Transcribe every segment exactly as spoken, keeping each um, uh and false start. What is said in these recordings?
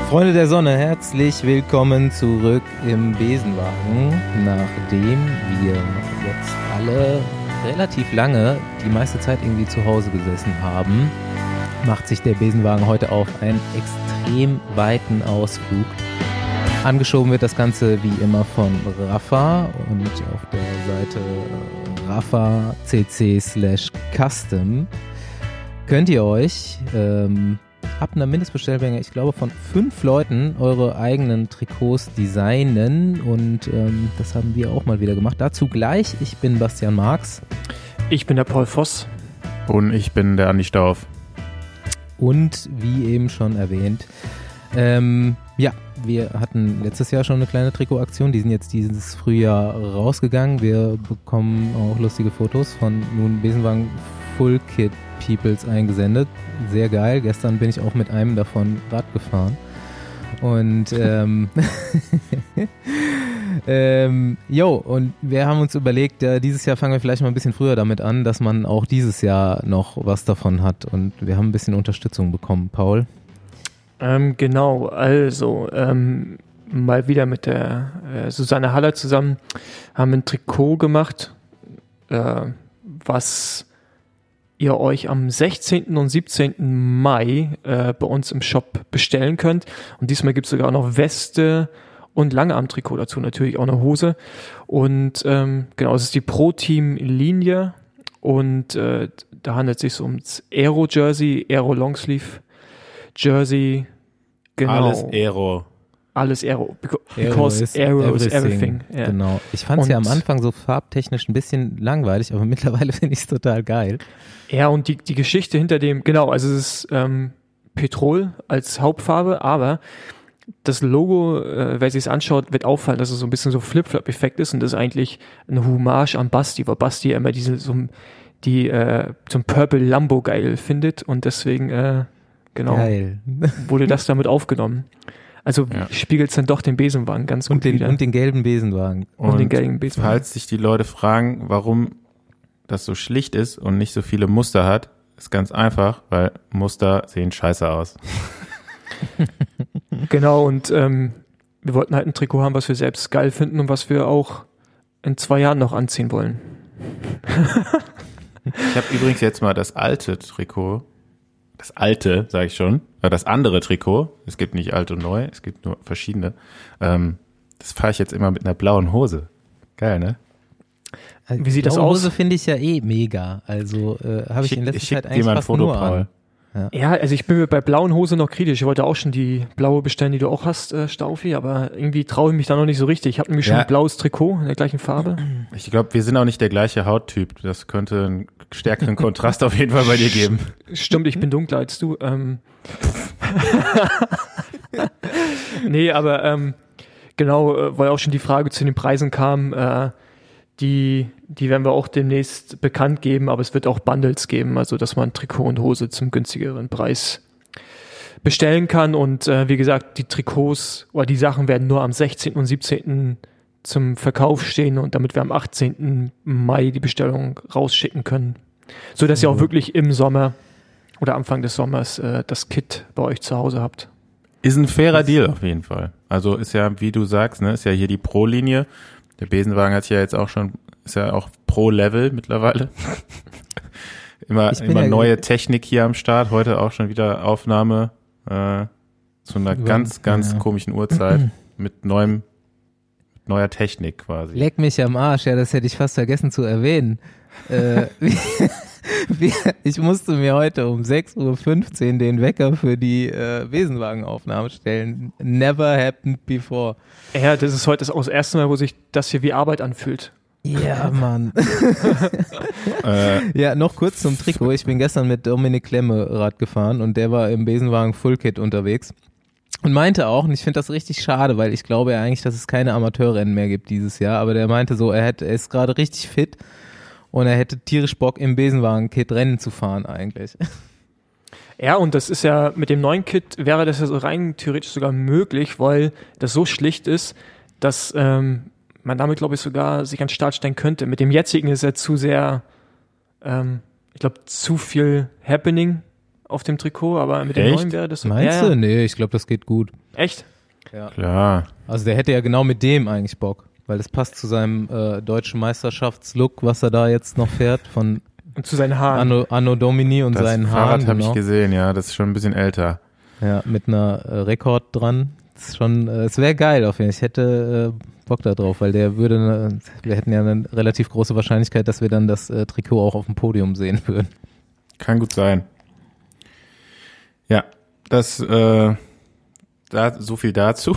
Freunde der Sonne, herzlich willkommen zurück im Besenwagen. Nachdem wir jetzt alle relativ lange die meiste Zeit irgendwie zu Hause gesessen haben, macht sich der Besenwagen heute auf einen extrem weiten Ausflug. Angeschoben wird das Ganze wie immer von Rafa und auf der Seite Rafa cc slash custom könnt ihr euch ähm, ab einer Mindestbestellmenge, ich glaube von fünf Leuten, eure eigenen Trikots designen und ähm, das haben wir auch mal wieder gemacht. Dazu gleich, ich bin Bastian Marx. Ich bin der Paul Voss. Und ich bin der Andi Stauf. Und wie eben schon erwähnt, ähm, ja, wir hatten letztes Jahr schon eine kleine Trikotaktion, die sind jetzt dieses Frühjahr rausgegangen. Wir bekommen auch lustige Fotos von nun Besenwagen Full Kit Peoples eingesendet. Sehr geil. Gestern bin ich auch mit einem davon Rad gefahren. Und ähm, ähm, jo, und wir haben uns überlegt, äh, dieses Jahr fangen wir vielleicht mal ein bisschen früher damit an, dass man auch dieses Jahr noch was davon hat. Und wir haben ein bisschen Unterstützung bekommen. Paul? Ähm, genau, also ähm, mal wieder mit der äh, Susanne Haller zusammen haben ein Trikot gemacht, äh, was ihr euch am sechzehnten und siebzehnten Mai äh, bei uns im Shop bestellen könnt. Und diesmal gibt es sogar noch Weste und Langarm-Trikot dazu, natürlich auch eine Hose. Und ähm, genau, es ist die Pro-Team-Linie und äh, da handelt es sich ums Aero-Jersey, Aero-Longsleeve-Jersey. Genau. Alles Aero. Alles Aero, because Aero, Aero is everything. Yeah. Genau. Ich fand es ja am Anfang so farbtechnisch ein bisschen langweilig, aber mittlerweile finde ich es total geil. Ja, und die, die Geschichte hinter dem, genau, also es ist ähm, Petrol als Hauptfarbe, aber das Logo, äh, wer sich es anschaut, wird auffallen, dass es so ein bisschen so Flip-Flop-Effekt ist und das ist eigentlich eine Hommage an Basti, weil Basti ja immer diese, so, die äh, zum Purple Lambo geil findet und deswegen, äh, genau, geil. wurde das damit aufgenommen. Also ja. Spiegelt es dann doch den Besenwagen ganz gut und den, wieder. Und den gelben Besenwagen. Und, und den gelben Besenwagen. Falls sich die Leute fragen, warum das so schlicht ist und nicht so viele Muster hat, ist ganz einfach, weil Muster sehen scheiße aus. Genau, und ähm, wir wollten halt ein Trikot haben, was wir selbst geil finden und was wir auch in zwei Jahren noch anziehen wollen. Ich habe übrigens jetzt mal das alte Trikot, das alte, sage ich schon, das andere Trikot, es gibt nicht alt und neu, es gibt nur verschiedene, ähm, das fahre ich jetzt immer mit einer blauen Hose. Geil, ne? Wie sieht das aus? Hose finde ich ja eh mega, also äh, habe ich in letzter Zeit eigentlich dir mal ein fast Foto, nur Paul. an. Ja. ja, also ich bin mir bei blauen Hosen noch kritisch. Ich wollte auch schon die blaue bestellen, die du auch hast, äh, Staufi, aber irgendwie traue ich mich da noch nicht so richtig. Ich habe nämlich schon Ja. ein blaues Trikot in der gleichen Farbe. Ich glaube, wir sind auch nicht der gleiche Hauttyp. Das könnte einen stärkeren Kontrast auf jeden Fall bei dir geben. Stimmt, ich bin dunkler als du. Ähm. nee, aber ähm, genau, äh, weil auch schon die Frage zu den Preisen kam, äh, die, die werden wir auch demnächst bekannt geben, aber es wird auch Bundles geben, also dass man Trikot und Hose zum günstigeren Preis bestellen kann und äh, wie gesagt, die Trikots oder die Sachen werden nur am sechzehnten und siebzehnten zum Verkauf stehen und damit wir am achtzehnten Mai die Bestellung rausschicken können, so dass ihr auch wirklich im Sommer oder Anfang des Sommers äh, das Kit bei euch zu Hause habt. Ist ein fairer Deal auf jeden Fall. Also ist ja, wie du sagst, ne, ist ja hier die Pro-Linie. Der Besenwagen hat ja jetzt auch schon, ist ja auch Pro-Level mittlerweile. immer immer ja neue ge- Technik hier am Start. Heute auch schon wieder Aufnahme äh, zu einer Über, ganz, ganz ja. komischen Uhrzeit mit neuem, mit neuer Technik quasi. Leck mich am Arsch, ja, das hätte ich fast vergessen zu erwähnen. äh, wie, wie, ich musste mir heute um sechs Uhr fünfzehn den Wecker für die äh, Besenwagenaufnahme stellen. Never happened before. Ja, das ist heute auch das erste Mal, wo sich das hier wie Arbeit anfühlt. Ja, Mann. äh, ja, noch kurz zum Trikot. Ich bin gestern mit Dominik Klemme Rad gefahren und der war im Besenwagen Full Kit unterwegs und meinte auch, und ich finde das richtig schade, weil ich glaube ja eigentlich, dass es keine Amateurrennen mehr gibt dieses Jahr, aber der meinte so, er, hätte, er ist gerade richtig fit und er hätte tierisch Bock im Besenwagen-Kit Rennen zu fahren eigentlich. Ja, und das ist ja, mit dem neuen Kit wäre das ja so rein theoretisch sogar möglich, weil das so schlicht ist, dass ähm, man damit, glaube ich, sogar sich an den Start stellen könnte. Mit dem jetzigen ist er zu sehr, ähm, ich glaube, zu viel Happening auf dem Trikot, aber mit dem Echt? neuen wäre das so. Meinst ja, du? Nee, ich glaube, das geht gut. Echt? Ja. Klar. Also der hätte ja genau mit dem eigentlich Bock, weil das passt zu seinem äh, deutschen Meisterschaftslook, was er da jetzt noch fährt, von Und zu seinen Haaren. Anno, Anno Domini und Das seinen Fahrrad Haaren. habe genau. ich gesehen, ja, das ist schon ein bisschen älter. Ja, mit einer äh, Rekord dran. Das ist schon, äh, es wäre geil auf jeden Fall. Ich hätte äh, Bock da drauf, weil der würde, ne, wir hätten ja eine relativ große Wahrscheinlichkeit, dass wir dann das äh, Trikot auch auf dem Podium sehen würden. Kann gut sein. Ja, das, äh, da, so viel dazu.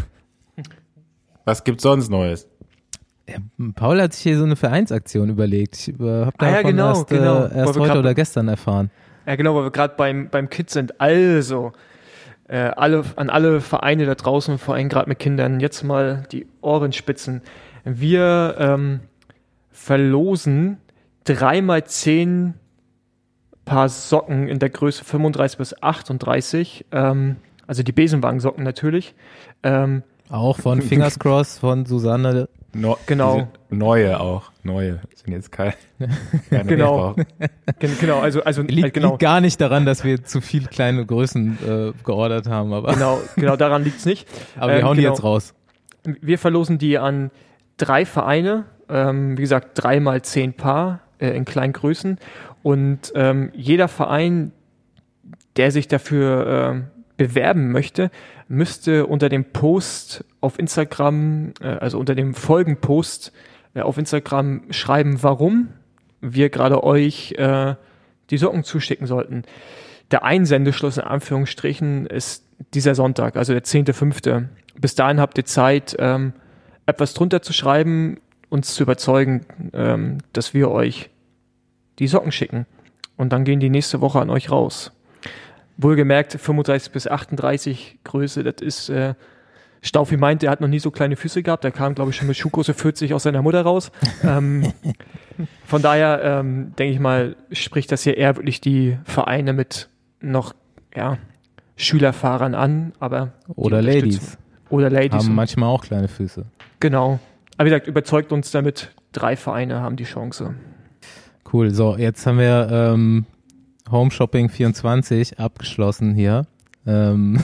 Was gibt's sonst Neues? Ja, Paul hat sich hier so eine Vereinsaktion überlegt. Ich äh, habe Ah ja, davon genau, erst, genau. äh, erst Wo wir heute grad- oder gestern erfahren. Ja, genau, weil wir gerade beim, beim Kids sind. Also, äh, alle, an alle Vereine da draußen, vor allem gerade mit Kindern, jetzt mal die Ohren spitzen. Wir ähm, verlosen dreimal zehn Paar Socken in der Größe fünfunddreißig bis achtunddreißig, ähm, also die Besenwagensocken natürlich. Ähm, Auch von Fingers Cross, von Susanne. No, Genau. diese Neue auch. Neue. Sind jetzt keine. keine Genau. Gebrauch. gen- genau, also, also äh, Liegt, genau. liegt gar nicht daran, dass wir zu viel kleine Größen äh, geordert haben, aber, Genau, genau, daran liegt's nicht. aber wir Ähm, hauen die genau. jetzt raus. Wir verlosen die an drei Vereine, ähm, wie gesagt, drei mal zehn Paar äh, in kleinen Größen. Und ähm, jeder Verein, der sich dafür ähm, bewerben möchte, müsste unter dem Post auf Instagram, äh, also unter dem Folgenpost äh, auf Instagram schreiben, warum wir gerade euch äh, die Socken zuschicken sollten. Der Einsendeschluss in Anführungsstrichen ist dieser Sonntag, also der zehnter fünfte Bis dahin habt ihr Zeit, ähm, etwas drunter zu schreiben, uns zu überzeugen, ähm, dass wir euch die Socken schicken. Und dann gehen die nächste Woche an euch raus. Wohlgemerkt, fünfunddreißig bis achtunddreißig Größe, das ist, äh, Staufi meint, er hat noch nie so kleine Füße gehabt, der kam, glaube ich, schon mit Schuhgröße vierzig aus seiner Mutter raus. ähm, von daher, ähm, denke ich mal, spricht das hier eher wirklich die Vereine mit noch, ja, Schülerfahrern an, aber die Oder unterstützen- Ladies. Oder Ladies. Haben manchmal auch kleine Füße. Genau. Aber wie gesagt, überzeugt uns damit, drei Vereine haben die Chance. Cool, so, jetzt haben wir ähm, Home Shopping vierundzwanzig abgeschlossen hier. Ähm,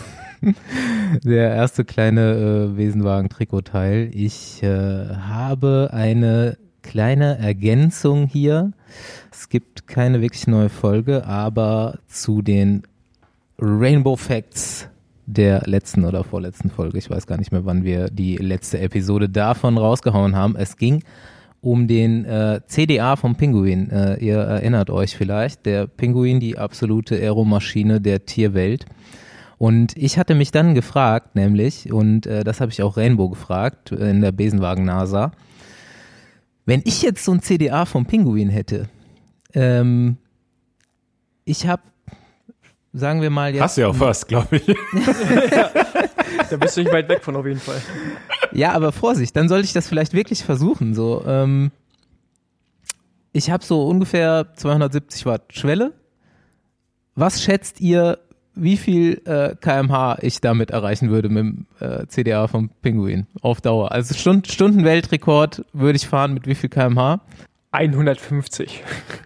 der erste kleine äh, Wesenwagen-Trikotteil. Ich äh, habe eine kleine Ergänzung hier. Es gibt keine wirklich neue Folge, aber zu den Rainbow Facts der letzten oder vorletzten Folge, ich weiß gar nicht mehr, wann wir die letzte Episode davon rausgehauen haben. Es ging um den äh, C D A vom Pinguin. Äh, ihr erinnert euch vielleicht, der Pinguin, die absolute Aeromaschine der Tierwelt. Und ich hatte mich dann gefragt, nämlich, und äh, das habe ich auch Rainbow gefragt, in der Besenwagen-NASA, wenn ich jetzt so ein C D A vom Pinguin hätte, ähm, ich habe, sagen wir mal jetzt... Hast du ja auch fast, glaube ich. Da bist du nicht weit weg von auf jeden Fall. Ja, aber Vorsicht, dann sollte ich das vielleicht wirklich versuchen. So, ähm, ich habe so ungefähr zweihundertsiebzig Watt Schwelle. Was schätzt ihr, wie viel äh, Kilometer pro Stunde ich damit erreichen würde mit dem äh, C D A vom Pinguin auf Dauer? Also Stund Stundenweltrekord würde ich fahren mit wie viel Kilometer pro Stunde? hundertfünfzig.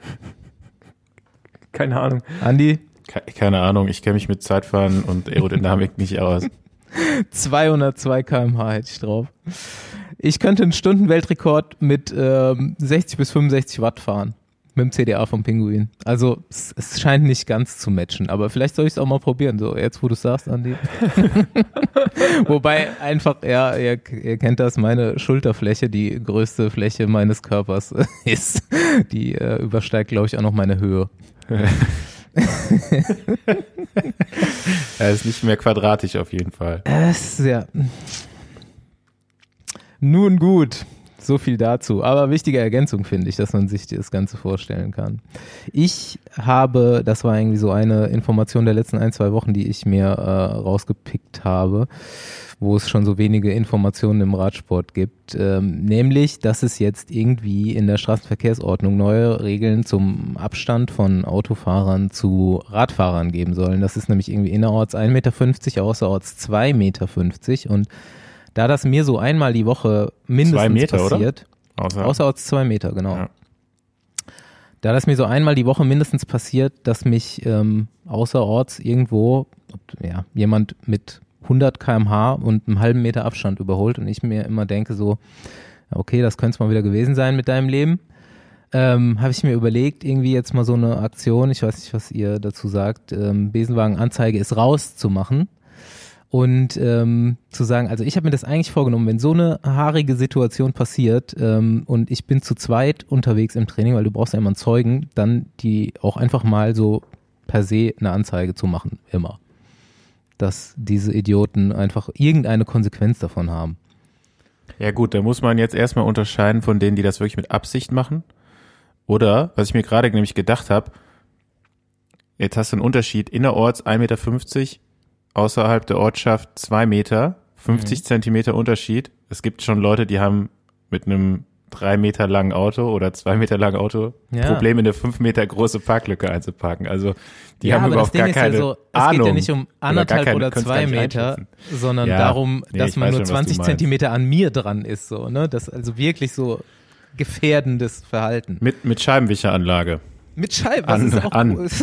Keine Ahnung. Andi? Ke- Keine Ahnung, ich kenne mich mit Zeitfahren und Aerodynamik nicht aus. zweihundertzwei Kilometer pro Stunde hätte ich drauf. Ich könnte einen Stundenweltrekord mit ähm, sechzig bis fünfundsechzig Watt fahren. Mit dem C D A vom Pinguin. Also es, es scheint nicht ganz zu matchen, aber vielleicht soll ich es auch mal probieren, so jetzt wo du es sagst, Andi. Wobei einfach, ja, ihr, ihr kennt das, meine Schulterfläche, die größte Fläche meines Körpers ist. Die äh, übersteigt, glaube ich, auch noch meine Höhe. Er ist nicht mehr quadratisch auf jeden Fall. Es ist ja. Nun gut, so viel dazu. Aber wichtige Ergänzung finde ich, dass man sich das Ganze vorstellen kann. Ich habe, das war irgendwie so eine Information der letzten ein, zwei Wochen, die ich mir äh, rausgepickt habe, wo es schon so wenige Informationen im Radsport gibt, ähm, nämlich, dass es jetzt irgendwie in der Straßenverkehrsordnung neue Regeln zum Abstand von Autofahrern zu Radfahrern geben sollen. Das ist nämlich irgendwie innerorts ein Meter fünfzig, außerorts zwei Meter fünfzig und da das mir so einmal die Woche mindestens Zwei Meter, passiert, Außer, außerorts zwei Meter, genau. Ja. Da das mir so einmal die Woche mindestens passiert, dass mich ähm, außerorts irgendwo ja, jemand mit hundert Kilometer pro Stunde und einem halben Meter Abstand überholt und ich mir immer denke so, okay, das könnte es mal wieder gewesen sein mit deinem Leben. Ähm, habe ich mir überlegt, irgendwie jetzt mal so eine Aktion, ich weiß nicht, was ihr dazu sagt, ähm, Besenwagen-Anzeige ist raus zu machen und ähm, zu sagen, also ich habe mir das eigentlich vorgenommen, wenn so eine haarige Situation passiert ähm, und ich bin zu zweit unterwegs im Training, weil du brauchst ja immer einen Zeugen, dann die auch einfach mal so per se eine Anzeige zu machen, immer. Dass diese Idioten einfach irgendeine Konsequenz davon haben. Ja gut, da muss man jetzt erstmal unterscheiden von denen, die das wirklich mit Absicht machen. Oder, was ich mir gerade nämlich gedacht habe, jetzt hast du einen Unterschied innerorts ein Meter fünfzig, außerhalb der Ortschaft zwei Meter, fünfzig mhm. Zentimeter Unterschied. Es gibt schon Leute, die haben mit einem drei Meter langen Auto oder zwei Meter langen Auto ja. Probleme, eine fünf Meter große Parklücke einzuparken. Also die ja, haben überhaupt gar keine ja so, es Ahnung. Es geht ja nicht um anderthalb oder, oder zwei Meter, sondern ja, darum, nee, dass man nur schon, zwanzig Zentimeter an mir dran ist. So, ne? Das ist also wirklich so gefährdendes Verhalten. Mit, mit Scheibenwischeranlage. Mit Scheiben, an, ist auch an. Cool.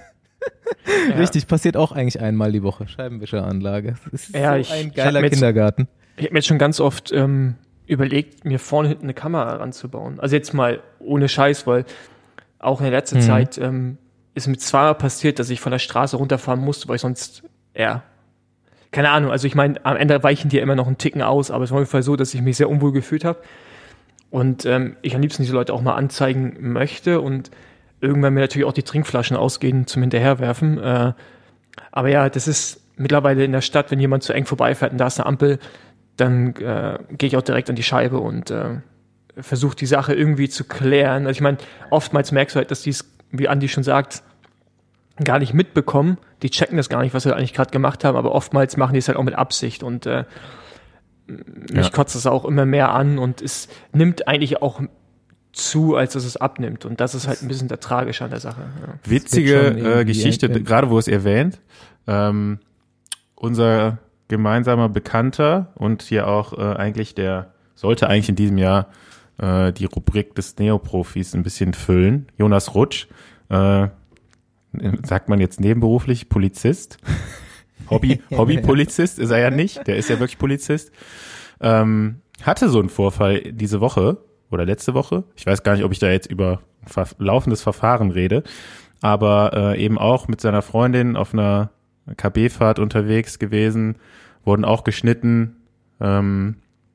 Ja. Richtig, passiert auch eigentlich einmal die Woche. Scheibenwischeranlage. Das ist ja, so ich, ein geiler ich Kindergarten. Jetzt, ich habe mir jetzt schon ganz oft ähm, überlegt, mir vorne hinten eine Kamera ranzubauen. Also jetzt mal ohne Scheiß, weil auch in der letzten mhm. Zeit ähm, ist mir zweimal passiert, dass ich von der Straße runterfahren musste, weil ich sonst, ja, keine Ahnung, also ich meine, am Ende weichen die ja immer noch einen Ticken aus, aber es war auf jeden Fall so, dass ich mich sehr unwohl gefühlt habe und ähm, ich am liebsten diese Leute auch mal anzeigen möchte und irgendwann mir natürlich auch die Trinkflaschen ausgehen zum Hinterherwerfen. Äh, aber ja, das ist mittlerweile in der Stadt, wenn jemand zu eng vorbeifährt und da ist eine Ampel, dann äh, gehe ich auch direkt an die Scheibe und äh, versuche die Sache irgendwie zu klären. Also ich meine, oftmals merkst du halt, dass die es, wie Andi schon sagt, gar nicht mitbekommen. Die checken das gar nicht, was sie eigentlich gerade gemacht haben, aber oftmals machen die es halt auch mit Absicht und äh, mich ja. kotzt das auch immer mehr an und es nimmt eigentlich auch zu, als dass es abnimmt. Und das ist halt ein bisschen der Tragische an der Sache. Ja. Witzige äh, Geschichte, gerade wo es erwähnt. Ähm, unser gemeinsamer Bekannter und hier auch äh, eigentlich der, sollte eigentlich in diesem Jahr äh, die Rubrik des Neoprofis ein bisschen füllen. Jonas Rutsch, äh, sagt man jetzt nebenberuflich Polizist. Hobby, Hobbypolizist ist er ja nicht, der ist ja wirklich Polizist. Ähm, hatte so einen Vorfall diese Woche oder letzte Woche. Ich weiß gar nicht, ob ich da jetzt über ver- laufendes Verfahren rede, aber äh, eben auch mit seiner Freundin auf einer K B-Fahrt unterwegs gewesen, wurden auch geschnitten. Ähm,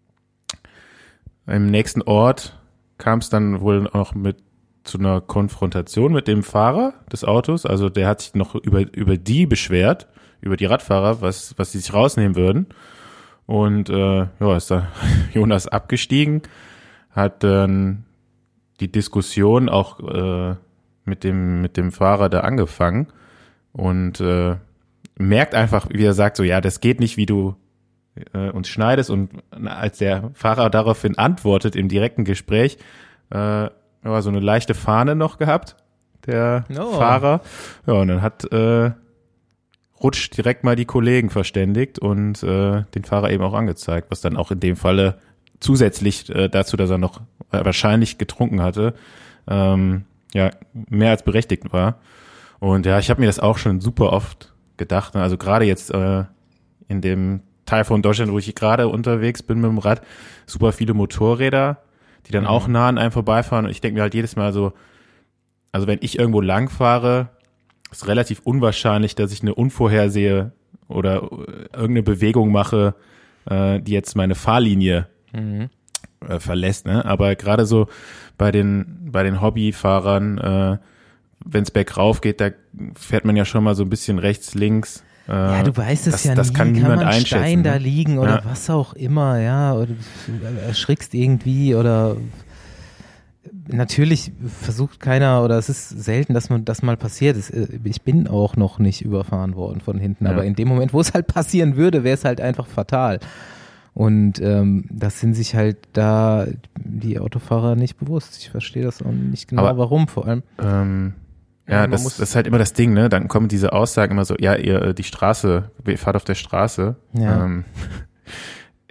im nächsten Ort kam es dann wohl auch mit zu einer Konfrontation mit dem Fahrer des Autos. Also der hat sich noch über über die beschwert, über die Radfahrer, was was sie sich rausnehmen würden. Und äh, ja, ist da Jonas abgestiegen, hat dann die Diskussion auch äh, mit dem mit dem Fahrer da angefangen und äh, merkt einfach, wie er sagt, so ja, das geht nicht, wie du äh, uns schneidest. Und als der Fahrer daraufhin antwortet im direkten Gespräch, äh, war so eine leichte Fahne noch gehabt, der oh. Fahrer. Ja, und dann hat äh, Rutsch direkt mal die Kollegen verständigt und äh, den Fahrer eben auch angezeigt, was dann auch in dem Falle zusätzlich äh, dazu, dass er noch äh, wahrscheinlich getrunken hatte, ähm, ja, mehr als berechtigt war. Und ja, ich habe mir das auch schon super oft gedacht, ne? Also gerade jetzt äh, in dem Teil von Deutschland, wo ich gerade unterwegs bin mit dem Rad, super viele Motorräder, die dann mhm. auch nah an einem vorbeifahren. Und ich denke mir halt jedes Mal so, also wenn ich irgendwo lang fahre, ist relativ unwahrscheinlich, dass ich eine unvorhersehe oder irgendeine Bewegung mache, äh, die jetzt meine Fahrlinie mhm. äh, verlässt. Ne? Aber gerade so bei den bei den Hobbyfahrern, äh, wenn es bergauf geht, da fährt man ja schon mal so ein bisschen rechts, links. Äh, ja, du weißt es das, ja das nie, kann, kann niemand man einschätzen. Stein da ne? liegen oder ja. was auch immer, ja, oder du erschrickst irgendwie oder natürlich versucht keiner oder es ist selten, dass man das mal passiert. Ich bin auch noch nicht überfahren worden von hinten, ja. aber in dem Moment, wo es halt passieren würde, wäre es halt einfach fatal. Und ähm, das sind sich halt da die Autofahrer nicht bewusst. Ich verstehe das auch nicht genau, aber, warum vor allem. Ähm, ja, ja das, das ist halt immer das Ding, ne? Dann kommen diese Aussagen immer so, ja, ihr die Straße, ihr fahrt auf der Straße. Ja. Ähm,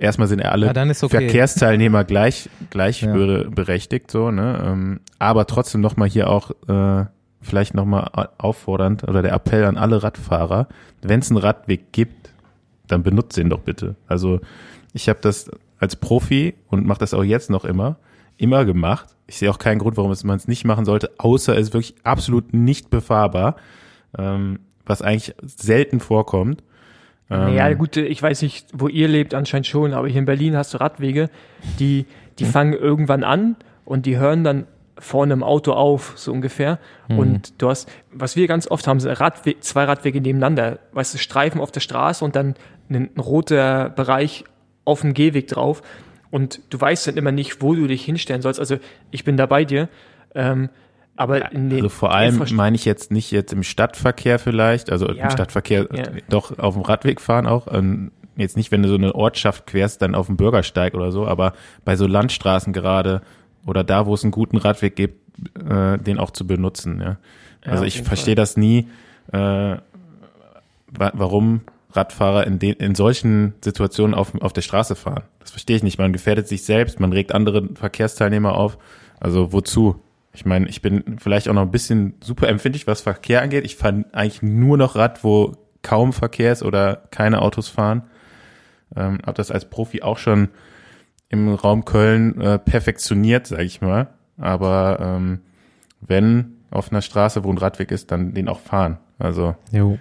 erstmal sind ja alle ja, dann ist okay. Verkehrsteilnehmer gleich, gleichberechtigt, ja. so, ne, ähm, aber trotzdem nochmal hier auch, äh, vielleicht nochmal auffordernd oder der Appell an alle Radfahrer, wenn es einen Radweg gibt, dann benutzt ihn doch bitte. Also ich habe das als Profi und mache das auch jetzt noch immer, immer gemacht. Ich sehe auch keinen Grund, warum man es nicht machen sollte, außer es ist wirklich absolut nicht befahrbar, ähm, was eigentlich selten vorkommt. Ähm, ja, gut, ich weiß nicht, wo ihr lebt, anscheinend schon, aber hier in Berlin hast du Radwege, die, die hm. fangen irgendwann an und die hören dann vorne im Auto auf, so ungefähr. Mhm. Und du hast, was wir ganz oft haben, sind Radwe- zwei Radwege nebeneinander, weißt du, Streifen auf der Straße und dann ein, ein roter Bereich auf dem Gehweg drauf. Und du weißt dann immer nicht, wo du dich hinstellen sollst. Also ich bin da bei dir. Ähm, aber in den also vor allem Infrast- meine ich jetzt nicht jetzt im Stadtverkehr vielleicht, also ja, im Stadtverkehr ja. doch auf dem Radweg fahren auch. Ähm, jetzt nicht, wenn du so eine Ortschaft querst, dann auf dem Bürgersteig oder so, aber bei so Landstraßen gerade oder da, wo es einen guten Radweg gibt, äh, den auch zu benutzen. Ja. Also ja, ich verstehe das nie, äh, wa- warum Radfahrer in, den, in solchen Situationen auf, auf der Straße fahren. Das verstehe ich nicht. Man gefährdet sich selbst, man regt andere Verkehrsteilnehmer auf. Also wozu? Ich meine, ich bin vielleicht auch noch ein bisschen super empfindlich, was Verkehr angeht. Ich fahre eigentlich nur noch Rad, wo kaum Verkehr ist oder keine Autos fahren. Ähm, habe das als Profi auch schon im Raum Köln äh, perfektioniert, sage ich mal. Aber ähm, wenn auf einer Straße, wo ein Radweg ist, dann den auch fahren. Also jo.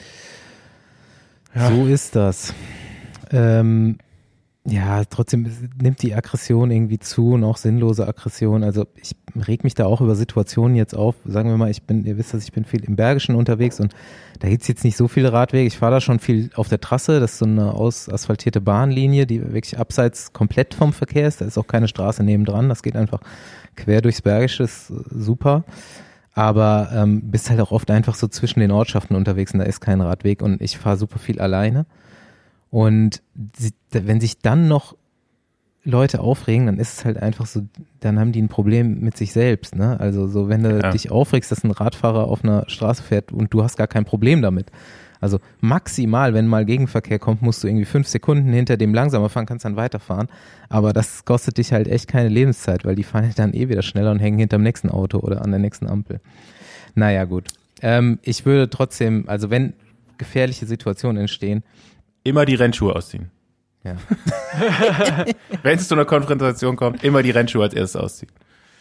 Ja. So ist das. Ähm, ja, trotzdem nimmt die Aggression irgendwie zu und auch sinnlose Aggression. Also ich reg mich da auch über Situationen jetzt auf. Sagen wir mal, ich bin, ihr wisst, dass ich bin viel im Bergischen unterwegs und da gibt's jetzt nicht so viele Radwege. Ich fahre da schon viel auf der Trasse. Das ist so eine ausasphaltierte Bahnlinie, die wirklich abseits komplett vom Verkehr ist. Da ist auch keine Straße nebendran. Das geht einfach quer durchs Bergische. Ist super. Aber ähm, bist halt auch oft einfach so zwischen den Ortschaften unterwegs und da ist kein Radweg und ich fahre super viel alleine. Und sie, wenn sich dann noch Leute aufregen, dann ist es halt einfach so, dann haben die ein Problem mit sich selbst, ne? Also so, wenn du ja. dich aufregst, dass ein Radfahrer auf einer Straße fährt und du hast gar kein Problem damit. Also maximal, wenn mal Gegenverkehr kommt, musst du irgendwie fünf Sekunden hinter dem langsamer fahren, kannst dann weiterfahren. Aber das kostet dich halt echt keine Lebenszeit, weil die fahren halt dann eh wieder schneller und hängen hinterm nächsten Auto oder an der nächsten Ampel. Naja, gut. Ähm, ich würde trotzdem, also wenn gefährliche Situationen entstehen, immer die Rennschuhe ausziehen. Ja. Wenn es zu einer Konfrontation kommt, immer die Rennschuhe als erstes ausziehen.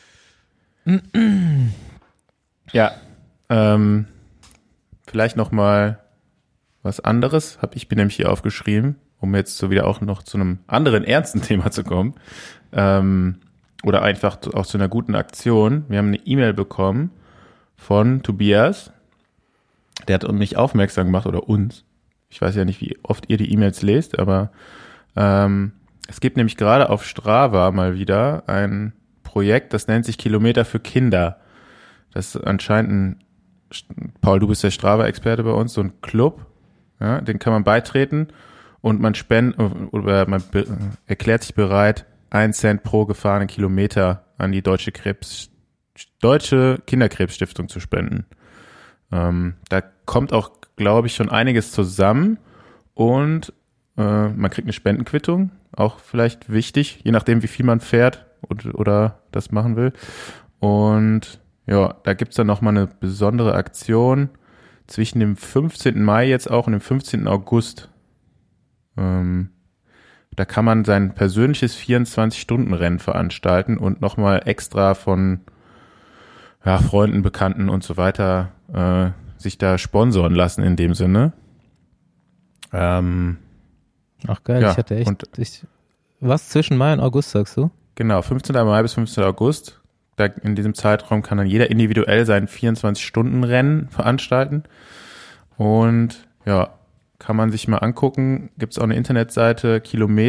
Ja, ähm, vielleicht noch mal was anderes, habe ich mir nämlich hier aufgeschrieben, um jetzt so wieder auch noch zu einem anderen ernsten Thema zu kommen. Ähm, oder einfach auch zu einer guten Aktion. Wir haben eine E-Mail bekommen von Tobias. Der hat mich aufmerksam gemacht, oder uns. Ich weiß ja nicht, wie oft ihr die E-Mails lest, aber ähm, es gibt nämlich gerade auf Strava mal wieder ein Projekt, das nennt sich Kilometer für Kinder. Das ist anscheinend ein, Paul, du bist der Strava-Experte bei uns, so ein Club, ja, den kann man beitreten und man spendet oder man be- erklärt sich bereit, ein Cent pro gefahrenen Kilometer an die Deutsche Krebs, Deutsche Kinderkrebsstiftung zu spenden. Ähm, da kommt auch, glaube ich, schon einiges zusammen und äh, man kriegt eine Spendenquittung, auch vielleicht wichtig, je nachdem, wie viel man fährt und, oder das machen will. Und ja, da gibt's dann nochmal eine besondere Aktion zwischen dem fünfzehnten Mai jetzt auch und dem fünfzehnten August. Ähm, da kann man sein persönliches vierundzwanzig-Stunden-Rennen veranstalten und nochmal extra von ja, Freunden, Bekannten und so weiter äh, sich da sponsoren lassen in dem Sinne. Ähm, Ach geil, ja, ich hatte echt, und, ich, was zwischen Mai und August sagst du? Genau, fünfzehnten Mai bis fünfzehnten August. Da in diesem Zeitraum kann dann jeder individuell sein vierundzwanzig-Stunden-Rennen veranstalten. Und ja, kann man sich mal angucken. Gibt es auch eine Internetseite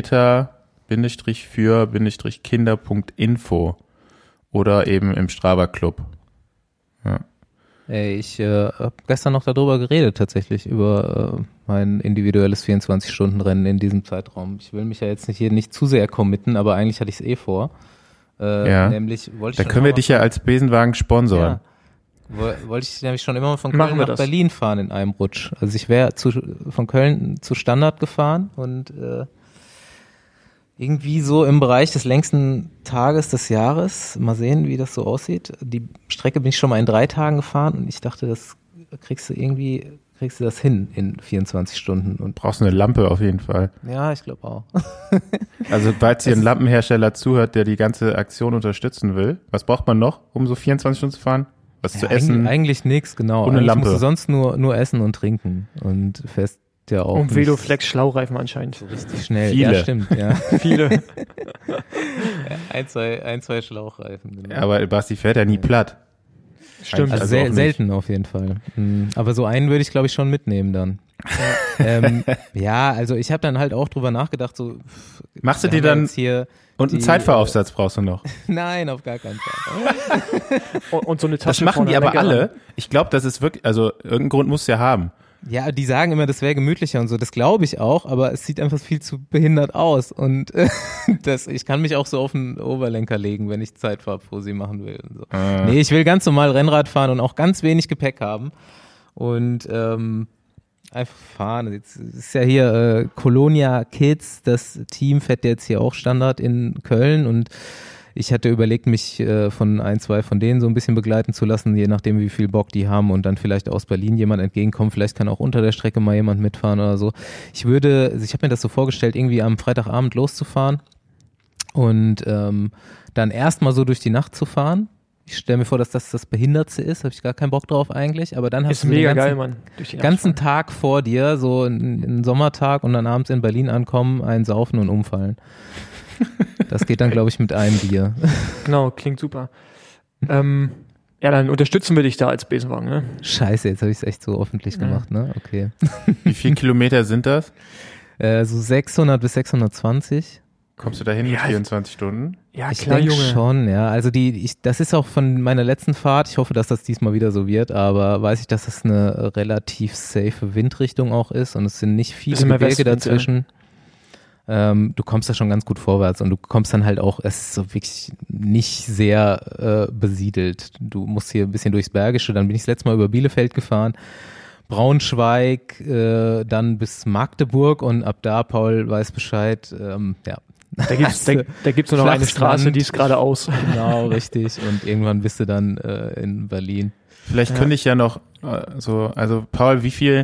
kilometer-für-kinder punkt info oder eben im Strava Club. Ja. Ey, ich äh, habe gestern noch darüber geredet, tatsächlich, über äh, mein individuelles vierundzwanzig-Stunden-Rennen in diesem Zeitraum. Ich will mich ja jetzt nicht hier nicht zu sehr committen, aber eigentlich hatte ich es eh vor. Äh, ja. Nämlich wollte ich da können wir dich ja als Besenwagen sponsoren. Ja. Wollte ich nämlich schon immer mal von Köln nach das. Berlin fahren in einem Rutsch. Also ich wäre zu, von Köln zu Standard gefahren und äh, irgendwie so im Bereich des längsten Tages des Jahres. Mal sehen, wie das so aussieht. Die Strecke bin ich schon mal in drei Tagen gefahren und ich dachte, das kriegst du irgendwie, kriegst du das hin in vierundzwanzig Stunden. Und brauchst eine Lampe auf jeden Fall. Ja, ich glaube auch. Also, falls hier ein Lampenhersteller zuhört, der die ganze Aktion unterstützen will, was braucht man noch, um so vierundzwanzig Stunden zu fahren? Was ja, zu essen? Eigentlich, eigentlich nichts, genau. Und eine eigentlich Lampe. musst du sonst nur, nur essen und trinken und fest ja auch. Und Veloflex Schlaureifen anscheinend. So richtig schnell. Viele. Ja, stimmt, ja. Viele. ja, ein, zwei, ein, zwei Schlauchreifen. Genau. Ja, aber Basti fährt ja nie platt. Stimmt. Also, Also sel- auch nicht. selten auf jeden Fall. Mhm. Aber so einen würde ich, glaube ich, schon mitnehmen dann. ähm, ja, also ich habe dann halt auch drüber nachgedacht, so pff, Machst du wir dir haben ja dann- jetzt hier Und einen die, Zeitfahraufsatz brauchst du noch. Nein, auf gar keinen Fall. Und, und so eine Tasche Das machen vorne die an der aber alle. Garage. Ich glaube, das ist wirklich, also irgendeinen Grund musst du ja haben. Ja, die sagen immer, das wäre gemütlicher und so. Das glaube ich auch, aber es sieht einfach viel zu behindert aus. Und äh, das, ich kann mich auch so auf den Oberlenker legen, wenn ich Zeitfahrprosi machen will. Und so. Äh. Nee, ich will ganz normal Rennrad fahren und auch ganz wenig Gepäck haben. Und ähm, einfach fahren. Jetzt ist ja hier äh, Colonia Kids, das Team fährt jetzt hier auch Standard in Köln und ich hatte überlegt, mich äh, von ein, zwei von denen so ein bisschen begleiten zu lassen, je nachdem, wie viel Bock die haben und dann vielleicht aus Berlin jemand entgegenkommt. Vielleicht kann auch unter der Strecke mal jemand mitfahren oder so. Ich würde, also ich habe mir das so vorgestellt, irgendwie am Freitagabend loszufahren und ähm, dann erstmal so durch die Nacht zu fahren. Ich stelle mir vor, dass das das Behindertste ist, habe ich gar keinen Bock drauf eigentlich, aber dann hast Ist du so den mega ganzen, geil, Mann. Durch die Nacht ganzen fahren. Tag vor dir, so einen Sommertag und dann abends in Berlin ankommen, einen saufen und umfallen. Das geht dann, glaube ich, mit einem Bier. Genau, klingt super. ähm, ja, dann unterstützen wir dich da als Besenwagen, ne? Scheiße, jetzt habe ich es echt so öffentlich Ja. gemacht, ne? Okay. Wie viele Kilometer sind das? Äh, so sechshundert bis sechshundertzwanzig. Kommst du dahin mit Ja, vierundzwanzig Stunden? Ja, Ich klar, denke Junge. schon, ja. Also die, ich, das ist auch von meiner letzten Fahrt. Ich hoffe, dass das diesmal wieder so wird, aber weiß ich, dass das eine relativ safe Windrichtung auch ist und es sind nicht viele Bisschen mehr Gebirge Westwind, ja. dazwischen. Ähm, du kommst da schon ganz gut vorwärts und du kommst dann halt auch, es ist so wirklich nicht sehr äh, besiedelt. Du musst hier ein bisschen durchs Bergische, dann bin ich das letzte Mal über Bielefeld gefahren, Braunschweig, äh, dann bis Magdeburg und ab da, Paul weiß Bescheid, ähm, ja. Da gibt's, da, da gibt's nur noch eine Flachs Straße, Land. die ist geradeaus. Genau, richtig. Und irgendwann bist du dann äh, in Berlin. Vielleicht Ja. könnte ich ja noch äh, so, also Paul, wie viel,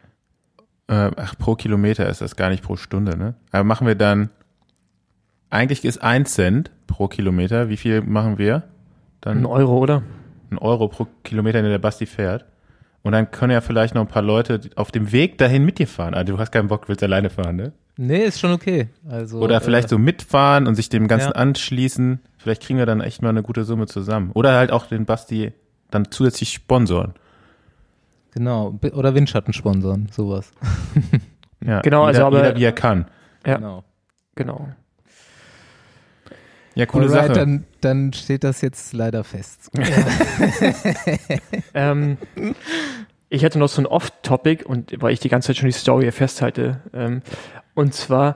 äh, ach, pro Kilometer ist das gar nicht pro Stunde, ne? Aber machen wir dann, eigentlich ist ein Cent pro Kilometer. Wie viel machen wir? Ein Dann Euro, oder? ein Euro pro Kilometer, den der Basti fährt. Und dann können ja vielleicht noch ein paar Leute auf dem Weg dahin mit dir fahren. Also du hast keinen Bock, willst alleine fahren, ne? Nee, ist schon okay. Also, Oder vielleicht äh, so mitfahren und sich dem Ganzen ja. anschließen. Vielleicht kriegen wir dann echt mal eine gute Summe zusammen. Oder halt auch den Basti dann zusätzlich sponsoren. Genau. Bi- Oder Windschatten sponsern, sowas. Ja, Genau, jeder, also aber- jeder wie er kann. Ja, Genau. genau. Ja, coole Alright, Sache. Dann, dann steht das jetzt leider fest. ähm, ich hatte noch so ein Off-Topic und weil ich die ganze Zeit schon die Story hier festhalte. Ähm, und zwar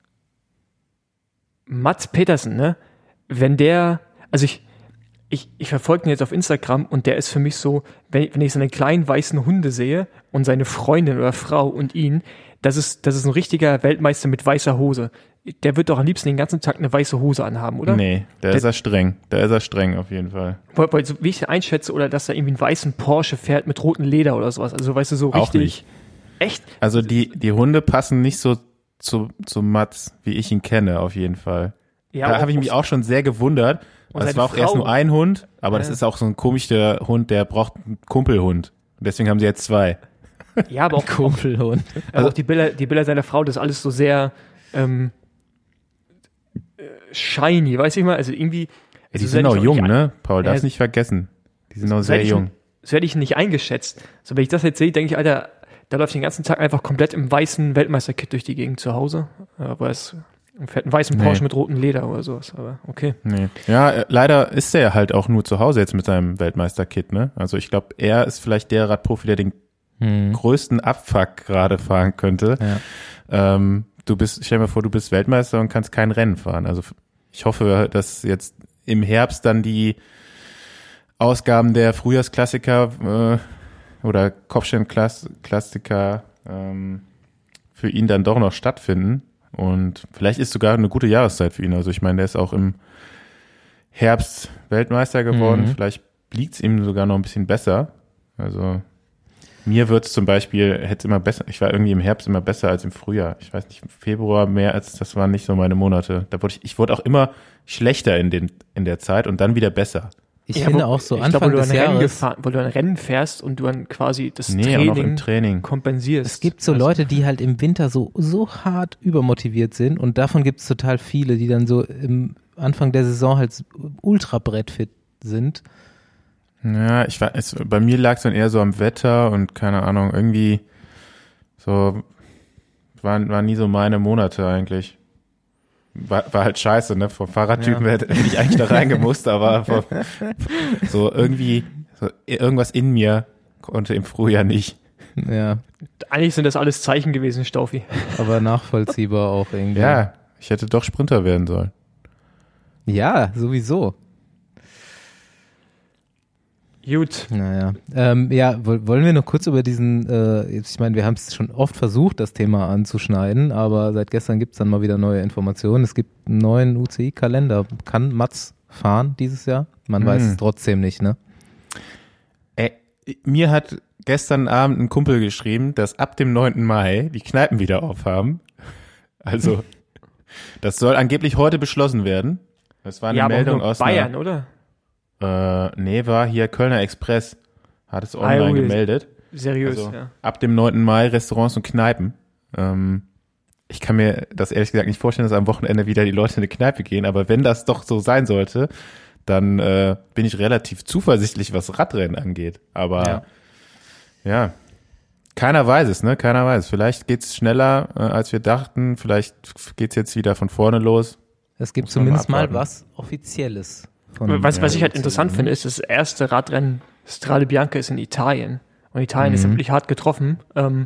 Mats Petersen, ne? Wenn der, also ich, ich, ich verfolge ihn jetzt auf Instagram und der ist für mich so, wenn, wenn ich seine kleinen weißen Hunde sehe und seine Freundin oder Frau und ihn, das ist, das ist ein richtiger Weltmeister mit weißer Hose. Der wird doch am liebsten den ganzen Tag eine weiße Hose anhaben, oder? Nee, da Der- ist er streng. Da ist er streng auf jeden Fall. Weil, weil so wie ich ihn einschätze, oder dass er irgendwie einen weißen Porsche fährt mit rotem Leder oder sowas. Also weißt du, so Auch richtig. nicht. Echt? Also die, die Hunde passen nicht so zu, zu Mats, wie ich ihn kenne, auf jeden Fall. Ja, da auch- habe ich mich auch schon sehr gewundert. Und Es seine war auch erst Frau- nur ein Hund, aber das Ja. ist auch so ein komischer Hund, der braucht einen Kumpelhund. Und deswegen haben sie jetzt zwei. Ja, aber auch, Kumpelhund. aber auch die Bilder, die Bilder seiner Frau, das ist alles so sehr ähm, äh, shiny, weiß ich mal. Also irgendwie. Ja, die so sind hätte auch ich jung, nicht ne? Paul, Ja, darfst nicht vergessen. Die sind noch So sehr hätte ich jung. ihn- So hätte ich ihn nicht eingeschätzt. So, wenn ich das jetzt sehe, denke ich, Alter, der läuft den ganzen Tag einfach komplett im weißen Weltmeisterkit durch die Gegend zu Hause. Aber es fährt einen weißen Nee. Porsche mit rotem Leder oder sowas. Aber okay. Nee. Ja, äh, leider ist er halt auch nur zu Hause jetzt mit seinem Weltmeister-Kit, ne? Also ich glaube, er ist vielleicht der Radprofi, der den Hm. größten Abfuck gerade fahren könnte. Ja. Ähm, du bist, stell dir mal vor, du bist Weltmeister und kannst kein Rennen fahren. Also ich hoffe, dass jetzt im Herbst dann die Ausgaben der Frühjahrsklassiker äh, oder Kopfsteinklassiker ähm, für ihn dann doch noch stattfinden. Und vielleicht ist sogar eine gute Jahreszeit für ihn. Also ich meine, der ist auch im Herbst Weltmeister geworden. Mhm. Vielleicht liegt es ihm sogar noch ein bisschen besser. Also mir wird es zum Beispiel, hätte es immer besser, ich war irgendwie im Herbst immer besser als im Frühjahr. Ich weiß nicht, im Februar, März, das waren nicht so meine Monate. Da wurde ich, ich wurde auch immer schlechter in, den, in der Zeit und dann wieder besser. Ich ja, finde wo, auch so ich Anfang glaub, des Jahres. Gefahren, wo du ein Rennen fährst und du dann quasi das nee, Training, auch noch im Training kompensierst. Es gibt so also, Leute, die halt im Winter so, so hart übermotiviert sind und davon gibt es total viele, die dann so im Anfang der Saison halt ultra brettfit sind. Ja, ich war, es, bei mir lag es dann eher so am Wetter und keine Ahnung, irgendwie so, waren, waren nie so meine Monate eigentlich. War, war halt scheiße, ne? Vom Fahrradtypen ja. hätte ich eigentlich da reingemusst, aber vom, so irgendwie, so irgendwas in mir konnte im Frühjahr nicht. Ja. Eigentlich sind das alles Zeichen gewesen, Staufi. Aber nachvollziehbar auch irgendwie. Ja, ich hätte doch Sprinter werden sollen. Ja, sowieso. Gut. Naja, ähm, ja, wollen wir noch kurz über diesen, äh, ich meine, wir haben es schon oft versucht, das Thema anzuschneiden, aber seit gestern gibt es dann mal wieder neue Informationen. Es gibt einen neuen U C I-Kalender. Kann Mats fahren dieses Jahr? Man hm. weiß es trotzdem nicht, ne? Äh, mir hat gestern Abend ein Kumpel geschrieben, dass ab dem neunten Mai die Kneipen wieder aufhaben. Also, das soll angeblich heute beschlossen werden. Das war eine ja, Meldung aber nur aus Bayern, einer, oder? Äh, nee, war hier Kölner Express, hat es online ah, gemeldet. Seriös, also, ja. Ab dem neunten Mai Restaurants und Kneipen. Ähm, ich kann mir das ehrlich gesagt nicht vorstellen, dass am Wochenende wieder die Leute in eine Kneipe gehen, aber wenn das doch so sein sollte, dann äh, bin ich relativ zuversichtlich, was Radrennen angeht. Aber ja, ja keiner weiß es, ne? Keiner weiß. Vielleicht geht's schneller, äh, als wir dachten. Vielleicht geht's jetzt wieder von vorne los. Es gibt zumindest mal was Offizielles. Von, was, was ich halt interessant finde, ist, das erste Radrennen Strade Bianca ist in Italien. Und Italien mhm. ist wirklich hart getroffen. Ähm,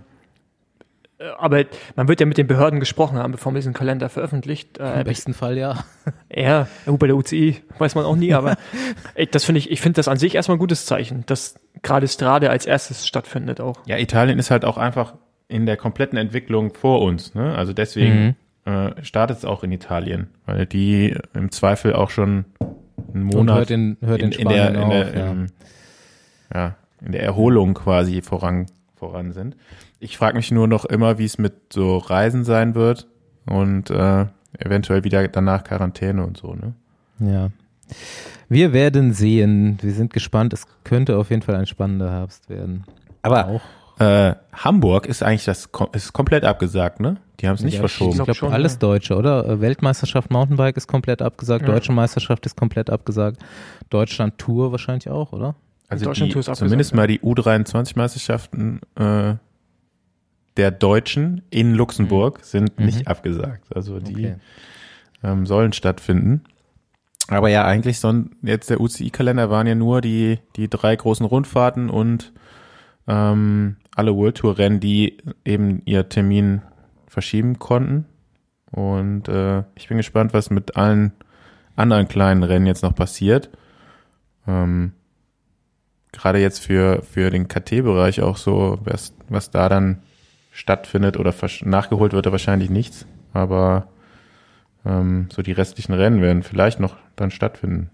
aber man wird ja mit den Behörden gesprochen haben, bevor man diesen Kalender veröffentlicht. Im äh, besten Fall ja. Ja, bei der U C I weiß man auch nie, aber das finde ich, ich finde das an sich erstmal ein gutes Zeichen, dass gerade Strade als erstes stattfindet auch. Ja, Italien ist halt auch einfach in der kompletten Entwicklung vor uns, ne? Also deswegen mhm. äh, startet es auch in Italien, weil die im Zweifel auch schon einen Monat hört in, hört in, in, in der, in auf, der, ja. Im, ja, in der Erholung quasi voran, voran sind. Ich frage mich nur noch immer, wie es mit so Reisen sein wird und äh, eventuell wieder danach Quarantäne und so, ne? Ja. Wir werden sehen. Wir sind gespannt. Es könnte auf jeden Fall ein spannender Herbst werden. Aber auch äh, Hamburg ist eigentlich das ist komplett abgesagt, ne? Die haben es nicht ja, verschoben. Ich glaube, glaub, alles ja. Deutsche, oder? Weltmeisterschaft Mountainbike ist komplett abgesagt, ja. Deutsche Meisterschaft ist komplett abgesagt, Deutschland Tour wahrscheinlich auch, oder? Also die, zumindest mal die U dreiundzwanzig Meisterschaften äh, der Deutschen in Luxemburg mhm. sind nicht mhm. abgesagt. Also die okay. ähm, sollen stattfinden. Aber ja, eigentlich son jetzt der U C I-Kalender waren ja nur die die drei großen Rundfahrten und ähm, alle World Tour Rennen, die eben ihr Termin verschieben konnten. Und äh, ich bin gespannt, was mit allen anderen kleinen Rennen jetzt noch passiert. Ähm, Gerade jetzt für für den K T-Bereich auch so, was, was da dann stattfindet oder nachgeholt wird, da wahrscheinlich nichts. Aber ähm, so die restlichen Rennen werden vielleicht noch dann stattfinden.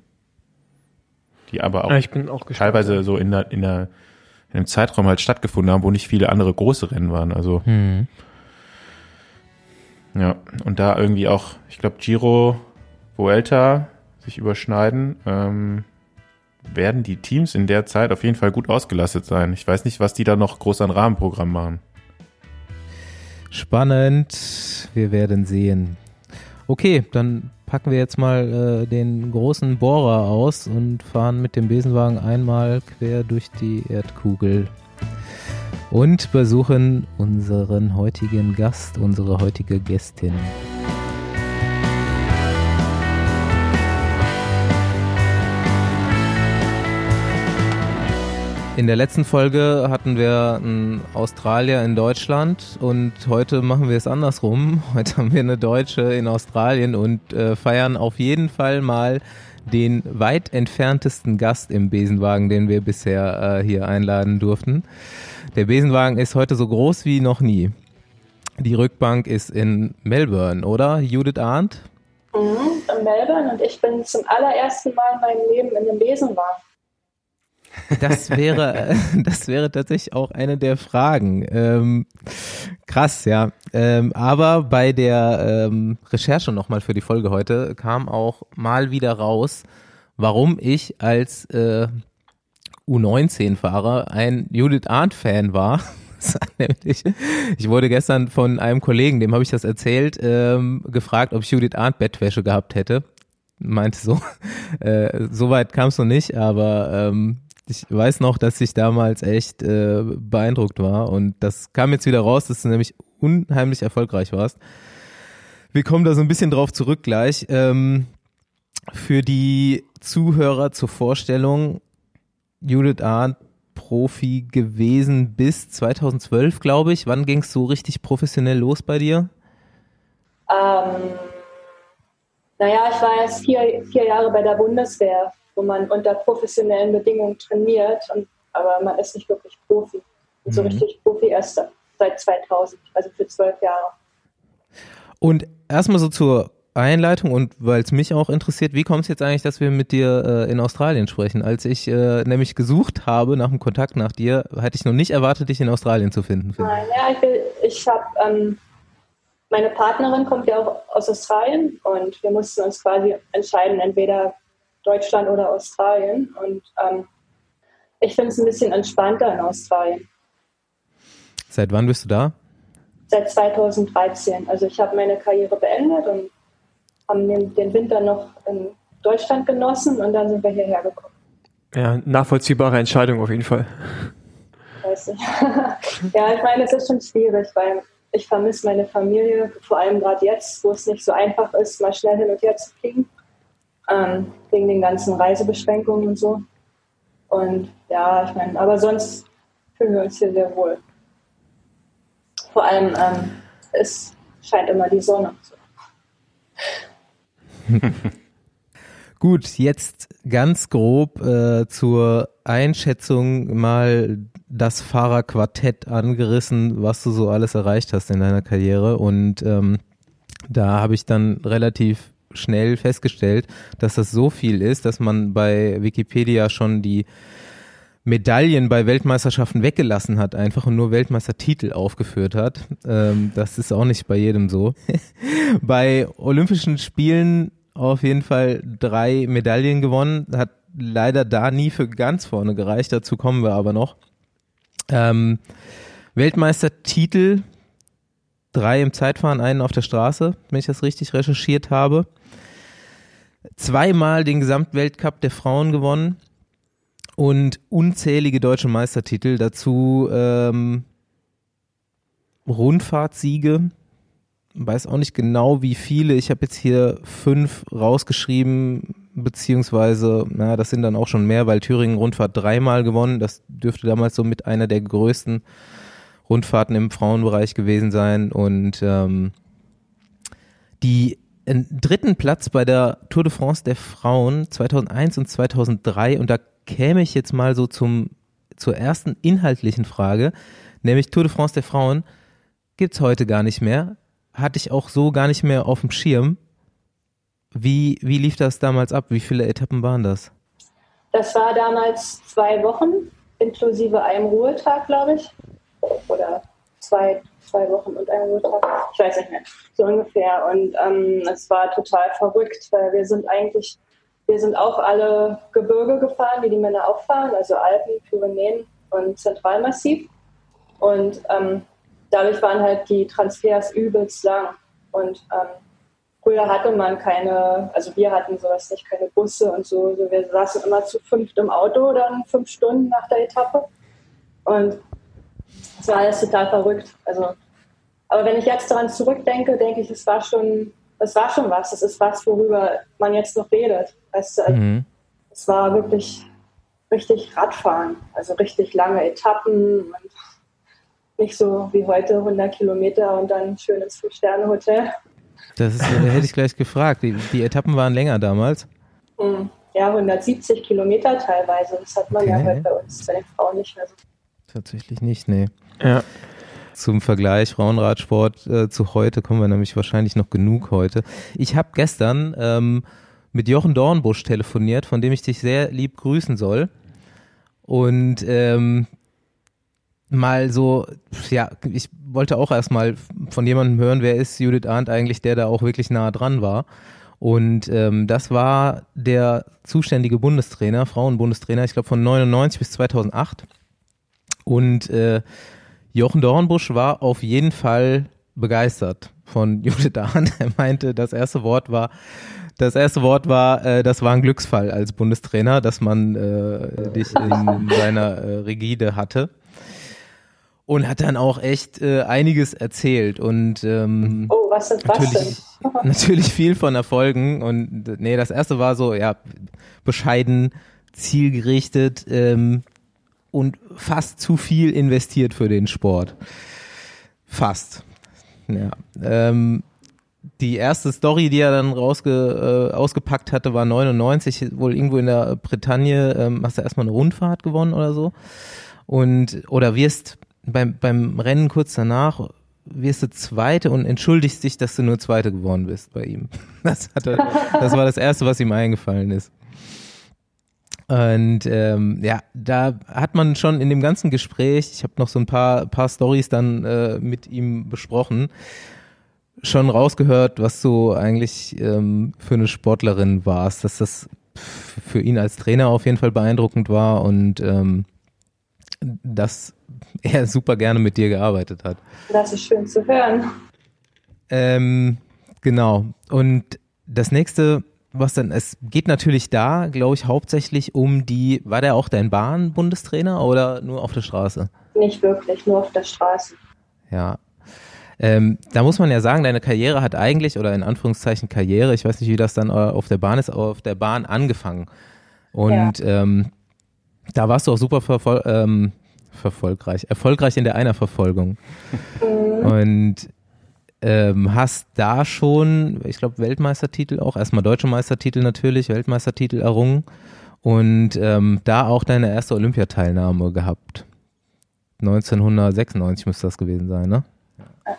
Die aber auch, ja, ich bin auch gespannt, teilweise ja. so in der, in der in einem Zeitraum halt stattgefunden haben, wo nicht viele andere große Rennen waren. Also mhm. ja, und da irgendwie auch, ich glaube, Giro, Vuelta sich überschneiden, ähm, werden die Teams in der Zeit auf jeden Fall gut ausgelastet sein. Ich weiß nicht, was die da noch groß an Rahmenprogramm machen. Spannend, wir werden sehen. Okay, dann packen wir jetzt mal äh, den großen Bohrer aus und fahren mit dem Besenwagen einmal quer durch die Erdkugel und besuchen unseren heutigen Gast, unsere heutige Gästin. In der letzten Folge hatten wir einen Australier in Deutschland und heute machen wir es andersrum. Heute haben wir eine Deutsche in Australien und äh, feiern auf jeden Fall mal den weit entferntesten Gast im Besenwagen, den wir bisher äh, hier einladen durften. Der Besenwagen ist heute so groß wie noch nie. Die Rückbank ist in Melbourne, oder? Judith Arndt? Mhm, in Melbourne, und ich bin zum allerersten Mal in meinem Leben in einem Besenwagen. Das wäre, das wäre tatsächlich auch eine der Fragen. Ähm, krass, ja. Ähm, aber bei der ähm, Recherche nochmal für die Folge heute kam auch mal wieder raus, warum ich als äh, U neunzehn-Fahrer ein Judith Arndt-Fan war. Nämlich, ich wurde gestern von einem Kollegen, dem habe ich das erzählt, ähm, gefragt, ob ich Judith Arndt Bettwäsche gehabt hätte. Meinte so, äh, so weit kam es noch nicht, aber ähm, ich weiß noch, dass ich damals echt äh, beeindruckt war, und das kam jetzt wieder raus, dass du nämlich unheimlich erfolgreich warst. Wir kommen da so ein bisschen drauf zurück gleich. Ähm, für die Zuhörer zur Vorstellung: Judith Arndt, Profi gewesen bis zweitausendzwölf, glaube ich. Wann ging es so richtig professionell los bei dir? Ähm, naja, ich war erst vier, vier Jahre bei der Bundeswehr, wo man unter professionellen Bedingungen trainiert, und, aber man ist nicht wirklich Profi. Und so mhm. richtig Profi erst seit zweitausend, also für zwölf Jahre. Und erstmal so zur Einleitung, und weil es mich auch interessiert, wie kommt es jetzt eigentlich, dass wir mit dir äh, in Australien sprechen? Als ich äh, nämlich gesucht habe nach dem Kontakt nach dir, hätte ich noch nicht erwartet, dich in Australien zu finden. Nein, ja, ich, will, ich habe, ähm, meine Partnerin kommt ja auch aus Australien, und wir mussten uns quasi entscheiden, entweder Deutschland oder Australien, und ähm, ich finde es ein bisschen entspannter in Australien. Seit wann bist du da? Seit zweitausenddreizehn. Also ich habe meine Karriere beendet und haben den, den Winter noch in Deutschland genossen, und dann sind wir hierher gekommen. Ja, nachvollziehbare Entscheidung auf jeden Fall. Weiß nicht. Ja, ich meine, es ist schon schwierig, weil ich vermisse meine Familie, vor allem gerade jetzt, wo es nicht so einfach ist, mal schnell hin und her zu fliegen, ähm, wegen den ganzen Reisebeschränkungen und so. Und ja, ich meine, aber sonst fühlen wir uns hier sehr wohl. Vor allem, ähm, es scheint immer die Sonne. Gut, jetzt ganz grob äh, zur Einschätzung mal das Fahrerquartett angerissen, was du so alles erreicht hast in deiner Karriere, und ähm, da habe ich dann relativ schnell festgestellt, dass das so viel ist, dass man bei Wikipedia schon die Medaillen bei Weltmeisterschaften weggelassen hat einfach und nur Weltmeistertitel aufgeführt hat. Ähm, das ist auch nicht bei jedem so. Bei Olympischen Spielen auf jeden Fall drei Medaillen gewonnen, hat leider da nie für ganz vorne gereicht, dazu kommen wir aber noch. Ähm, Weltmeistertitel, drei im Zeitfahren, einen auf der Straße, wenn ich das richtig recherchiert habe. Zweimal den Gesamtweltcup der Frauen gewonnen und unzählige deutsche Meistertitel, dazu ähm, Rundfahrtsiege, weiß auch nicht genau wie viele, ich habe jetzt hier fünf rausgeschrieben, beziehungsweise, na, das sind dann auch schon mehr, weil Thüringen Rundfahrt dreimal gewonnen, das dürfte damals so mit einer der größten Rundfahrten im Frauenbereich gewesen sein, und ähm, die einen dritten Platz bei der Tour de France der Frauen zweitausendeins und zweitausenddrei, und da käme ich jetzt mal so zum zur ersten inhaltlichen Frage, nämlich Tour de France der Frauen gibt's heute gar nicht mehr, hatte ich auch so gar nicht mehr auf dem Schirm. Wie, wie lief das damals ab? Wie viele Etappen waren das? Das war damals zwei Wochen, inklusive einem Ruhetag, glaube ich. Oder zwei, zwei Wochen und ein Ruhetag. Ich weiß nicht mehr, so ungefähr. Und ähm, es war total verrückt, weil wir sind eigentlich, wir sind auch alle Gebirge gefahren, wie die Männer auch fahren, also Alpen, Pyrenäen und Zentralmassiv. Und ähm, dadurch waren halt die Transfers übelst lang. Und ähm, früher hatte man keine, also wir hatten sowas nicht, keine Busse und so. so. Wir saßen immer zu fünft im Auto dann fünf Stunden nach der Etappe. Und es war alles total verrückt. Also, aber wenn ich jetzt daran zurückdenke, denke ich, es war schon, es war schon was. Es ist was, worüber man jetzt noch redet. Weißt du, mhm. Es war wirklich richtig Radfahren. Also richtig lange Etappen und nicht so wie heute hundert Kilometer und dann schön ins Fünf-Sterne-Hotel. Das ist, hätte ich gleich gefragt. Die, die Etappen waren länger damals? Ja, hundertsiebzig Kilometer teilweise. Das hat man okay. ja heute bei uns, bei den Frauen nicht mehr so. Tatsächlich nicht, nee. Ja. Zum Vergleich Frauenradsport äh, zu heute kommen wir nämlich wahrscheinlich noch genug heute. Ich habe gestern ähm, mit Jochen Dornbusch telefoniert, von dem ich dich sehr lieb grüßen soll. Und ähm, mal so, ja, ich wollte auch erstmal von jemandem hören, wer ist Judith Arndt eigentlich, der da auch wirklich nah dran war. Und ähm, das war der zuständige Bundestrainer, Frauenbundestrainer, ich glaube von neunundneunzig bis zweitausendacht. Und äh, Jochen Dornbusch war auf jeden Fall begeistert von Judith Arndt. Er meinte, das erste Wort war, das erste Wort war, äh, das war ein Glücksfall als Bundestrainer, dass man äh, dich in seiner äh, Rigide hatte. Und hat dann auch echt äh, einiges erzählt und ähm, oh, was sind was natürlich, denn? natürlich viel von Erfolgen. Und nee, das erste war so, ja, bescheiden, zielgerichtet, ähm, und fast zu viel investiert für den Sport. Fast. Ja. Ähm, die erste Story, die er dann rausge, äh, ausgepackt hatte, war neunundneunzig, wohl irgendwo in der Bretagne, ähm, hast du erstmal eine Rundfahrt gewonnen oder so. Und, oder wirst beim, beim Rennen kurz danach, wirst du Zweite und entschuldigst dich, dass du nur Zweite geworden bist bei ihm. Das hatte, das war das Erste, was ihm eingefallen ist. Und ähm, ja, da hat man schon in dem ganzen Gespräch, ich habe noch so ein paar paar Storys dann äh, mit ihm besprochen, schon rausgehört, was du eigentlich ähm, für eine Sportlerin warst, dass das für ihn als Trainer auf jeden Fall beeindruckend war und ähm, dass er super gerne mit dir gearbeitet hat. Das ist schön zu hören. Ähm, genau. Und das nächste, was dann, es geht natürlich da, glaube ich, hauptsächlich um die, war der auch dein Bahn-Bundestrainer oder nur auf der Straße? Nicht wirklich, nur auf der Straße. Ja. Ähm, da muss man ja sagen, deine Karriere hat eigentlich, oder in Anführungszeichen Karriere, ich weiß nicht, wie das dann auf der Bahn ist, aber auf der Bahn angefangen. Und ja. ähm, da warst du auch super verfol- ähm, verfolgreich, erfolgreich in der Einerverfolgung. Mhm. Und ähm, hast da schon, ich glaube, Weltmeistertitel auch, erstmal deutsche Meistertitel natürlich, Weltmeistertitel errungen und ähm, da auch deine erste Olympiateilnahme gehabt. neunzehnhundertsechsundneunzig müsste das gewesen sein, ne? Ja.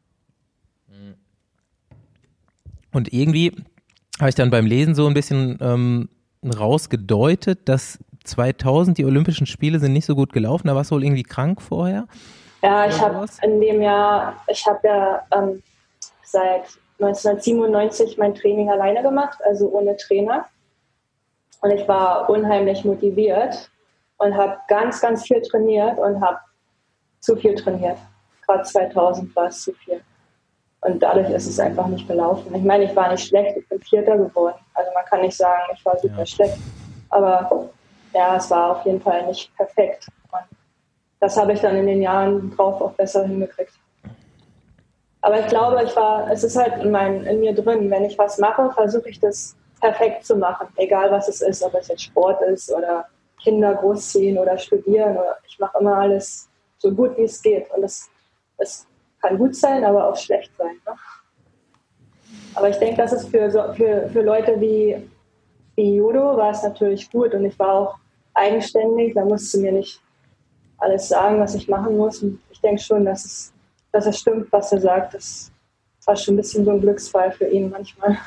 Und irgendwie habe ich dann beim Lesen so ein bisschen ähm, rausgedeutet, dass zweitausend die Olympischen Spiele sind nicht so gut gelaufen, da warst du wohl irgendwie krank vorher? Ja, ich habe in dem Jahr, ich habe ja ähm, seit neunzehnhundertsiebenundneunzig mein Training alleine gemacht, also ohne Trainer. Und ich war unheimlich motiviert und habe ganz, ganz viel trainiert und habe zu viel trainiert. Gerade zweitausend war es zu viel. Und dadurch ist es einfach nicht gelaufen. Ich meine, ich war nicht schlecht, ich bin Vierter geworden. Also man kann nicht sagen, ich war super ja. schlecht. Aber ja, es war auf jeden Fall nicht perfekt. Und das habe ich dann in den Jahren drauf auch besser hingekriegt. Aber ich glaube, ich war, es ist halt in, mein, in mir drin. Wenn ich was mache, versuche ich das perfekt zu machen. Egal was es ist, ob es jetzt Sport ist oder Kinder großziehen oder studieren. Oder ich mache immer alles so gut, wie es geht. Und es, es kann gut sein, aber auch schlecht sein. Ne? Aber ich denke, das ist für, für, für Leute wie, wie Judo war es natürlich gut. Und ich war auch eigenständig. Da musste mir nicht alles sagen, was ich machen muss. Und ich denke schon, dass es, dass es stimmt, was er sagt. Das war schon ein bisschen so ein Glücksfall für ihn manchmal.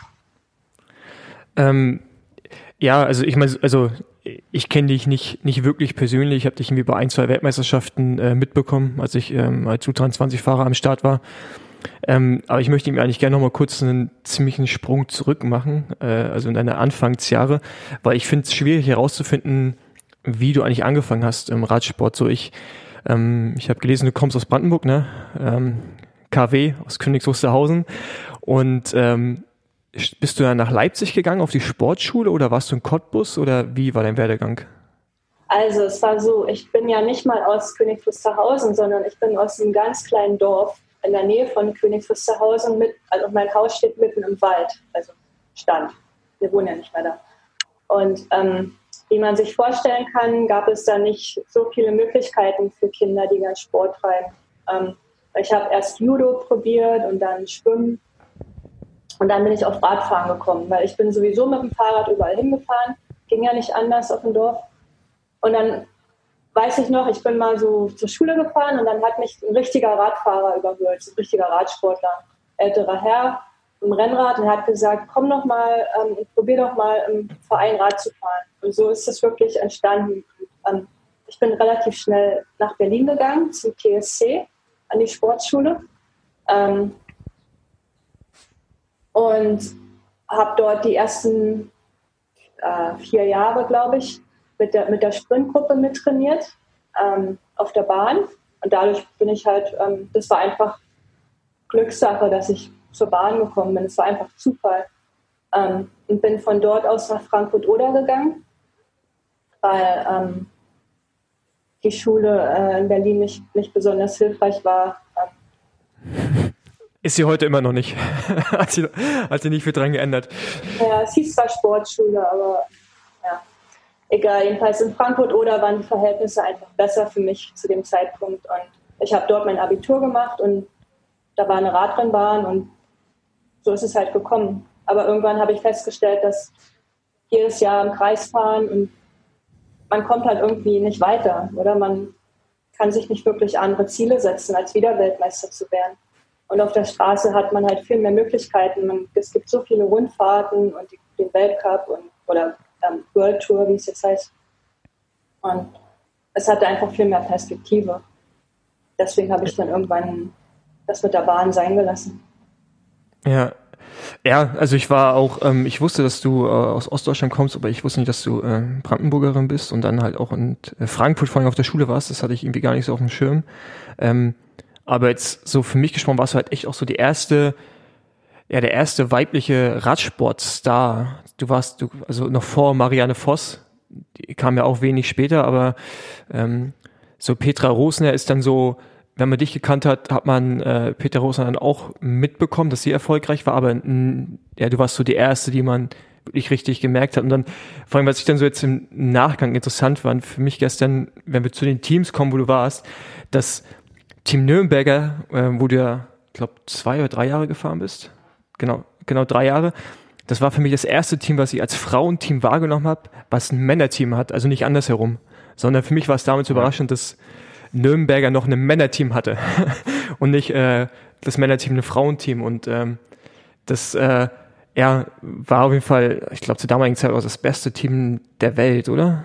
Ähm, ja, also ich meine, also ich kenne dich nicht nicht wirklich persönlich. Ich habe dich irgendwie bei ein, zwei Weltmeisterschaften äh, mitbekommen, als ich ähm, als U dreiundzwanzig-Fahrer am Start war. Ähm, aber ich möchte ihm eigentlich gerne noch mal kurz einen ziemlichen Sprung zurück machen, äh, also in deine Anfangsjahre, weil ich finde es schwierig herauszufinden, wie du eigentlich angefangen hast im Radsport. So ich, ähm, ich habe gelesen, du kommst aus Brandenburg, ne? Ähm, K W aus Königs Wusterhausen. Und ähm, bist du dann nach Leipzig gegangen auf die Sportschule oder warst du in Cottbus oder wie war dein Werdegang? Also es war so, ich bin ja nicht mal aus Königs Wusterhausen, sondern ich bin aus einem ganz kleinen Dorf in der Nähe von Königs Wusterhausen. Mit, also mein Haus steht mitten im Wald, also stand. Wir wohnen ja nicht mehr da. Und ähm, wie man sich vorstellen kann, gab es da nicht so viele Möglichkeiten für Kinder, die gerne Sport treiben. Ähm, ich habe erst Judo probiert und dann Schwimmen und dann bin ich auf Radfahren gekommen, weil ich bin sowieso mit dem Fahrrad überall hingefahren, ging ja nicht anders auf dem Dorf. Und dann weiß ich noch, ich bin mal so zur Schule gefahren und dann hat mich ein richtiger Radfahrer überholt, ein richtiger Radsportler, älterer Herr im Rennrad, und hat gesagt, komm doch mal, ähm, probier doch mal im Verein Rad zu fahren. Und so ist das wirklich entstanden. Ähm, ich bin relativ schnell nach Berlin gegangen, zum T S C, an die Sportschule. Ähm, und habe dort die ersten äh, vier Jahre, glaube ich, mit der, mit der Sprintgruppe mittrainiert, ähm, auf der Bahn. Und dadurch bin ich halt, ähm, das war einfach Glückssache, dass ich zur Bahn gekommen bin. Es war einfach Zufall. Ähm, und bin von dort aus nach Frankfurt-Oder gegangen, weil ähm, die Schule äh, in Berlin nicht, nicht besonders hilfreich war. Ähm, Ist sie heute immer noch nicht. hat, sie, hat sie nicht viel dran geändert. Ja, es hieß zwar Sportschule, aber ja, egal. Jedenfalls in Frankfurt-Oder waren die Verhältnisse einfach besser für mich zu dem Zeitpunkt. Und ich habe dort mein Abitur gemacht und da war eine Radrennbahn und so ist es halt gekommen. Aber irgendwann habe ich festgestellt, dass jedes Jahr im Kreis fahren und man kommt halt irgendwie nicht weiter, oder? Man kann sich nicht wirklich andere Ziele setzen, als wieder Weltmeister zu werden. Und auf der Straße hat man halt viel mehr Möglichkeiten. Man, es gibt so viele Rundfahrten und die, den Weltcup und, oder ähm, World Tour, wie es jetzt heißt. Und es hatte einfach viel mehr Perspektive. Deswegen habe ich dann irgendwann das mit der Bahn sein gelassen. Ja, ja, also ich war auch, ähm, ich wusste, dass du äh, aus Ostdeutschland kommst, aber ich wusste nicht, dass du äh, Brandenburgerin bist und dann halt auch in äh, Frankfurt vor allem auf der Schule warst. Das hatte ich irgendwie gar nicht so auf dem Schirm. Ähm, aber jetzt so für mich gesprochen warst du halt echt auch so die erste, ja, der erste weibliche Radsportstar. Du warst, du, also noch vor Marianne Voss, die kam ja auch wenig später, aber ähm, so Petra Rosner ist dann so, wenn man dich gekannt hat, hat man äh, Petra Rosner dann auch mitbekommen, dass sie erfolgreich war, aber n, ja, du warst so die Erste, die man wirklich richtig gemerkt hat. Und dann, vor allem, was ich dann so jetzt im Nachgang interessant fand, für mich gestern, wenn wir zu den Teams kommen, wo du warst, das Team Nürnberger, äh, wo du ja, ich glaube, zwei oder drei Jahre gefahren bist, genau, genau drei Jahre, das war für mich das erste Team, was ich als Frauenteam wahrgenommen habe, was ein Männerteam hat, also nicht andersherum, sondern für mich war es damals überraschend, dass Nürnberger noch ein Männerteam hatte und nicht äh, das Männerteam ein Frauenteam. Und ähm, das äh, ja, war auf jeden Fall, ich glaube, zur damaligen Zeit auch das beste Team der Welt, oder?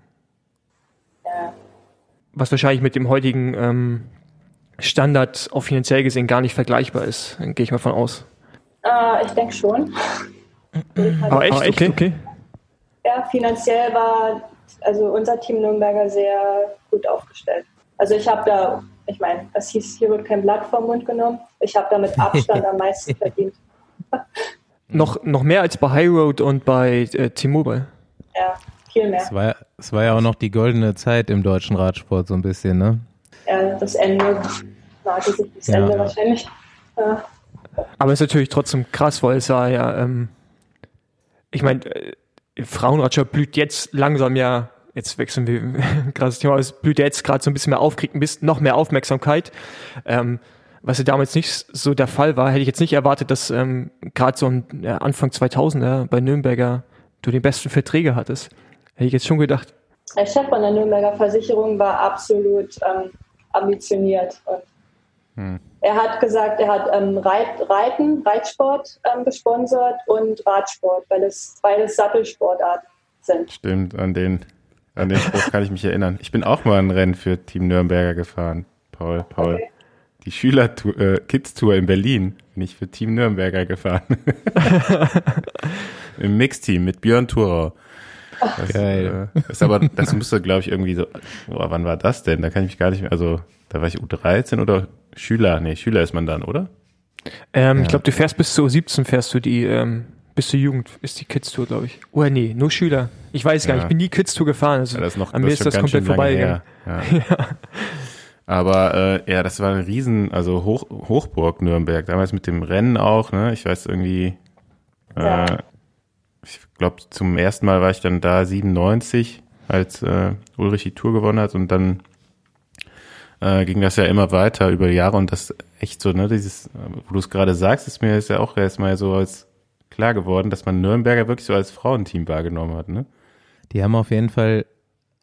Ja. Was wahrscheinlich mit dem heutigen ähm, Standard auch finanziell gesehen gar nicht vergleichbar ist, gehe ich mal von aus. Äh, ich denke schon. Aber echt? Okay, okay. Ja, finanziell war also unser Team Nürnberger sehr gut aufgestellt. Also ich habe da, ich meine, das hieß, hier wird kein Blatt vom Mund genommen. Ich habe da mit Abstand am meisten verdient. noch, noch mehr als bei High Road und bei äh, T-Mobile. Ja, viel mehr. Es war, es war ja auch noch die goldene Zeit im deutschen Radsport so ein bisschen, ne? Ja, das Ende, nahte sich das Ja. Ende wahrscheinlich. Ja. Aber es ist natürlich trotzdem krass, weil es war ja, ähm, ich meine, äh, Frauenradsport blüht jetzt langsam ja, jetzt wechseln wir, krasses Thema, es blüht jetzt gerade so ein bisschen mehr auf, kriegt ein bisschen noch mehr Aufmerksamkeit. Ähm, was ja damals nicht so der Fall war, hätte ich jetzt nicht erwartet, dass ähm, gerade so ein, ja, Anfang zweitausender bei Nürnberger du den besten Verträge hattest. Hätte ich jetzt schon gedacht. Der Chef von der Nürnberger Versicherung war absolut ähm, ambitioniert. Und hm. Er hat gesagt, er hat ähm, Reit, Reiten, Reitsport ähm, gesponsert und Radsport, weil es beides Sattelsportarten sind. Stimmt, an den, an den Spruch kann ich mich erinnern. Ich bin auch mal ein Rennen für Team Nürnberger gefahren, Paul. Paul. Okay. Die Schüler-Tour, äh, Kids-Tour in Berlin bin ich für Team Nürnberger gefahren. Im Mixteam mit Björn Thurau. Das, Geil. Äh, das aber, das musste, glaube ich, irgendwie so, boah, wann war das denn? Da kann ich mich gar nicht mehr, also, da war ich U dreizehn oder Schüler? Nee, Schüler ist man dann, oder? Ähm, ja. Ich glaube, du fährst bis zu U siebzehn, fährst du die, ähm, bis zur Jugend, ist die Kids-Tour, glaube ich. Oder nee, nur Schüler. Ich weiß gar ja. nicht, ich bin nie Kids-Tour gefahren, also ja, das ist noch, an mir das ist das komplett vorbeigegangen. Ja. Ja. Aber äh, ja, das war ein Riesen, also Hoch, Hochburg Nürnberg, damals mit dem Rennen auch, ne? Ich weiß irgendwie, ja. äh, ich glaube, zum ersten Mal war ich dann da siebenundneunzig, als äh, Ulrich die Tour gewonnen hat, und dann äh, ging das ja immer weiter über die Jahre, und das echt so, ne, dieses, wo du es gerade sagst, ist mir ist ja auch erstmal so als klar geworden, dass man Nürnberger wirklich so als Frauenteam wahrgenommen hat, ne? Die haben auf jeden Fall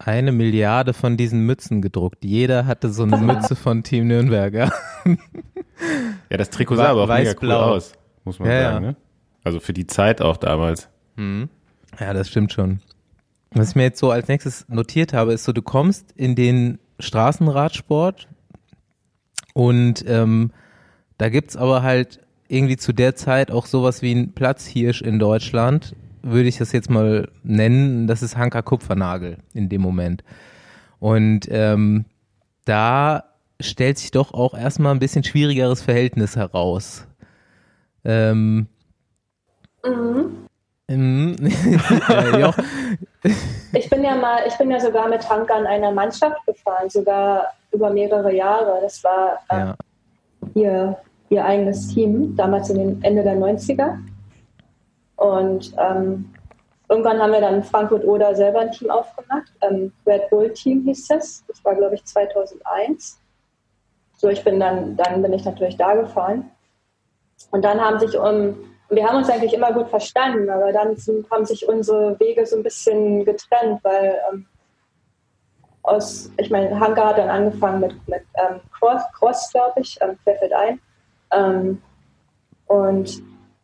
eine Milliarde von diesen Mützen gedruckt. Jeder hatte so eine Mütze von Team Nürnberg. Ja, ja das Trikot sah aber auch mega cool aus, muss man ja, sagen. ja. Ne? Also für die Zeit auch damals. Mhm. Ja, das stimmt schon. Was ich mir jetzt so als nächstes notiert habe, ist so, du kommst in den Straßenradsport und ähm, da gibt's aber halt irgendwie zu der Zeit auch sowas wie ein Platzhirsch in Deutschland, würde ich das jetzt mal nennen, das ist Hanka Kupfernagel in dem Moment. Und ähm, da stellt sich doch auch erstmal ein bisschen schwierigeres Verhältnis heraus. Ähm, Mhm. ähm, ja, ja. Ich bin ja mal, ich bin ja sogar mit Hanka in einer Mannschaft gefahren, sogar über mehrere Jahre. Das war ähm, Ja. ihr, ihr eigenes Team, damals in den Ende der neunziger. Und ähm, irgendwann haben wir dann in Frankfurt-Oder selber ein Team aufgemacht. Ähm, Red Bull Team hieß das. Das war, glaube ich, zweitausendeins. So, ich bin dann, dann bin ich natürlich da gefahren. Und dann haben sich um, wir haben uns eigentlich immer gut verstanden, aber dann sind, haben sich unsere Wege so ein bisschen getrennt, weil ähm, aus, ich meine, Hanka hat dann angefangen mit, mit ähm, Cross, Cross glaube ich, ähm, fällt ein. Ähm, und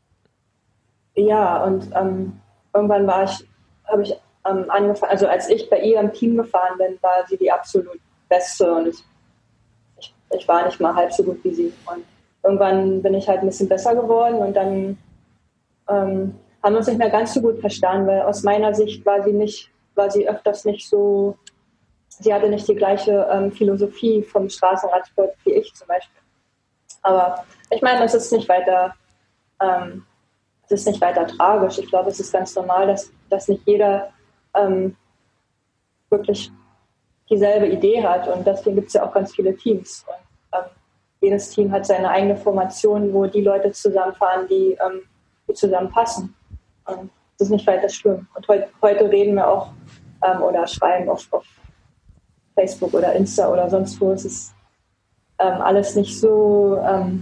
ja, und ähm, irgendwann war ich, habe ich ähm, angefangen, also als ich bei ihr im Team gefahren bin, war sie die absolut Beste und ich, ich, ich war nicht mal halb so gut wie sie. Und irgendwann bin ich halt ein bisschen besser geworden und dann ähm, haben wir uns nicht mehr ganz so gut verstanden, weil aus meiner Sicht war sie nicht, war sie öfters nicht so, sie hatte nicht die gleiche ähm, Philosophie vom Straßenradsport wie ich zum Beispiel. Aber ich meine, das ist nicht weiter, ähm, das ist nicht weiter tragisch. Ich glaube, es ist ganz normal, dass, dass nicht jeder ähm, wirklich dieselbe Idee hat und deswegen gibt es ja auch ganz viele Teams. Und, ähm, jedes Team hat seine eigene Formation, wo die Leute zusammenfahren, die, ähm, die zusammenpassen. Und das ist nicht weiter schlimm. Und heut, heute reden wir auch ähm, oder schreiben auf, auf Facebook oder Insta oder sonst wo. Es ist ähm, alles nicht so, ähm,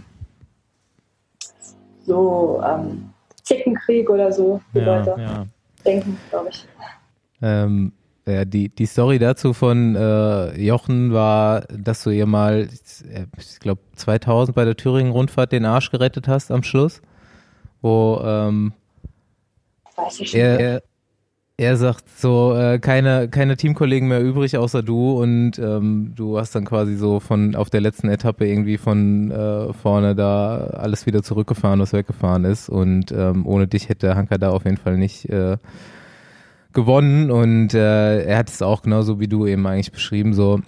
so ähm, Zickenkrieg oder so, wie Ja, Leute ja. denken, glaube ich. Ähm, ja, die, die Story dazu von äh, Jochen war, dass du ihr mal, ich glaube zweitausend bei der Thüringen-Rundfahrt den Arsch gerettet hast am Schluss, wo ähm, Weiß ich schon. er, er, er sagt so, äh, keine, keine Teamkollegen mehr übrig außer du und ähm, du hast dann quasi so von auf der letzten Etappe irgendwie von äh, vorne da alles wieder zurückgefahren, was weggefahren ist und ähm, ohne dich hätte Hanka da auf jeden Fall nicht äh, gewonnen und äh, er hat es auch genauso wie du eben eigentlich beschrieben, so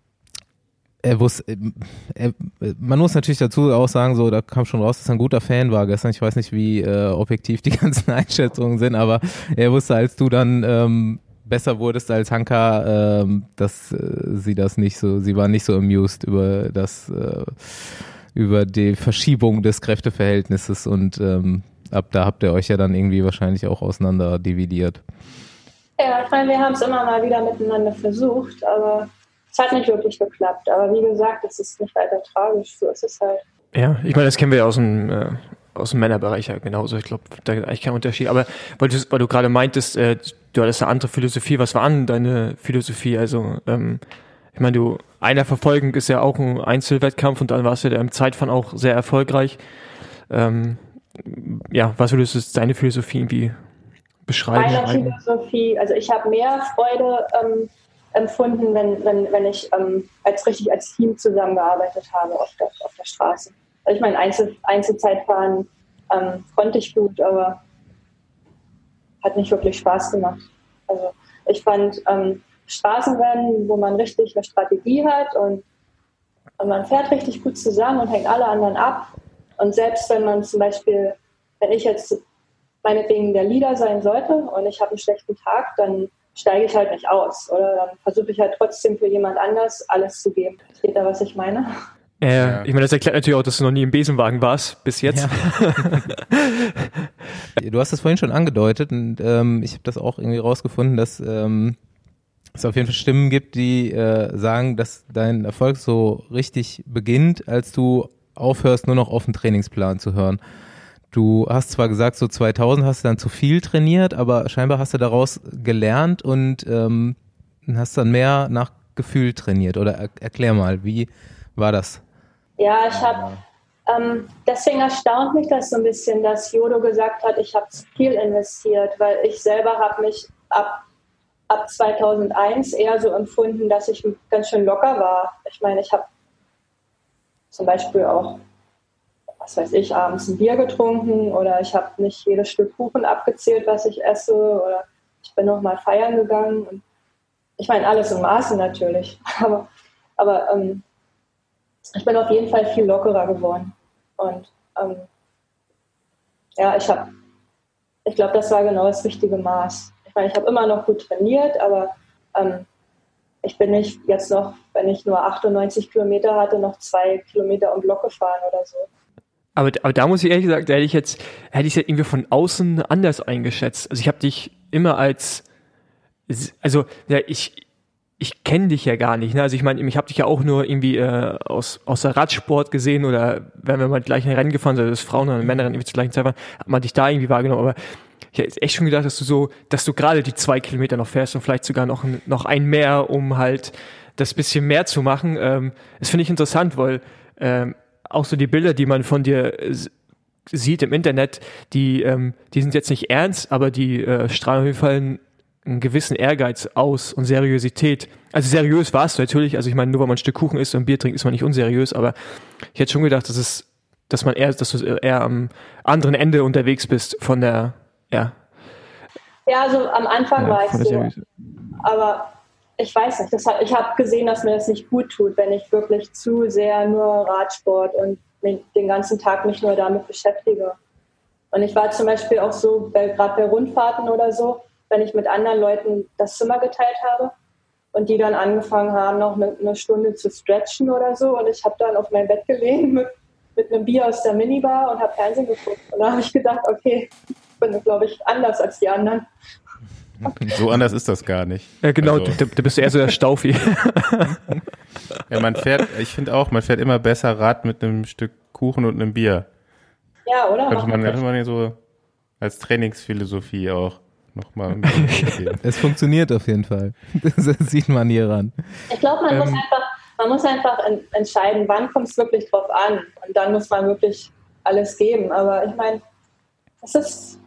er wusste, er, man muss natürlich dazu auch sagen, so da kam schon raus, dass er ein guter Fan war gestern, ich weiß nicht, wie äh, objektiv die ganzen Einschätzungen sind, aber er wusste, als du dann ähm, besser wurdest als Hanka, ähm, dass äh, sie das nicht so, sie war nicht so amused über das, äh, über die Verschiebung des Kräfteverhältnisses und ähm, ab da habt ihr euch ja dann irgendwie wahrscheinlich auch auseinander dividiert. Ja, ich meine, wir haben es immer mal wieder miteinander versucht, aber es hat nicht wirklich geklappt. Aber wie gesagt, es ist nicht weiter tragisch, so ist es halt. Ja, ich meine, das kennen wir ja aus dem, äh, aus dem Männerbereich ja genauso. Ich glaube, da gibt eigentlich kein Unterschied. Aber weil du, weil du gerade meintest, äh, du hattest eine andere Philosophie. Was war denn deine Philosophie? Also, ähm, ich meine, du, einer verfolgen ist ja auch ein Einzelwettkampf und dann warst du ja im Zeitfahren auch sehr erfolgreich. Ähm, ja, was würdest du deine Philosophie irgendwie beschreiben? Meine Philosophie, also ich habe mehr Freude ähm, empfunden, wenn, wenn, wenn ich ähm, als richtig als Team zusammengearbeitet habe auf der, auf der Straße. Also ich meine, Einzel, Einzelzeitfahren ähm, konnte ich gut, aber hat nicht wirklich Spaß gemacht. Also ich fand ähm, Straßenrennen, wo man richtig eine Strategie hat und, und man fährt richtig gut zusammen und hängt alle anderen ab. Und selbst wenn man zum Beispiel, wenn ich jetzt meinetwegen der Leader sein sollte und ich habe einen schlechten Tag, dann steige ich halt nicht aus. Oder dann versuche ich halt trotzdem für jemand anders alles zu geben. Versteht ihr, was ich meine? Äh, ja. Ich meine, das erklärt natürlich auch, dass du noch nie im Besenwagen warst, bis jetzt. Ja. Du hast das vorhin schon angedeutet und ähm, ich habe das auch irgendwie rausgefunden, dass ähm, es auf jeden Fall Stimmen gibt, die äh, sagen, dass dein Erfolg so richtig beginnt, als du aufhörst, nur noch auf den Trainingsplan zu hören. Du hast zwar gesagt, so zweitausend hast du dann zu viel trainiert, aber scheinbar hast du daraus gelernt und ähm, hast dann mehr nach Gefühl trainiert oder er, erklär mal, wie war das? Ja, ich habe, ähm, deswegen erstaunt mich das so ein bisschen, dass Jodo gesagt hat, ich habe zu viel investiert, weil ich selber habe mich ab, ab zweitausendeins eher so empfunden, dass ich ganz schön locker war. Ich meine, ich habe zum Beispiel auch, was weiß ich, abends ein Bier getrunken oder ich habe nicht jedes Stück Kuchen abgezählt, was ich esse oder ich bin noch mal feiern gegangen. Und ich meine, alles im Maße natürlich, aber, aber ähm, ich bin auf jeden Fall viel lockerer geworden. Und ähm, ja, ich habe, ich glaube, das war genau das richtige Maß. Ich meine, ich habe immer noch gut trainiert, aber ähm, ich bin nicht jetzt noch, wenn ich nur achtundneunzig Kilometer hatte, noch zwei Kilometer um Block gefahren oder so. Aber, aber da muss ich ehrlich sagen, da hätte ich jetzt, hätte ich es ja irgendwie von außen anders eingeschätzt. Also ich habe dich immer als, also ja, ich, ich kenne dich ja gar nicht. Ne? Also ich meine, ich habe dich ja auch nur irgendwie äh, aus aus der Radsport gesehen oder wenn wir mal gleich ein Rennen gefahren sind, dass Frauen und Männer irgendwie zur gleichen Zeit waren, hat man dich da irgendwie wahrgenommen. Aber ich hätte echt schon gedacht, dass du so, dass du gerade die zwei Kilometer noch fährst und vielleicht sogar noch noch ein mehr, um halt das bisschen mehr zu machen. Ähm, das finde ich interessant, weil ähm, auch so die Bilder, die man von dir s- sieht im Internet, die ähm, die sind jetzt nicht ernst, aber die äh, strahlen auf jeden Fall einen, einen gewissen Ehrgeiz aus und Seriosität. Also seriös warst du natürlich, also ich meine, nur weil man ein Stück Kuchen isst und ein Bier trinkt, ist man nicht unseriös, aber ich hätte schon gedacht, dass es, dass man eher, dass du eher am anderen Ende unterwegs bist von der, ja. Ja, also am Anfang Ja, war ich von der so, Seriös- aber ich weiß nicht, das hat, ich habe gesehen, dass mir das nicht gut tut, wenn ich wirklich zu sehr nur Radsport und mich den ganzen Tag mich nur damit beschäftige. Und ich war zum Beispiel auch so, gerade bei Rundfahrten oder so, wenn ich mit anderen Leuten das Zimmer geteilt habe und die dann angefangen haben, noch eine, eine Stunde zu stretchen oder so und ich habe dann auf mein Bett gelegen mit, mit einem Bier aus der Minibar und habe Fernsehen geguckt. Und da habe ich gedacht, okay, ich bin, glaube ich, anders als die anderen. So anders ist das gar nicht. Ja, genau, Also, da, da bist du eher so der Staufi. ja, man fährt, ich finde auch, man fährt immer besser Rad mit einem Stück Kuchen und einem Bier. Ja, oder? Könnte man, könnte man ja so als Trainingsphilosophie auch nochmal. Es funktioniert auf jeden Fall. Das sieht man hier ran. Ich glaube, man, Ähm, muss einfach, man muss einfach en- entscheiden, wann kommt es wirklich drauf an. Und dann muss man wirklich alles geben. Aber ich meine, es ist,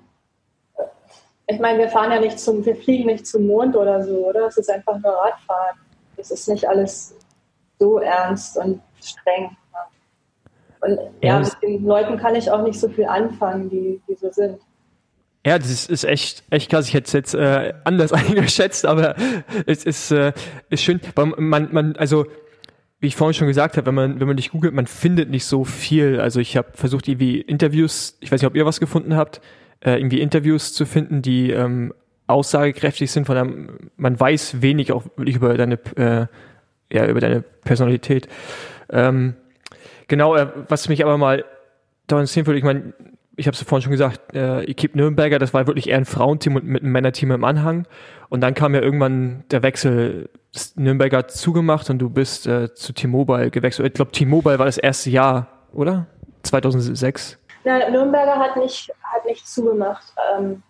ich meine, wir fahren ja nicht zum, wir fliegen nicht zum Mond oder so, oder? Es ist einfach nur Radfahren. Es ist nicht alles so ernst und streng. Und ja, Ja, mit den Leuten kann ich auch nicht so viel anfangen, die, die so sind. Ja, das ist, ist echt, echt krass. Ich hätte es jetzt äh, anders eingeschätzt, aber es ist, äh, ist schön, weil man, man, also wie ich vorhin schon gesagt habe, wenn man, wenn man dich googelt, man findet nicht so viel. Also ich habe versucht, irgendwie Interviews, ich weiß nicht, ob ihr was gefunden habt, äh, irgendwie Interviews zu finden, die ähm, aussagekräftig sind, von einem, man weiß wenig auch wirklich über deine, äh, ja, über deine Personalität. Ähm, genau, äh, was mich aber mal da interessieren würde, ich meine, ich habe es vorhin schon gesagt, äh, Equipe Nürnberger, das war wirklich eher ein Frauenteam und mit einem Männerteam im Anhang. Und dann kam ja irgendwann der Wechsel, das Nürnberger hat zugemacht und du bist äh, zu T-Mobile gewechselt. Ich glaube, T-Mobile war das erste Jahr, oder? zweitausendsechs? Na, Nürnberger hat nicht, hat nicht zugemacht. Ähm,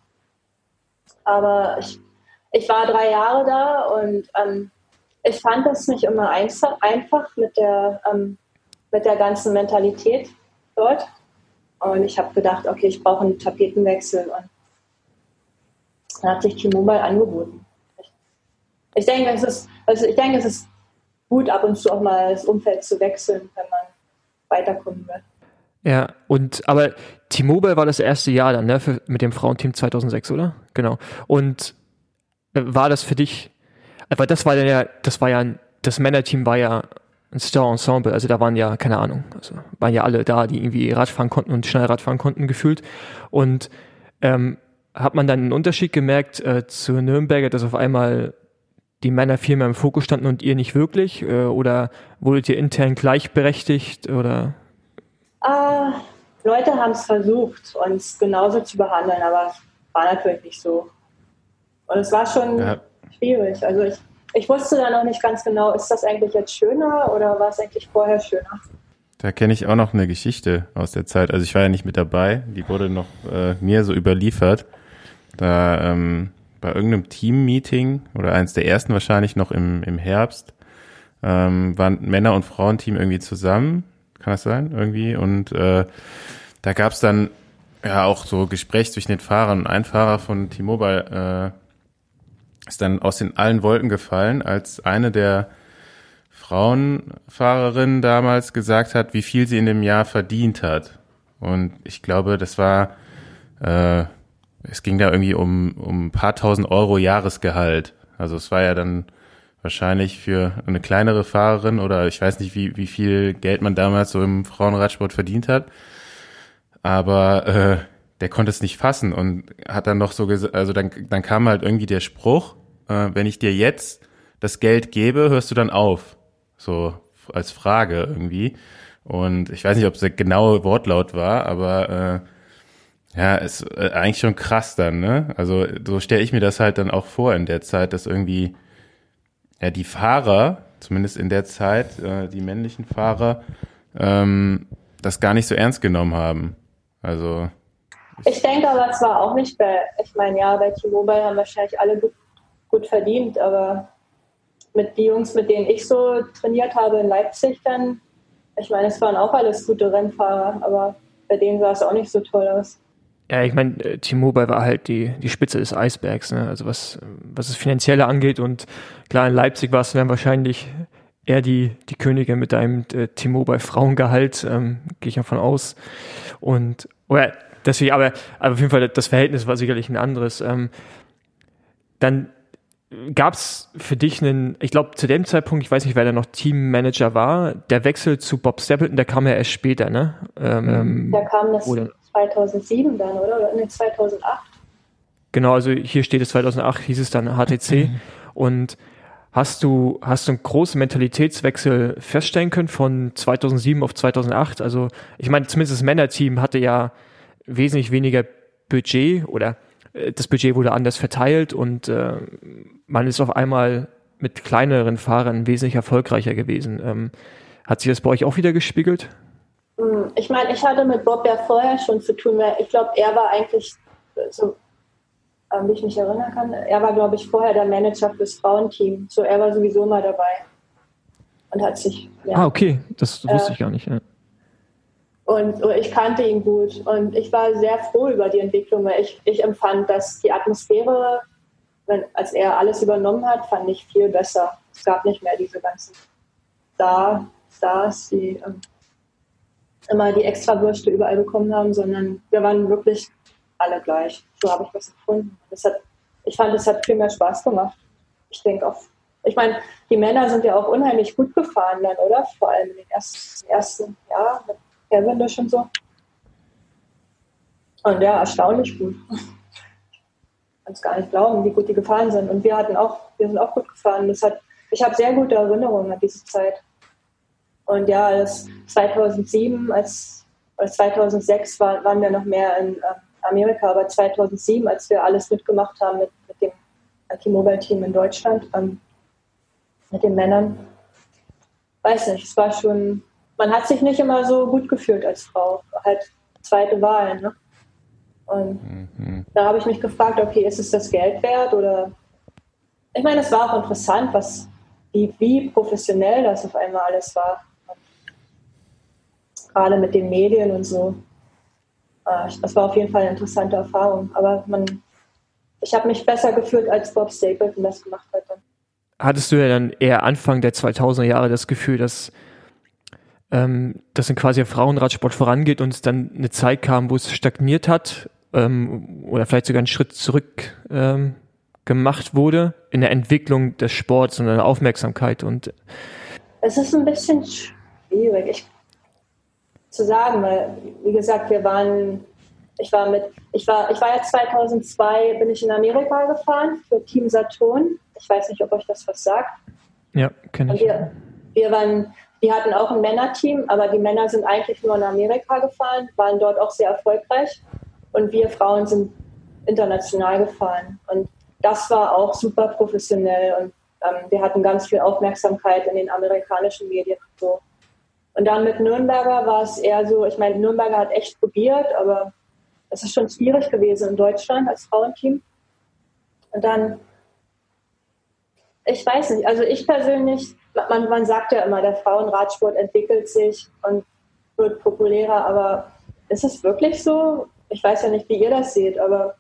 aber ich, ich war drei Jahre da und ähm, ich fand das nicht immer einfach, einfach mit der, ähm, mit der ganzen Mentalität dort. Und ich habe gedacht, okay, ich brauche einen Tapetenwechsel. Und dann hat sich T-Mobile angeboten. Ich, ich, denke, es ist, also ich denke, es ist gut, ab und zu auch mal das Umfeld zu wechseln, wenn man weiterkommen will. Ja, und aber T-Mobile war das erste Jahr dann, ne, für, mit dem Frauenteam zweitausendsechs, oder? Genau. Und äh, war das für dich, aber das war ja, das war ja, das Männerteam war ja ein Star-Ensemble, also da waren ja, keine Ahnung, also waren ja alle da, die irgendwie Radfahren konnten und schnell Radfahren konnten, gefühlt. Und ähm, hat man dann einen Unterschied gemerkt äh, zu Nürnberger, dass auf einmal die Männer viel mehr im Fokus standen und ihr nicht wirklich? Äh, oder wurdet ihr intern gleichberechtigt? Oder? Äh, Leute haben es versucht, uns genauso zu behandeln, aber es war natürlich nicht so. Und es war schon Ja. schwierig. Also ich Ich wusste da noch nicht ganz genau, ist das eigentlich jetzt schöner oder war es eigentlich vorher schöner? Da kenne ich auch noch eine Geschichte aus der Zeit. Also ich war ja nicht mit dabei, die wurde noch äh, mir so überliefert. Da ähm, bei irgendeinem Team-Meeting oder eins der ersten wahrscheinlich noch im, im Herbst, ähm, waren Männer- und Frauenteam irgendwie zusammen, kann das sein, irgendwie, und äh, da gab es dann ja auch so Gespräche zwischen den Fahrern, und ein Fahrer von T-Mobile äh, ist dann aus den allen Wolken gefallen, als eine der Frauenfahrerinnen damals gesagt hat, wie viel sie in dem Jahr verdient hat. Und ich glaube, das war, äh, es ging da irgendwie um, um ein paar tausend Euro Jahresgehalt. Also es war ja dann wahrscheinlich für eine kleinere Fahrerin oder ich weiß nicht, wie, wie viel Geld man damals so im Frauenradsport verdient hat. Aber äh, der konnte es nicht fassen und hat dann noch so gesagt, also dann, dann kam halt irgendwie der Spruch, äh, wenn ich dir jetzt das Geld gebe, hörst du dann auf. So als Frage irgendwie. Und ich weiß nicht, ob es der genaue Wortlaut war, aber äh, ja, ist äh, eigentlich schon krass dann, ne? Also so stelle ich mir das halt dann auch vor in der Zeit, dass irgendwie ja die Fahrer, zumindest in der Zeit, äh, die männlichen Fahrer, ähm, das gar nicht so ernst genommen haben. Also ich denke aber zwar auch nicht bei, ich meine, ja, bei T-Mobile haben wahrscheinlich alle gut, gut verdient, aber mit die Jungs, mit denen ich so trainiert habe in Leipzig dann, ich meine, es waren auch alles gute Rennfahrer, aber bei denen sah es auch nicht so toll aus. Ja, ich meine, T-Mobile war halt die, die Spitze des Eisbergs, ne? Also was, was das Finanzielle angeht, und klar, in Leipzig warst du dann wahrscheinlich eher die, die Königin mit deinem äh, T-Mobile Frauengehalt, ähm, gehe ich davon aus. Und, oder deswegen, aber, aber auf jeden Fall, das Verhältnis war sicherlich ein anderes. Ähm, dann gab es für dich einen, ich glaube zu dem Zeitpunkt, ich weiß nicht, wer da noch Teammanager war, der Wechsel zu Bob Stapleton, der kam ja erst später, ne? Ähm, da kam das zweitausendsieben dann, oder? Oder ne, zweitausendacht? Genau, also hier steht es zweitausendacht, hieß es dann H T C. Und hast du, hast du einen großen Mentalitätswechsel feststellen können von zweitausendsieben auf zweitausendacht? Also ich meine, zumindest das Männerteam hatte ja wesentlich weniger Budget oder das Budget wurde anders verteilt und äh, man ist auf einmal mit kleineren Fahrern wesentlich erfolgreicher gewesen. Ähm, hat sich das bei euch auch wieder gespiegelt? Ich meine, ich hatte mit Bob ja vorher schon zu tun, weil ich glaube, er war eigentlich, so, wie ich mich erinnern kann, er war, glaube ich, vorher der Manager fürs Frauenteam. So, er war sowieso mal dabei und hat sich... Ja, ah, okay, das äh, wusste ich gar nicht. Ja. Und ich kannte ihn gut und ich war sehr froh über die Entwicklung, weil ich, ich empfand, dass die Atmosphäre, wenn, als er alles übernommen hat, fand ich viel besser. Es gab nicht mehr diese ganzen Star, Stars, die ähm, immer die Extrawürste überall bekommen haben, sondern wir waren wirklich alle gleich. So habe ich das empfunden. Das hat, ich fand, es hat viel mehr Spaß gemacht. Ich denke auch, ich meine, die Männer sind ja auch unheimlich gut gefahren dann, oder? Vor allem in den ersten, ersten Jahren mit Cavendish und so. Und ja, erstaunlich gut. Ich kann es gar nicht glauben, wie gut die gefahren sind. Und wir hatten auch, wir sind auch gut gefahren. Das hat, ich habe sehr gute Erinnerungen an diese Zeit. Und ja, das zweitausendsieben, als, als zweitausendsechs war, waren wir noch mehr in äh, Amerika, aber zweitausendsieben, als wir alles mitgemacht haben mit, mit dem T-Mobile-Team in Deutschland, ähm, mit den Männern, weiß nicht, es war schon, man hat sich nicht immer so gut gefühlt als Frau, halt zweite Wahl, ne? Und mhm. da habe ich mich gefragt, okay, ist es das Geld wert oder, ich meine, es war auch interessant, was, wie, wie professionell das auf einmal alles war. Gerade mit den Medien und so. Das war auf jeden Fall eine interessante Erfahrung. Aber man, ich habe mich besser gefühlt, als Bob Stapleton das gemacht hat. Hattest du ja dann eher Anfang der zweitausender Jahre das Gefühl, dass, ähm, dass dann quasi der Frauenradsport vorangeht und es dann eine Zeit kam, wo es stagniert hat ähm, oder vielleicht sogar einen Schritt zurück ähm, gemacht wurde in der Entwicklung des Sports und der Aufmerksamkeit? Und es ist ein bisschen schwierig. Ich zu sagen, weil, wie gesagt, wir waren, ich war mit, ich war, ich war ja zweitausendzwei, bin ich in Amerika gefahren für Team Saturn. Ich weiß nicht, ob euch das was sagt. Ja, kenne ich. Wir, wir waren, die hatten auch ein Männerteam, aber die Männer sind eigentlich nur in Amerika gefahren, waren dort auch sehr erfolgreich und wir Frauen sind international gefahren und das war auch super professionell und ähm, wir hatten ganz viel Aufmerksamkeit in den amerikanischen Medien und so. Und dann mit Nürnberger war es eher so, ich meine, Nürnberger hat echt probiert, aber es ist schon schwierig gewesen in Deutschland als Frauenteam. Und dann, ich weiß nicht, also ich persönlich, man, man sagt ja immer, der Frauenradsport entwickelt sich und wird populärer, aber ist es wirklich so? Ich weiß ja nicht, wie ihr das seht, aber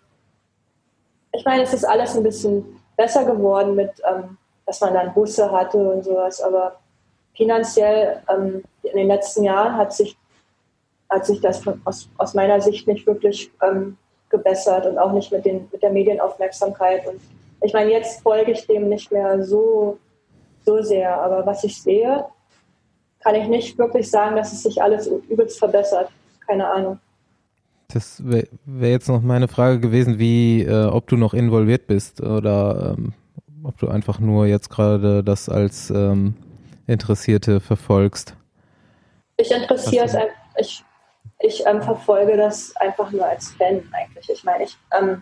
ich meine, es ist alles ein bisschen besser geworden mit, ähm, dass man dann Busse hatte und sowas, aber finanziell ähm, in den letzten Jahren hat sich, hat sich das von, aus, aus meiner Sicht nicht wirklich ähm, gebessert und auch nicht mit, den, mit der Medienaufmerksamkeit. Und ich meine, jetzt folge ich dem nicht mehr so, so sehr, aber was ich sehe, kann ich nicht wirklich sagen, dass es sich alles übelst verbessert. Keine Ahnung. Das wäre wär jetzt noch meine Frage gewesen, wie, äh, ob du noch involviert bist oder ähm, ob du einfach nur jetzt gerade das als ähm, Interessierte verfolgst. Ich interessiere es, ich, ich ähm, verfolge das einfach nur als Fan eigentlich. Ich meine, ich, ähm,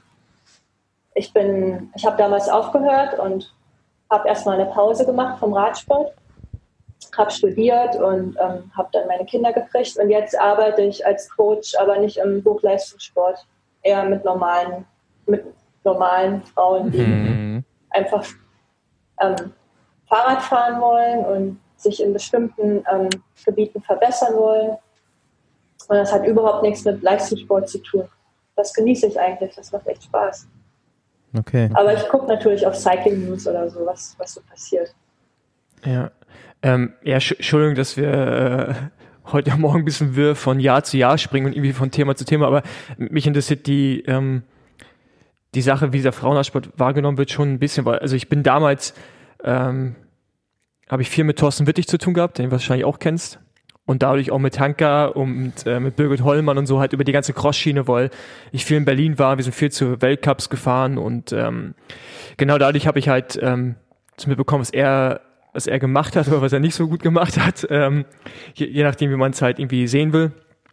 ich bin, ich habe damals aufgehört und habe erstmal eine Pause gemacht vom Radsport, habe studiert und ähm, habe dann meine Kinder gekriegt und jetzt arbeite ich als Coach, aber nicht im Hochleistungssport, eher mit normalen, mit normalen Frauen, die mhm. einfach ähm, Fahrrad fahren wollen und sich in bestimmten ähm, Gebieten verbessern wollen. Und das hat überhaupt nichts mit Leistungssport zu tun. Das genieße ich eigentlich, das macht echt Spaß. Okay. Aber ich gucke natürlich auf Cycling News oder so, was, was so passiert. Ja, ähm, ja, Entschuldigung, dass wir äh, heute Morgen ein bisschen wirr von Jahr zu Jahr springen und irgendwie von Thema zu Thema, aber mich interessiert die ähm, die Sache, wie dieser Frauenradsport wahrgenommen wird, schon ein bisschen, weil, also ich bin damals, ähm, habe ich viel mit Thorsten Wittig zu tun gehabt, den du wahrscheinlich auch kennst, und dadurch auch mit Hanka und äh, mit Birgit Hollmann und so halt über die ganze Crossschiene, weil ich viel in Berlin war, wir sind viel zu Weltcups gefahren und ähm, genau dadurch habe ich halt ähm, mitbekommen, was er was er gemacht hat oder was er nicht so gut gemacht hat, ähm, je, je nachdem, wie man es halt irgendwie sehen will.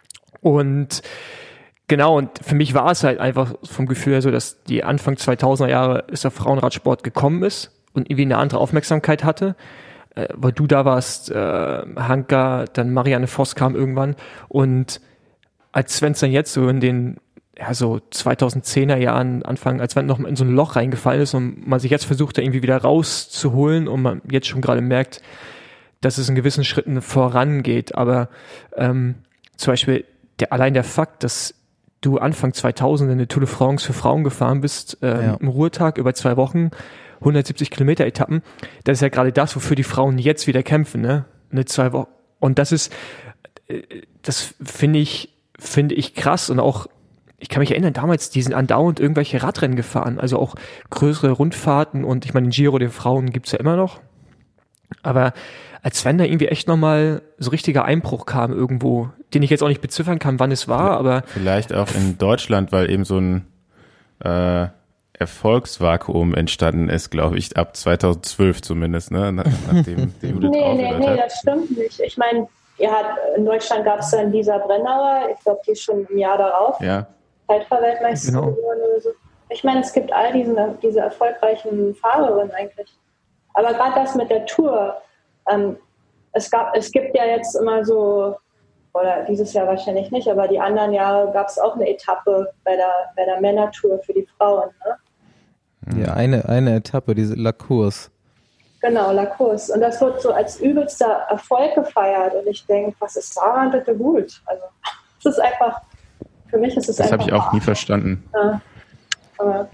Und genau, und für mich war es halt einfach vom Gefühl her so, dass die Anfang zweitausender Jahre ist der Frauenradsport gekommen ist und irgendwie eine andere Aufmerksamkeit hatte, äh, weil du da warst, äh, Hanka, dann Marianne Voss kam irgendwann und als wenn es dann jetzt so in den ja so zweitausendzehner Jahren Anfang, als wenn noch in so ein Loch reingefallen ist und man sich jetzt versucht, da irgendwie wieder rauszuholen und man jetzt schon gerade merkt, dass es in gewissen Schritten vorangeht, aber ähm, zum Beispiel der, allein der Fakt, dass du Anfang zweitausend eine Tour de France für Frauen gefahren bist, ähm, ja. im Ruhetag über zwei Wochen, hundertsiebzig Kilometer Etappen, das ist ja gerade das, wofür die Frauen jetzt wieder kämpfen, ne? Eine zwei Wochen. Und das ist, das finde ich, finde ich krass und auch, ich kann mich erinnern, damals, die sind andauernd irgendwelche Radrennen gefahren, also auch größere Rundfahrten und ich meine, den Giro der Frauen gibt's ja immer noch. Aber als wenn da irgendwie echt nochmal so richtiger Einbruch kam irgendwo, den ich jetzt auch nicht beziffern kann, wann es war, aber... Vielleicht auch in Deutschland, weil eben so ein äh, Erfolgsvakuum entstanden ist, glaube ich, ab zweitausendzwölf zumindest, ne? Nach, nachdem die Judith Nee, nee, nee, hat. das stimmt nicht. Ich meine, in Deutschland gab es dann Lisa Brennauer, ich glaube, die ist schon im Jahr darauf. Ja. Zeitfahrweltmeisterin genau. geworden oder so. Ich meine, es gibt all diesen, diese erfolgreichen Fahrerinnen eigentlich. Aber gerade das mit der Tour, ähm, es gab, es gibt ja jetzt immer so, oder dieses Jahr wahrscheinlich nicht, aber die anderen Jahre gab es auch eine Etappe bei der, bei der Männertour für die Frauen. Ne? Ja, eine, eine Etappe, diese La Course. Genau, La Course. Und das wird so als übelster Erfolg gefeiert. Und ich denke, was ist daran bitte gut? Also, es ist einfach... Für mich ist es das einfach... Das habe ich auch nie verstanden. Ja, aber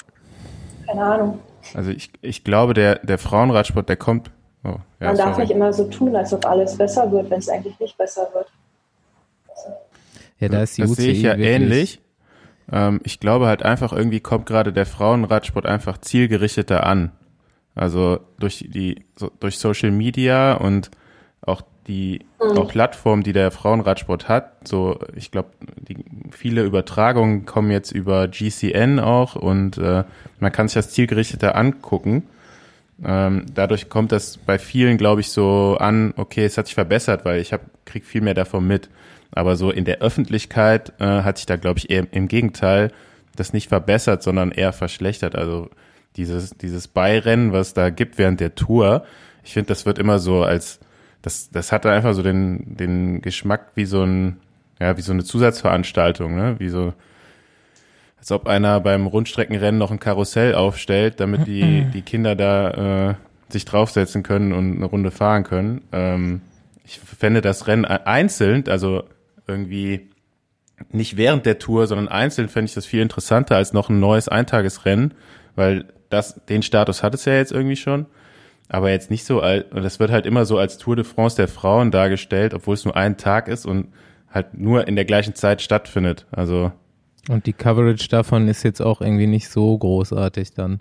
keine Ahnung. Also ich, ich glaube, der, der Frauenradsport, der kommt... Oh, ja, Man darf sorry. nicht immer so tun, als ob alles besser wird, wenn es eigentlich nicht besser wird. Also. Ja, da ist die das U C I sehe ich ja wirklich. ähnlich. Ähm, ich glaube halt einfach, irgendwie kommt gerade der Frauenradsport einfach zielgerichteter an. Also durch die so, durch Social Media und auch die mhm. auch Plattform, die der Frauenradsport hat, so ich glaube, die viele Übertragungen kommen jetzt über G C N auch und äh, man kann sich das zielgerichteter angucken. Ähm, dadurch kommt das bei vielen, glaube ich, so an, okay, es hat sich verbessert, weil ich hab, krieg viel mehr davon mit. Aber so in der Öffentlichkeit äh, hat sich da, glaube ich, eher im Gegenteil das nicht verbessert, sondern eher verschlechtert. Also dieses dieses Beirennen, was es da gibt während der Tour, ich finde, das wird immer so als das das hat da einfach so den den Geschmack wie so ein ja wie so eine Zusatzveranstaltung, ne, wie so als ob einer beim Rundstreckenrennen noch ein Karussell aufstellt, damit die, die Kinder da äh, sich draufsetzen können und eine Runde fahren können. Ähm, ich fände das Rennen einzeln, also irgendwie nicht während der Tour, sondern einzeln fände ich das viel interessanter als noch ein neues Eintagesrennen, weil das den Status hat es ja jetzt irgendwie schon, aber jetzt nicht so, als, und das wird halt immer so als Tour de France der Frauen dargestellt, obwohl es nur ein Tag ist und halt nur in der gleichen Zeit stattfindet. Also und die Coverage davon ist jetzt auch irgendwie nicht so großartig dann.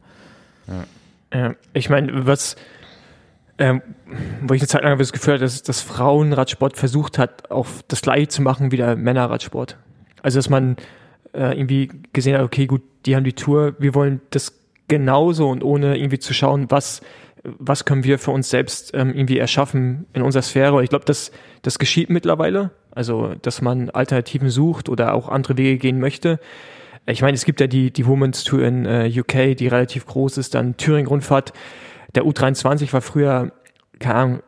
Ja, ja ich meine, was ähm, wo ich eine Zeit lang das Gefühl hatte, dass, dass Frauenradsport versucht hat, auf das Gleiche zu machen wie der Männerradsport. Also dass man äh, irgendwie gesehen hat, okay, gut, die haben die Tour, wir wollen das genauso und ohne irgendwie zu schauen, was was können wir für uns selbst ähm, irgendwie erschaffen in unserer Sphäre. Und ich glaube, das, das geschieht mittlerweile. Also, dass man Alternativen sucht oder auch andere Wege gehen möchte. Ich meine, es gibt ja die, die Women's Tour in äh, U K, die relativ groß ist, dann Thüringen-Rundfahrt. Der U dreiundzwanzig war früher, keine Ahnung,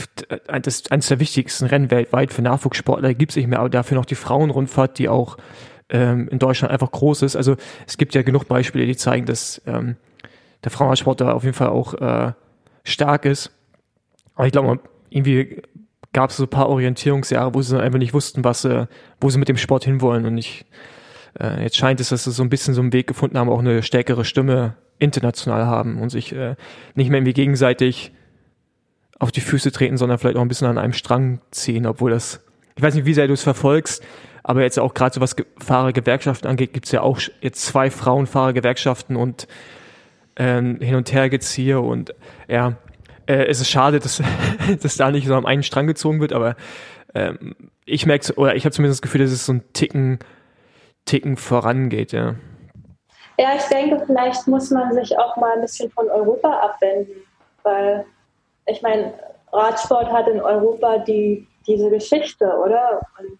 das eines der wichtigsten Rennen weltweit für Nachwuchssportler. Gibt es nicht mehr, aber dafür noch die Frauenrundfahrt, die auch ähm, in Deutschland einfach groß ist. Also, es gibt ja genug Beispiele, die zeigen, dass ähm, der Frauenradsport da auf jeden Fall auch äh, stark ist. Aber ich glaube, irgendwie gab es so ein paar Orientierungsjahre, wo sie dann einfach nicht wussten, was sie, wo sie mit dem Sport hinwollen. Und ich, äh, jetzt scheint es, dass sie so ein bisschen so einen Weg gefunden haben, auch eine stärkere Stimme international haben und sich äh, nicht mehr irgendwie gegenseitig auf die Füße treten, sondern vielleicht auch ein bisschen an einem Strang ziehen, obwohl das, ich weiß nicht, wie sehr du es verfolgst, aber jetzt auch gerade so was Fahrergewerkschaften angeht, gibt es ja auch jetzt zwei Frauenfahrergewerkschaften und ähm, hin und her geziehe und ja, äh, es ist schade, dass, dass da nicht so am einen Strang gezogen wird, aber ähm, ich merke, oder ich habe zumindest das Gefühl, dass es so ein Ticken, Ticken vorangeht, ja. Ja, ich denke, vielleicht muss man sich auch mal ein bisschen von Europa abwenden, weil ich meine, Radsport hat in Europa die, diese Geschichte, oder? Und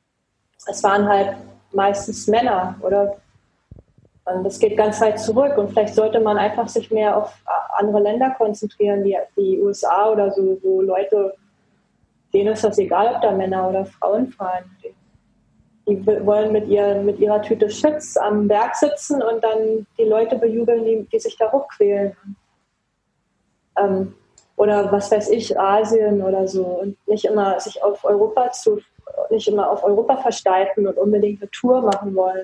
es waren halt meistens Männer, oder? Und das geht ganz weit zurück und vielleicht sollte man einfach sich mehr auf andere Länder konzentrieren, wie die U S A oder so, wo Leute, denen ist das egal, ob da Männer oder Frauen fahren. Die, die wollen mit, ihr, mit ihrer Tüte Chips am Berg sitzen und dann die Leute bejubeln, die, die sich da hochquälen. Ähm, oder was weiß ich, Asien oder so. Und nicht immer sich auf Europa zu, nicht immer auf Europa versteifen und unbedingt eine Tour machen wollen.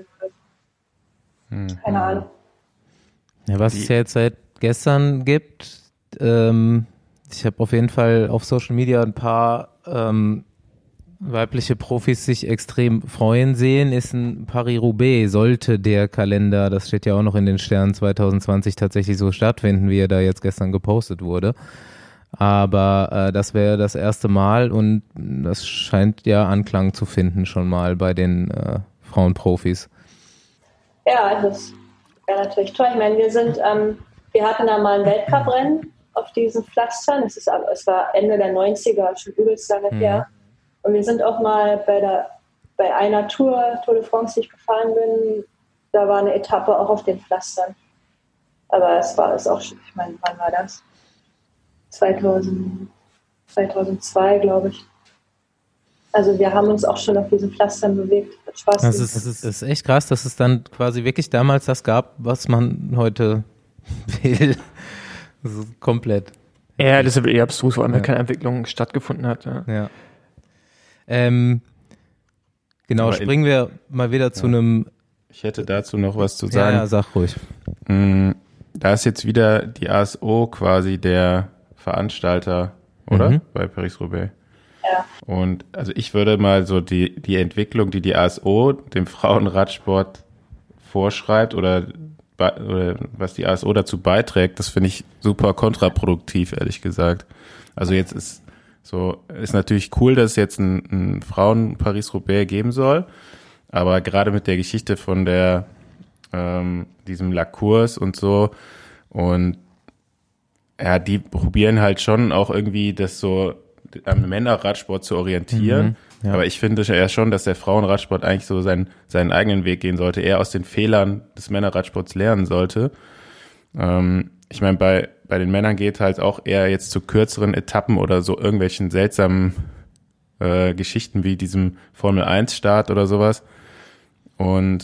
Hm. Keine Ahnung. Ja, was es ja jetzt seit gestern gibt, ähm, ich habe auf jeden Fall auf Social Media ein paar ähm, weibliche Profis sich extrem freuen sehen, ist ein Paris-Roubaix, sollte der Kalender, das steht ja auch noch in den Sternen, zwanzig zwanzig tatsächlich so stattfinden, wie er da jetzt gestern gepostet wurde. Aber äh, das wäre das erste Mal und das scheint ja Anklang zu finden schon mal bei den äh, Frauenprofis. Ja, das wäre natürlich toll. Ich meine, wir sind, ähm, wir hatten da mal ein Weltcuprennen auf diesen Pflastern. Es ist, es war Ende der neunziger, schon übelst lange mhm. her. Und wir sind auch mal bei der, bei einer Tour, Tour de France, die ich gefahren bin, da war eine Etappe auch auf den Pflastern. Aber es war es auch, ich meine, wann war das? zweitausend, zweitausendzwei, glaube ich. Also wir haben uns auch schon auf diesen Pflastern bewegt. Hat Spaß das ist, das ist, das ist echt krass, dass es dann quasi wirklich damals das gab, was man heute will. Das ist komplett. Ja, das ist eher abstrus, vor allem, weil ja. keine Entwicklung stattgefunden hat. Ja. ja. Ähm, genau, Aber springen wir mal wieder ja. zu einem... Ich hätte dazu noch was zu sagen. Ja, ja, sag ruhig. Da ist jetzt wieder die A S O quasi der Veranstalter, oder? Mhm. Bei Paris-Roubaix. Ja. Und also ich würde mal so die, die Entwicklung, die die A S O dem Frauenradsport vorschreibt oder, oder was die A S O dazu beiträgt, das finde ich super kontraproduktiv, ehrlich gesagt. Also jetzt ist so, ist natürlich cool, dass es jetzt ein, ein Frauen-Paris-Roubaix geben soll, aber gerade mit der Geschichte von der ähm, diesem Lacours und so und ja, die probieren halt schon auch irgendwie das so am Männerradsport zu orientieren. Mhm, ja. Aber ich finde ja schon, dass der Frauenradsport eigentlich so seinen, seinen eigenen Weg gehen sollte, eher aus den Fehlern des Männerradsports lernen sollte. Ähm, ich meine, bei, bei den Männern geht halt auch eher jetzt zu kürzeren Etappen oder so irgendwelchen seltsamen äh, Geschichten wie diesem Formel eins Start oder sowas. Und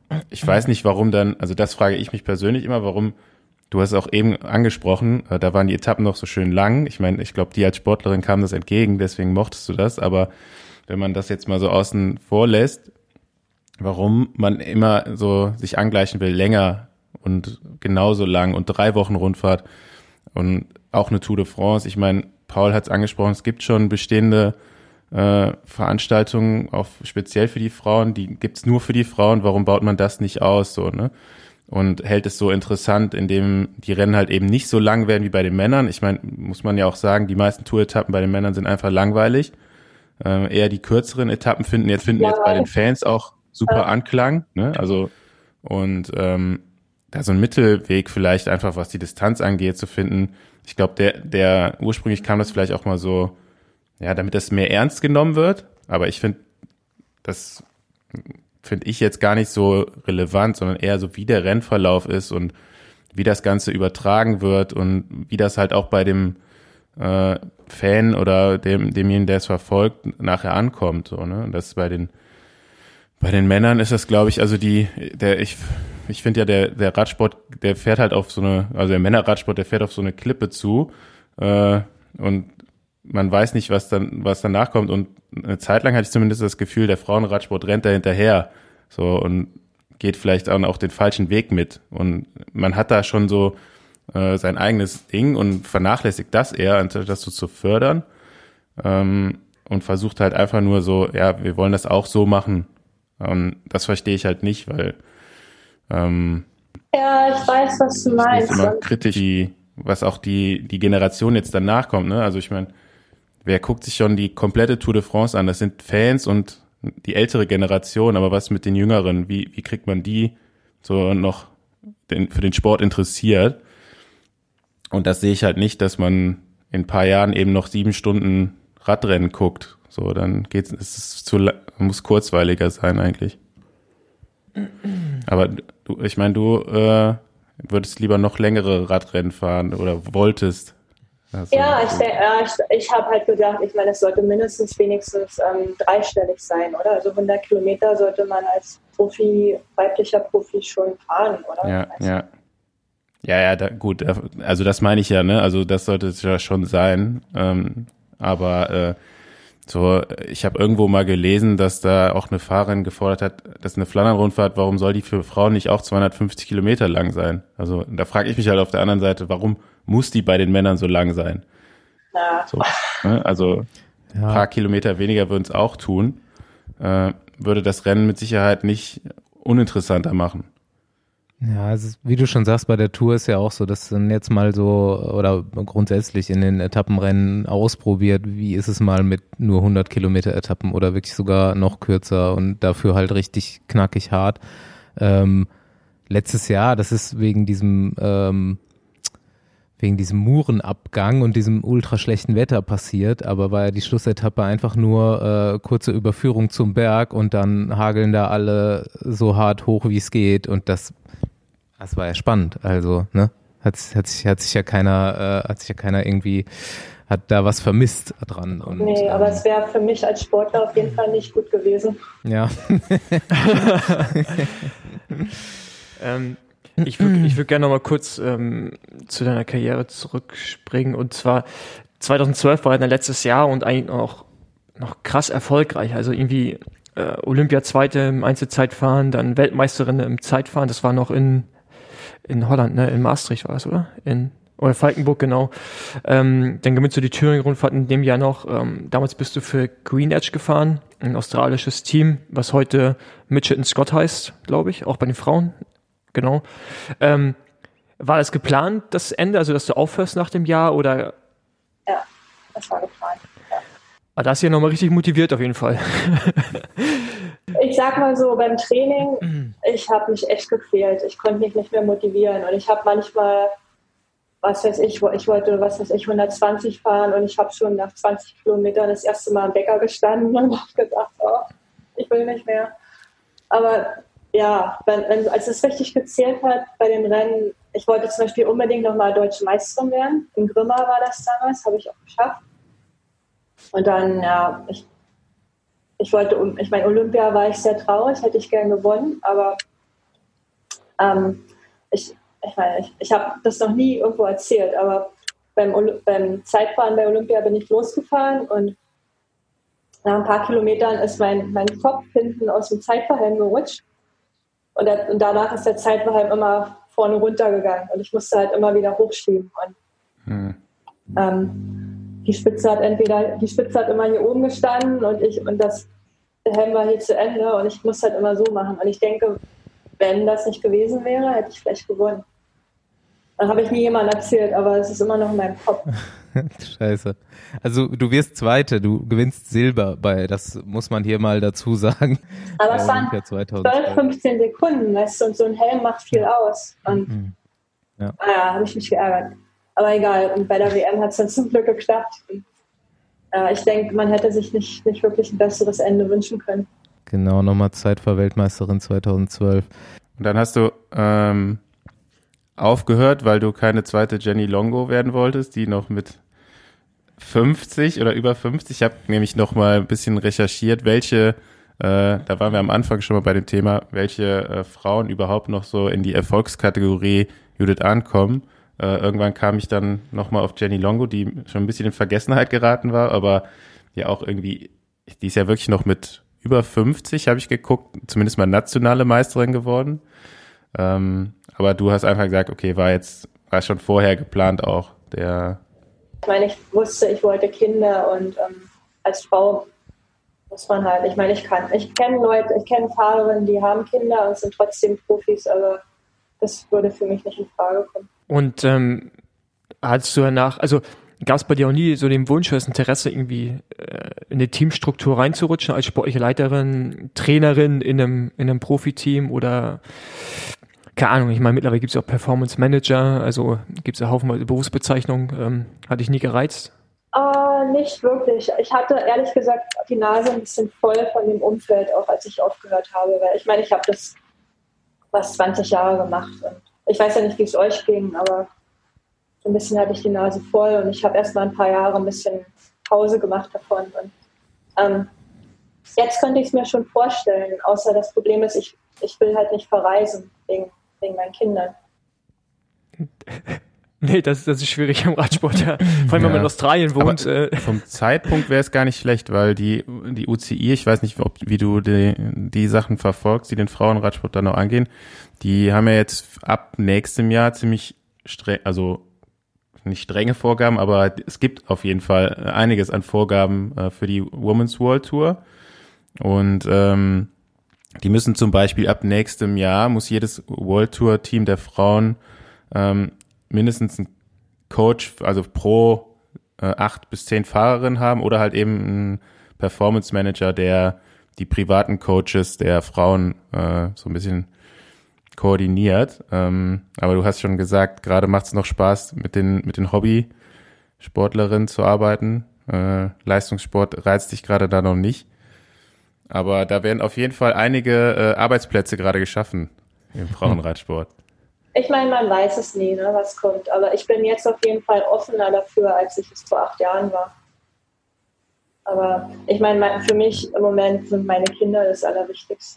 ich weiß nicht, warum dann, also das frage ich mich persönlich immer, warum, du hast es auch eben angesprochen, äh, da waren die Etappen noch so schön lang. Ich meine, ich glaube, dir als Sportlerin kam das entgegen, deswegen mochtest du das, aber wenn man das jetzt mal so außen vor lässt, warum man immer so sich angleichen will, länger und genauso lang und drei Wochen Rundfahrt und auch eine Tour de France. Ich meine, Paul hat es angesprochen, es gibt schon bestehende äh, Veranstaltungen, auch speziell für die Frauen, die gibt's nur für die Frauen. Warum baut man das nicht aus, so, ne? Und hält es so interessant, indem die Rennen halt eben nicht so lang werden wie bei den Männern. Ich meine, muss man ja auch sagen, die meisten Tour-Etappen bei den Männern sind einfach langweilig. Äh, eher die kürzeren Etappen finden jetzt finden jetzt bei den Fans auch super Anklang, ne? Also und ähm, da so ein Mittelweg vielleicht einfach, was die Distanz angeht, zu finden. Ich glaube, der der ursprünglich kam das vielleicht auch mal so, ja, damit das mehr ernst genommen wird. Aber ich finde, das finde ich jetzt gar nicht so relevant, sondern eher so, wie der Rennverlauf ist und wie das Ganze übertragen wird und wie das halt auch bei dem äh, Fan oder dem demjenigen, der es verfolgt, nachher ankommt. So, ne? Und das ist bei den bei den Männern ist das, glaube ich, also die, der ich ich finde ja, der der Radsport, der fährt halt auf so eine, also der Männerradsport, der fährt auf so eine Klippe zu äh, und man weiß nicht, was dann was danach kommt. Und eine Zeit lang hatte ich zumindest das Gefühl, der Frauenradsport rennt da hinterher so und geht vielleicht auch den falschen Weg mit. Und man hat da schon so äh, sein eigenes Ding und vernachlässigt das eher, anstatt das so zu fördern. Ähm, und versucht halt einfach nur so, ja, wir wollen das auch so machen. Und das verstehe ich halt nicht, weil ähm, ja, ich weiß, was du meinst. ist immer kritisch, die, was auch die die Generation jetzt danach kommt. Ne? Also ich meine, wer guckt sich schon die komplette Tour de France an? Das sind Fans und die ältere Generation, aber was mit den Jüngeren? Wie wie kriegt man die so noch den, für den Sport interessiert? Und das sehe ich halt nicht, dass man in ein paar Jahren eben noch sieben Stunden Radrennen guckt. So, dann geht's, es ist zu, muss kurzweiliger sein eigentlich. Aber du, ich meine, du äh, würdest lieber noch längere Radrennen fahren oder wolltest. Also, ja, ich, ja, ich, ich habe halt gedacht, ich meine, es sollte mindestens wenigstens ähm, dreistellig sein, oder? Also hundert Kilometer sollte man als Profi, weiblicher Profi schon fahren, oder? Ja, also. ja. Ja, ja, da, gut, also das meine ich ja, ne? Also das sollte es ja schon sein. Ähm, aber äh, so, ich habe irgendwo mal gelesen, dass da auch eine Fahrerin gefordert hat, dass eine Flandern-Rundfahrt, warum soll die für Frauen nicht auch zweihundertfünfzig Kilometer lang sein? Also da frage ich mich halt auf der anderen Seite, warum muss die bei den Männern so lang sein? Ja. So, ne? Also ein Ja. paar Kilometer weniger würden es auch tun, äh, würde das Rennen mit Sicherheit nicht uninteressanter machen. Ja, es ist, wie du schon sagst, bei der Tour ist ja auch so, dass dann jetzt mal so oder grundsätzlich in den Etappenrennen ausprobiert, wie ist es mal mit nur hundert Kilometer Etappen oder wirklich sogar noch kürzer und dafür halt richtig knackig hart. Ähm, letztes Jahr, das ist wegen diesem ähm, wegen diesem Murenabgang und diesem ultra schlechten Wetter passiert, aber war ja die Schlussetappe einfach nur äh, kurze Überführung zum Berg und dann hageln da alle so hart hoch, wie es geht und das Das war ja spannend, also, ne? Hat, hat sich, hat sich ja keiner, äh, hat sich ja keiner irgendwie, hat da was vermisst dran. Und, Nee, aber ähm, es wäre für mich als Sportler auf jeden Fall nicht gut gewesen. ja. ähm, ich würde ich würd gerne noch mal kurz ähm, zu deiner Karriere zurückspringen. Und zwar zweitausendzwölf war ja dein letztes Jahr und eigentlich auch noch krass erfolgreich. Also irgendwie äh, Olympia-Zweite im Einzelzeitfahren, dann Weltmeisterin im Zeitfahren. Das war noch in in Holland, ne? In Maastricht war es, oder? In oder Falkenburg, genau. Ähm, dann gewinnst du die Thüringen-Rundfahrt in dem Jahr noch. Ähm, damals bist du für Green Edge gefahren, ein australisches Team, was heute Mitchelton Scott heißt, glaube ich, auch bei den Frauen. Genau. Ähm, war das geplant, das Ende, also dass du aufhörst nach dem Jahr, oder? Ja, das war geplant. Ja. Aber da hast du ja nochmal richtig motiviert auf jeden Fall. Ich sag mal so, beim Training, ich habe mich echt gequält. Ich konnte mich nicht mehr motivieren. Und ich habe manchmal, was weiß ich, ich wollte, was weiß ich, hundertzwanzig fahren und ich habe schon nach zwanzig Kilometern das erste Mal am Bäcker gestanden und habe gedacht, oh, ich will nicht mehr. Aber ja, wenn, wenn, als es richtig gezählt hat bei den Rennen, ich wollte zum Beispiel unbedingt nochmal Deutsche Meisterin werden. In Grimma war das damals, habe ich auch geschafft. Und dann, ja, ich Ich wollte, ich meine, Olympia war ich sehr traurig, hätte ich gern gewonnen, aber Ähm, ich ich meine, ich, ich habe das noch nie irgendwo erzählt, aber beim, beim Zeitfahren bei Olympia bin ich losgefahren und nach ein paar Kilometern ist mein, mein Kopf hinten aus dem Zeitverhelm gerutscht und, der, und danach ist der Zeitverhelm immer vorne runtergegangen und ich musste halt immer wieder hochschieben und hm. ähm, die Spitze hat entweder, die Spitze hat immer hier oben gestanden und ich und das der Helm war hier zu Ende und ich musste halt immer so machen und ich denke, wenn das nicht gewesen wäre, hätte ich vielleicht gewonnen. Das habe ich nie jemandem erzählt, aber es ist immer noch in meinem Kopf. Scheiße. Also du wirst Zweite, du gewinnst Silber bei, das muss man hier mal dazu sagen. Aber es waren zwölf, fünfzehn Sekunden, weißt du, und so ein Helm macht viel aus. Und mhm. ja, ah ja, habe ich mich geärgert. Aber egal, und bei der W M hat es dann zum Glück geklappt. Und, äh, ich denke, man hätte sich nicht, nicht wirklich ein besseres Ende wünschen können. Genau, nochmal Zeitfahr-Weltmeisterin zweitausendzwölf. Und dann hast du ähm, aufgehört, weil du keine zweite Jenny Longo werden wolltest, die noch mit fünfzig oder über fünfzig, ich habe nämlich noch mal ein bisschen recherchiert, welche, äh, da waren wir am Anfang schon mal bei dem Thema, welche äh, Frauen überhaupt noch so in die Erfolgskategorie Judith Arndt kommen. Äh, irgendwann kam ich dann noch mal auf Jenny Longo, die schon ein bisschen in Vergessenheit geraten war, aber ja auch irgendwie, die ist ja wirklich noch mit über fünfzig, habe ich geguckt, zumindest mal nationale Meisterin geworden. Ähm, aber du hast einfach gesagt, okay, war jetzt, war schon vorher geplant auch, der... Ich meine, ich wusste, ich wollte Kinder und ähm, als Frau muss man halt, ich meine, ich kann, ich kenne Leute, ich kenne Fahrerinnen, die haben Kinder und sind trotzdem Profis, aber das würde für mich nicht in Frage kommen. Und ähm, hattest du danach, also gab es bei dir auch nie so den Wunsch, das Interesse, irgendwie äh, in eine Teamstruktur reinzurutschen, als sportliche Leiterin, Trainerin in einem, in einem Profiteam oder keine Ahnung, ich meine, mittlerweile gibt es ja auch Performance Manager, also gibt es ja haufenweise Berufsbezeichnungen. Ähm, hat dich nie gereizt? Uh, nicht wirklich. Ich hatte ehrlich gesagt die Nase ein bisschen voll von dem Umfeld, auch als ich aufgehört habe. Weil ich meine, ich habe das fast zwanzig Jahre gemacht. Und ich weiß ja nicht, wie es euch ging, aber so ein bisschen hatte ich die Nase voll und ich habe erst mal ein paar Jahre ein bisschen Pause gemacht davon. Und ähm, jetzt könnte ich es mir schon vorstellen, außer das Problem ist, ich, ich will halt nicht verreisen wegen, wegen meinen Kindern. Nee, das, das ist schwierig im Radsport, ja. Vor allem, ja. wenn man in Australien wohnt. Äh. Vom Zeitpunkt wäre es gar nicht schlecht, weil die, die U C I, ich weiß nicht, ob, wie du die, die Sachen verfolgst, die den Frauenradsport dann noch angehen, die haben ja jetzt ab nächstem Jahr ziemlich streng, also nicht strenge Vorgaben, aber es gibt auf jeden Fall einiges an Vorgaben äh, für die Women's World Tour. Und ähm, die müssen zum Beispiel ab nächstem Jahr, muss jedes World Tour Team der Frauen ähm, mindestens einen Coach, also pro äh, acht bis zehn Fahrerinnen haben oder halt eben einen Performance Manager, der die privaten Coaches der Frauen äh, so ein bisschen koordiniert. Ähm, aber du hast schon gesagt, gerade macht es noch Spaß, mit den mit den Hobby-Sportlerinnen zu arbeiten. Äh, Leistungssport reizt dich gerade da noch nicht. Aber da werden auf jeden Fall einige äh, Arbeitsplätze gerade geschaffen im Frauenradsport. Ich meine, man weiß es nie, ne, was kommt. Aber ich bin jetzt auf jeden Fall offener dafür, als ich es vor acht Jahren war. Aber ich meine, für mich im Moment sind meine Kinder das Allerwichtigste.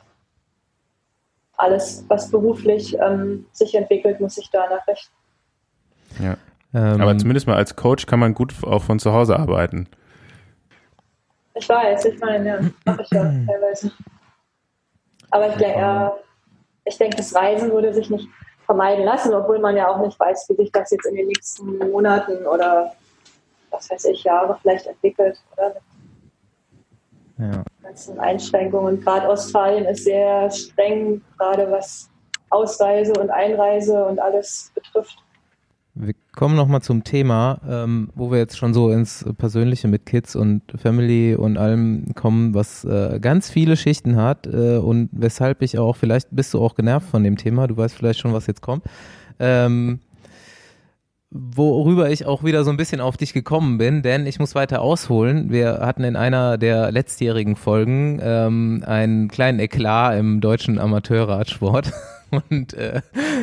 Alles, was beruflich ähm, sich entwickelt, muss ich danach richten. Ja, ähm, aber zumindest mal als Coach kann man gut auch von zu Hause arbeiten. Ich weiß, ich meine, ja, mache ich ja teilweise. Aber ich, ja, ich denke, das Reisen würde sich nicht vermeiden lassen, obwohl man ja auch nicht weiß, wie sich das jetzt in den nächsten Monaten oder was weiß ich, Jahre vielleicht entwickelt, oder? Ja. Ganzen Einschränkungen. Und gerade Australien ist sehr streng, gerade was Ausreise und Einreise und alles betrifft. Wir kommen nochmal zum Thema, ähm, wo wir jetzt schon so ins Persönliche mit Kids und Family und allem kommen, was äh, ganz viele Schichten hat äh, und weshalb ich auch, vielleicht bist du auch genervt von dem Thema, du weißt vielleicht schon, was jetzt kommt, ähm, worüber ich auch wieder so ein bisschen auf dich gekommen bin, denn ich muss weiter ausholen. Wir hatten in einer der letztjährigen Folgen ähm, einen kleinen Eklat im deutschen Amateurradsport und äh,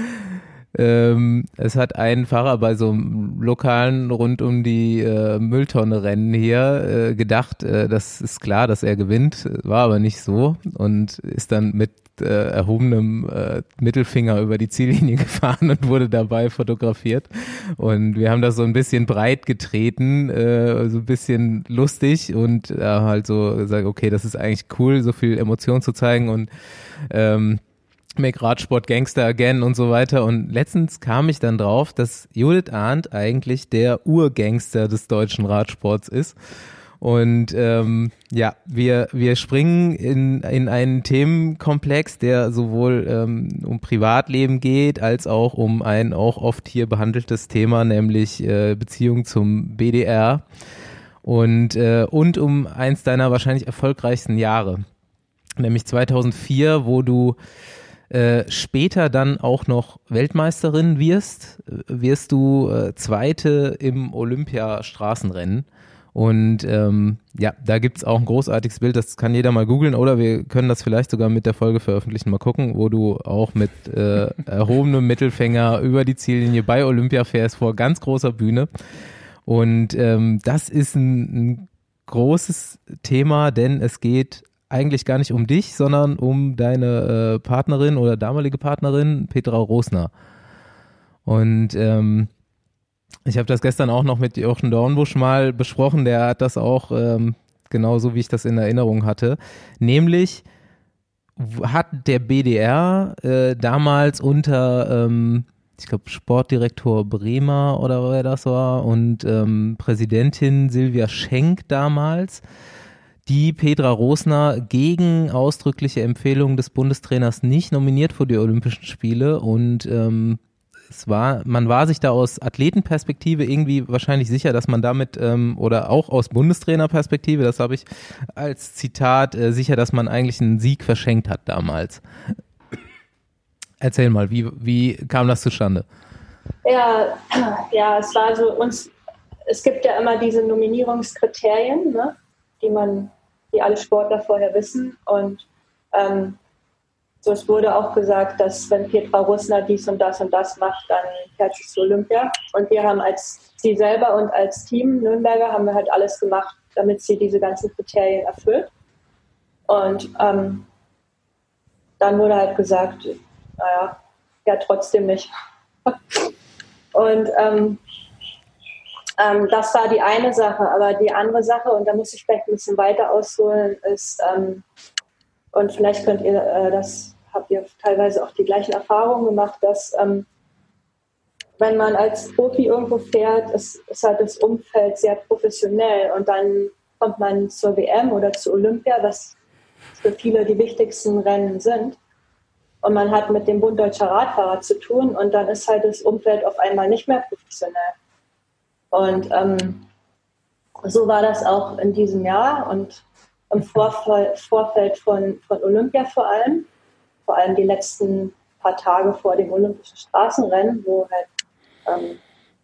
Ähm, es hat ein Fahrer bei so einem lokalen rund um die äh, Mülltonne-Rennen hier äh, gedacht, äh, das ist klar, dass er gewinnt, war aber nicht so und ist dann mit äh, erhobenem äh, Mittelfinger über die Ziellinie gefahren und wurde dabei fotografiert. Und wir haben das so ein bisschen breit getreten, äh, so ein bisschen lustig und äh, halt so gesagt, okay, das ist eigentlich cool, so viel Emotion zu zeigen und ähm, Make Radsport Gangster again und so weiter. Und letztens kam ich dann drauf, dass Judith Arndt eigentlich der Urgangster des deutschen Radsports ist. Und ähm, ja, wir wir springen in in einen Themenkomplex, der sowohl ähm, um Privatleben geht, als auch um ein auch oft hier behandeltes Thema, nämlich äh, Beziehung zum B D R und äh, und um eins deiner wahrscheinlich erfolgreichsten Jahre, nämlich zweitausendvier, wo du äh, später dann auch noch Weltmeisterin wirst, wirst du äh, Zweite im Olympiastraßenrennen. Und ähm, ja, da gibt's auch ein großartiges Bild, das kann jeder mal googeln oder wir können das vielleicht sogar mit der Folge veröffentlichen, mal gucken, wo du auch mit äh, erhobenem Mittelfinger über die Ziellinie bei Olympia fährst vor ganz großer Bühne. Und ähm, das ist ein, ein großes Thema, denn es geht eigentlich gar nicht um dich, sondern um deine äh, Partnerin oder damalige Partnerin Petra Rosner. Und ähm, ich habe das gestern auch noch mit Jochen Dornbusch mal besprochen, der hat das auch ähm, genauso, wie ich das in Erinnerung hatte. Nämlich hat der B D R äh, damals unter, ähm, ich glaube, Sportdirektor Bremer oder wer das war und ähm, Präsidentin Silvia Schenk damals, die Petra Rosner gegen ausdrückliche Empfehlung des Bundestrainers nicht nominiert für die Olympischen Spiele und ähm, es war, man war sich da aus Athletenperspektive irgendwie wahrscheinlich sicher, dass man damit ähm, oder auch aus Bundestrainerperspektive, das habe ich als Zitat, äh, sicher, dass man eigentlich einen Sieg verschenkt hat damals. Erzähl mal, wie, wie kam das zustande? Ja, ja, es war so uns, es gibt ja immer diese Nominierungskriterien, ne, die man, die alle Sportler vorher wissen und ähm, so, es wurde auch gesagt, dass wenn Petra Rosner dies und das und das macht, dann fährt sie zu Olympia. Und wir haben als sie selber und als Team Nürnberger haben wir halt alles gemacht, damit sie diese ganzen Kriterien erfüllt. Und ähm, dann wurde halt gesagt, naja, ja trotzdem nicht. Und ähm, ähm, das war die eine Sache. Aber die andere Sache, und da muss ich vielleicht ein bisschen weiter ausholen, ist, ähm, und vielleicht könnt ihr äh, das habt ihr teilweise auch die gleichen Erfahrungen gemacht, dass ähm, wenn man als Profi irgendwo fährt, ist, ist halt das Umfeld sehr professionell und dann kommt man zur W M oder zur Olympia, was für viele die wichtigsten Rennen sind und man hat mit dem Bund Deutscher Radfahrer zu tun und dann ist halt das Umfeld auf einmal nicht mehr professionell. Und ähm, so war das auch in diesem Jahr und im Vorfeld, Vorfeld von, von Olympia vor allem. Vor allem die letzten paar Tage vor dem Olympischen Straßenrennen, wo halt ähm,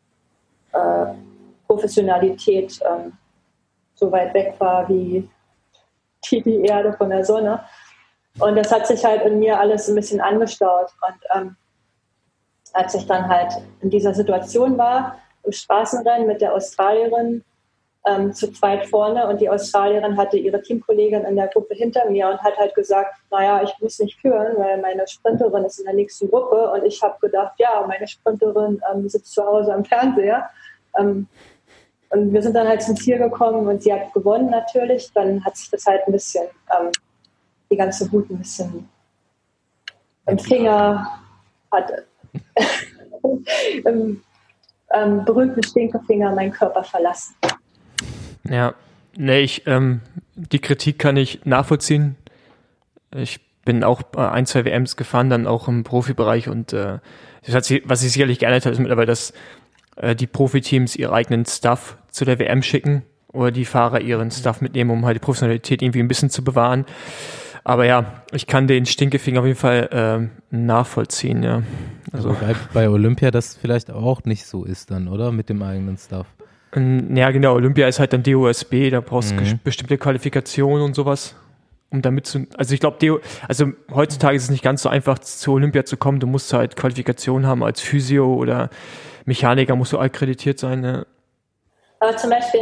äh, Professionalität ähm, so weit weg war wie die, die Erde von der Sonne. Und das hat sich halt in mir alles ein bisschen angestaut. Und ähm, als ich dann halt in dieser Situation war, im Straßenrennen mit der Australierin, Ähm, zu zweit vorne und die Australierin hatte ihre Teamkollegin in der Gruppe hinter mir und hat halt gesagt, naja, ich muss nicht führen, weil meine Sprinterin ist in der nächsten Gruppe und ich habe gedacht, ja, meine Sprinterin ähm, sitzt zu Hause am Fernseher ähm, und wir sind dann halt zum Ziel gekommen und sie hat gewonnen natürlich, dann hat sich das halt ein bisschen, ähm, die ganze Wut ein bisschen im Finger, hat im ähm, berühmten Stinkefinger meinen Körper verlassen. Ja, nee, ich, ähm, die Kritik kann ich nachvollziehen. Ich bin auch ein, zwei W Ms gefahren, dann auch im Profibereich und äh, das hat sich, was sich sicherlich geändert hat, ist mittlerweile, dass äh, die Profiteams ihren eigenen Stuff zu der W M schicken oder die Fahrer ihren Stuff mitnehmen, um halt die Professionalität irgendwie ein bisschen zu bewahren. Aber ja, ich kann den Stinkefinger auf jeden Fall äh, nachvollziehen, ja. Also bei, bei Olympia das vielleicht auch nicht so ist dann, oder? Mit dem eigenen Stuff. Ja, genau. Olympia ist halt dann D O S B, da brauchst du mhm. bestimmte Qualifikationen und sowas, um damit zu, also ich glaube, also heutzutage ist es nicht ganz so einfach, zu Olympia zu kommen. Du musst halt Qualifikationen haben als Physio oder Mechaniker, musst du akkreditiert sein. Ne? Aber zum Beispiel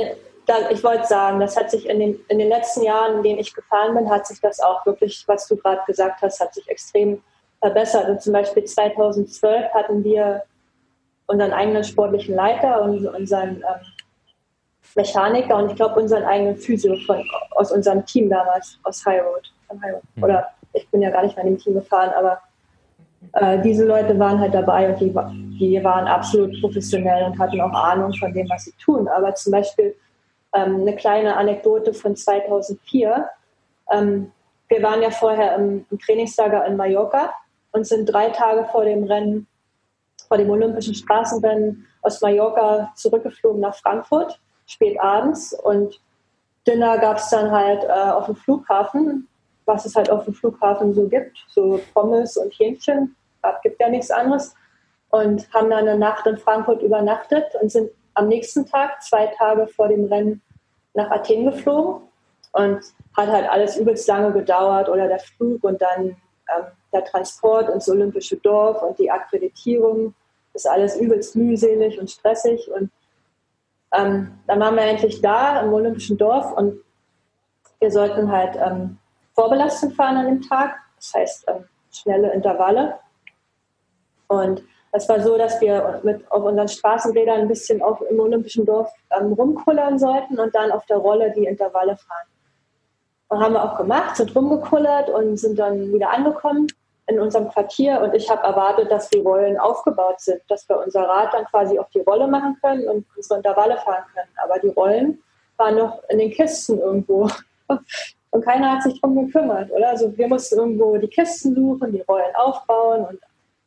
da, ich wollte sagen, das hat sich in den, in den letzten Jahren, in denen ich gefahren bin, hat sich das auch wirklich, was du gerade gesagt hast, hat sich extrem verbessert. Und zum Beispiel zweitausendzwölf hatten wir unseren eigenen sportlichen Leiter und unseren ähm, Mechaniker und ich glaube unseren eigenen Physio von, aus unserem Team damals, aus High Road. Von High Road. Mhm. Oder ich bin ja gar nicht mehr in dem Team gefahren, aber äh, diese Leute waren halt dabei und die, die waren absolut professionell und hatten auch Ahnung von dem, was sie tun. Aber zum Beispiel ähm, eine kleine Anekdote von zweitausendvier. Ähm, wir waren ja vorher im, im Trainingslager in Mallorca und sind drei Tage vor dem Rennen, vor dem Olympischen Straßenrennen aus Mallorca zurückgeflogen nach Frankfurt, spät abends. Und Dinner gab es dann halt äh, auf dem Flughafen, was es halt auf dem Flughafen so gibt, so Pommes und Hähnchen, es gibt ja nichts anderes. Und haben dann eine Nacht in Frankfurt übernachtet und sind am nächsten Tag, zwei Tage vor dem Rennen, nach Athen geflogen. Und hat halt alles übelst lange gedauert oder der Flug und dann ähm, der Transport ins Olympische Dorf und die Akkreditierung. Das ist alles übelst mühselig und stressig. Und ähm, dann waren wir endlich da im Olympischen Dorf und wir sollten halt ähm, vorbelastet fahren an dem Tag. Das heißt ähm, schnelle Intervalle. Und es war so, dass wir mit auf unseren Straßenrädern ein bisschen auf, im Olympischen Dorf ähm, rumkullern sollten und dann auf der Rolle die Intervalle fahren. Und haben wir auch gemacht, sind rumgekullert und sind dann wieder angekommen in unserem Quartier. Und ich habe erwartet, dass die Rollen aufgebaut sind, dass wir unser Rad dann quasi auf die Rolle machen können und unsere Intervalle fahren können. Aber die Rollen waren noch in den Kisten irgendwo. Und keiner hat sich drum gekümmert, oder? Also wir mussten irgendwo die Kisten suchen, die Rollen aufbauen und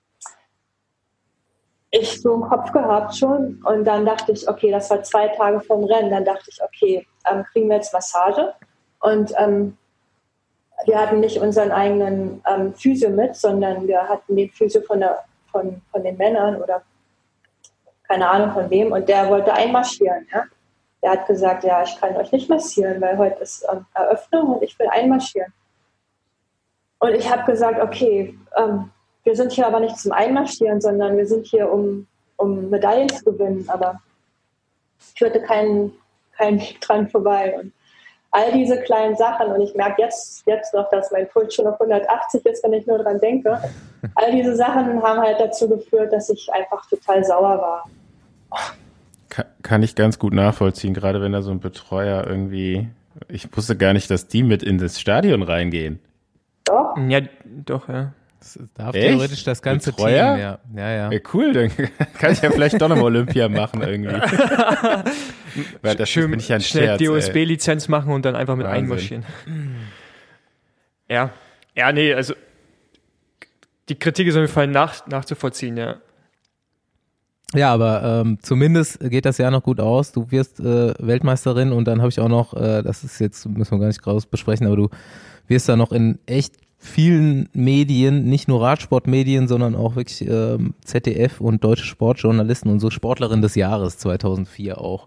ich so im Kopf gehabt schon. Und dann dachte ich, okay, das war zwei Tage vorm Rennen. Dann dachte ich, okay, ähm, kriegen wir jetzt Massage? Und ähm, wir hatten nicht unseren eigenen ähm, Physio mit, sondern wir hatten den Physio von, der, von, von den Männern oder keine Ahnung von wem. Und der wollte einmarschieren. Ja? Der hat gesagt, ja, ich kann euch nicht massieren, weil heute ist ähm, Eröffnung und ich will einmarschieren. Und ich habe gesagt, okay, ähm, wir sind hier aber nicht zum Einmarschieren, sondern wir sind hier, um, um Medaillen zu gewinnen. Aber ich führte keinen, keinen Weg dran vorbei. Und all diese kleinen Sachen, und ich merke jetzt, jetzt noch, dass mein Puls schon auf hundertachtzig ist, wenn ich nur dran denke. All diese Sachen haben halt dazu geführt, dass ich einfach total sauer war. Kann, kann ich ganz gut nachvollziehen, gerade wenn da so ein Betreuer irgendwie, ich wusste gar nicht, dass die mit in das Stadion reingehen. Doch? Ja, doch, ja. Das darf Echt? Theoretisch das ganze Betreuer? Team, ja. Ja, ja. Ja, cool, dann kann ich ja vielleicht doch nochmal Olympia machen irgendwie. Weil das schön bin ich ja ein schnell Scherz, die U S B-Lizenz machen und dann einfach mit Wahnsinn. einmarschieren. Ja, ja, nee, also die Kritik ist auf jeden Fall nach, nachzuvollziehen, ja. Ja, aber ähm, zumindest geht das Jahr noch gut aus. Du wirst äh, Weltmeisterin und dann habe ich auch noch, äh, das ist jetzt, müssen wir gar nicht groß besprechen, aber du wirst da noch in echt vielen Medien, nicht nur Radsportmedien, sondern auch wirklich ähm, Z D F und deutsche Sportjournalisten und so Sportlerin des Jahres zweitausendvier auch.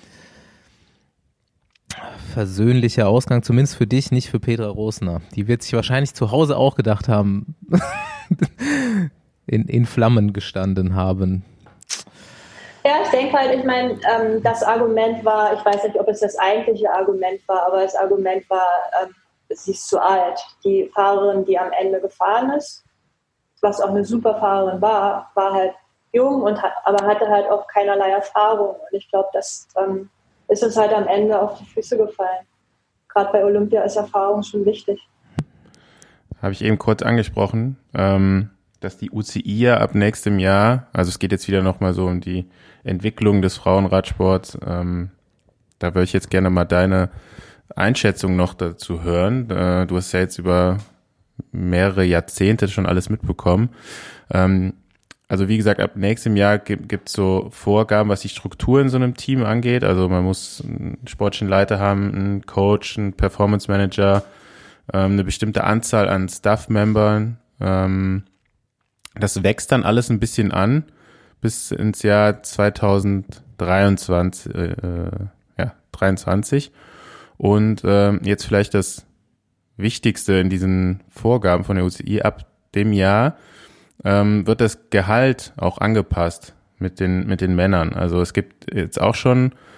Versöhnlicher Ausgang, zumindest für dich, nicht für Petra Rosner. Die wird sich wahrscheinlich zu Hause auch gedacht haben, in, in Flammen gestanden haben. Ja, ich denke halt, ich meine, ähm, das Argument war, ich weiß nicht, ob es das eigentliche Argument war, aber das Argument war, ähm, sie ist zu alt. Die Fahrerin, die am Ende gefahren ist, was auch eine super Fahrerin war, war halt jung, und hat, aber hatte halt auch keinerlei Erfahrung. Und ich glaube, das ähm, ist uns halt am Ende auf die Füße gefallen. Gerade bei Olympia ist Erfahrung schon wichtig. Habe ich eben kurz angesprochen, ähm, dass die U C I ja ab nächstem Jahr, also es geht jetzt wieder nochmal so um die Entwicklung des Frauenradsports, ähm, da würde ich jetzt gerne mal deine Einschätzung noch dazu hören. Äh, du hast ja jetzt über mehrere Jahrzehnte schon alles mitbekommen. Ähm, also wie gesagt, ab nächstem Jahr gibt es so Vorgaben, was die Struktur in so einem Team angeht. Also man muss einen sportlichen Leiter haben, einen Coach, einen Performance Manager, ähm, eine bestimmte Anzahl an Staff-Membern. Ähm, das wächst dann alles ein bisschen an bis ins Jahr zweitausenddreiundzwanzig. Äh, ja, dreiundzwanzig. Und ähm, jetzt vielleicht das Wichtigste in diesen Vorgaben von der U C I: ab dem Jahr ähm, wird das Gehalt auch angepasst mit den mit den Männern. Also es gibt jetzt auch schon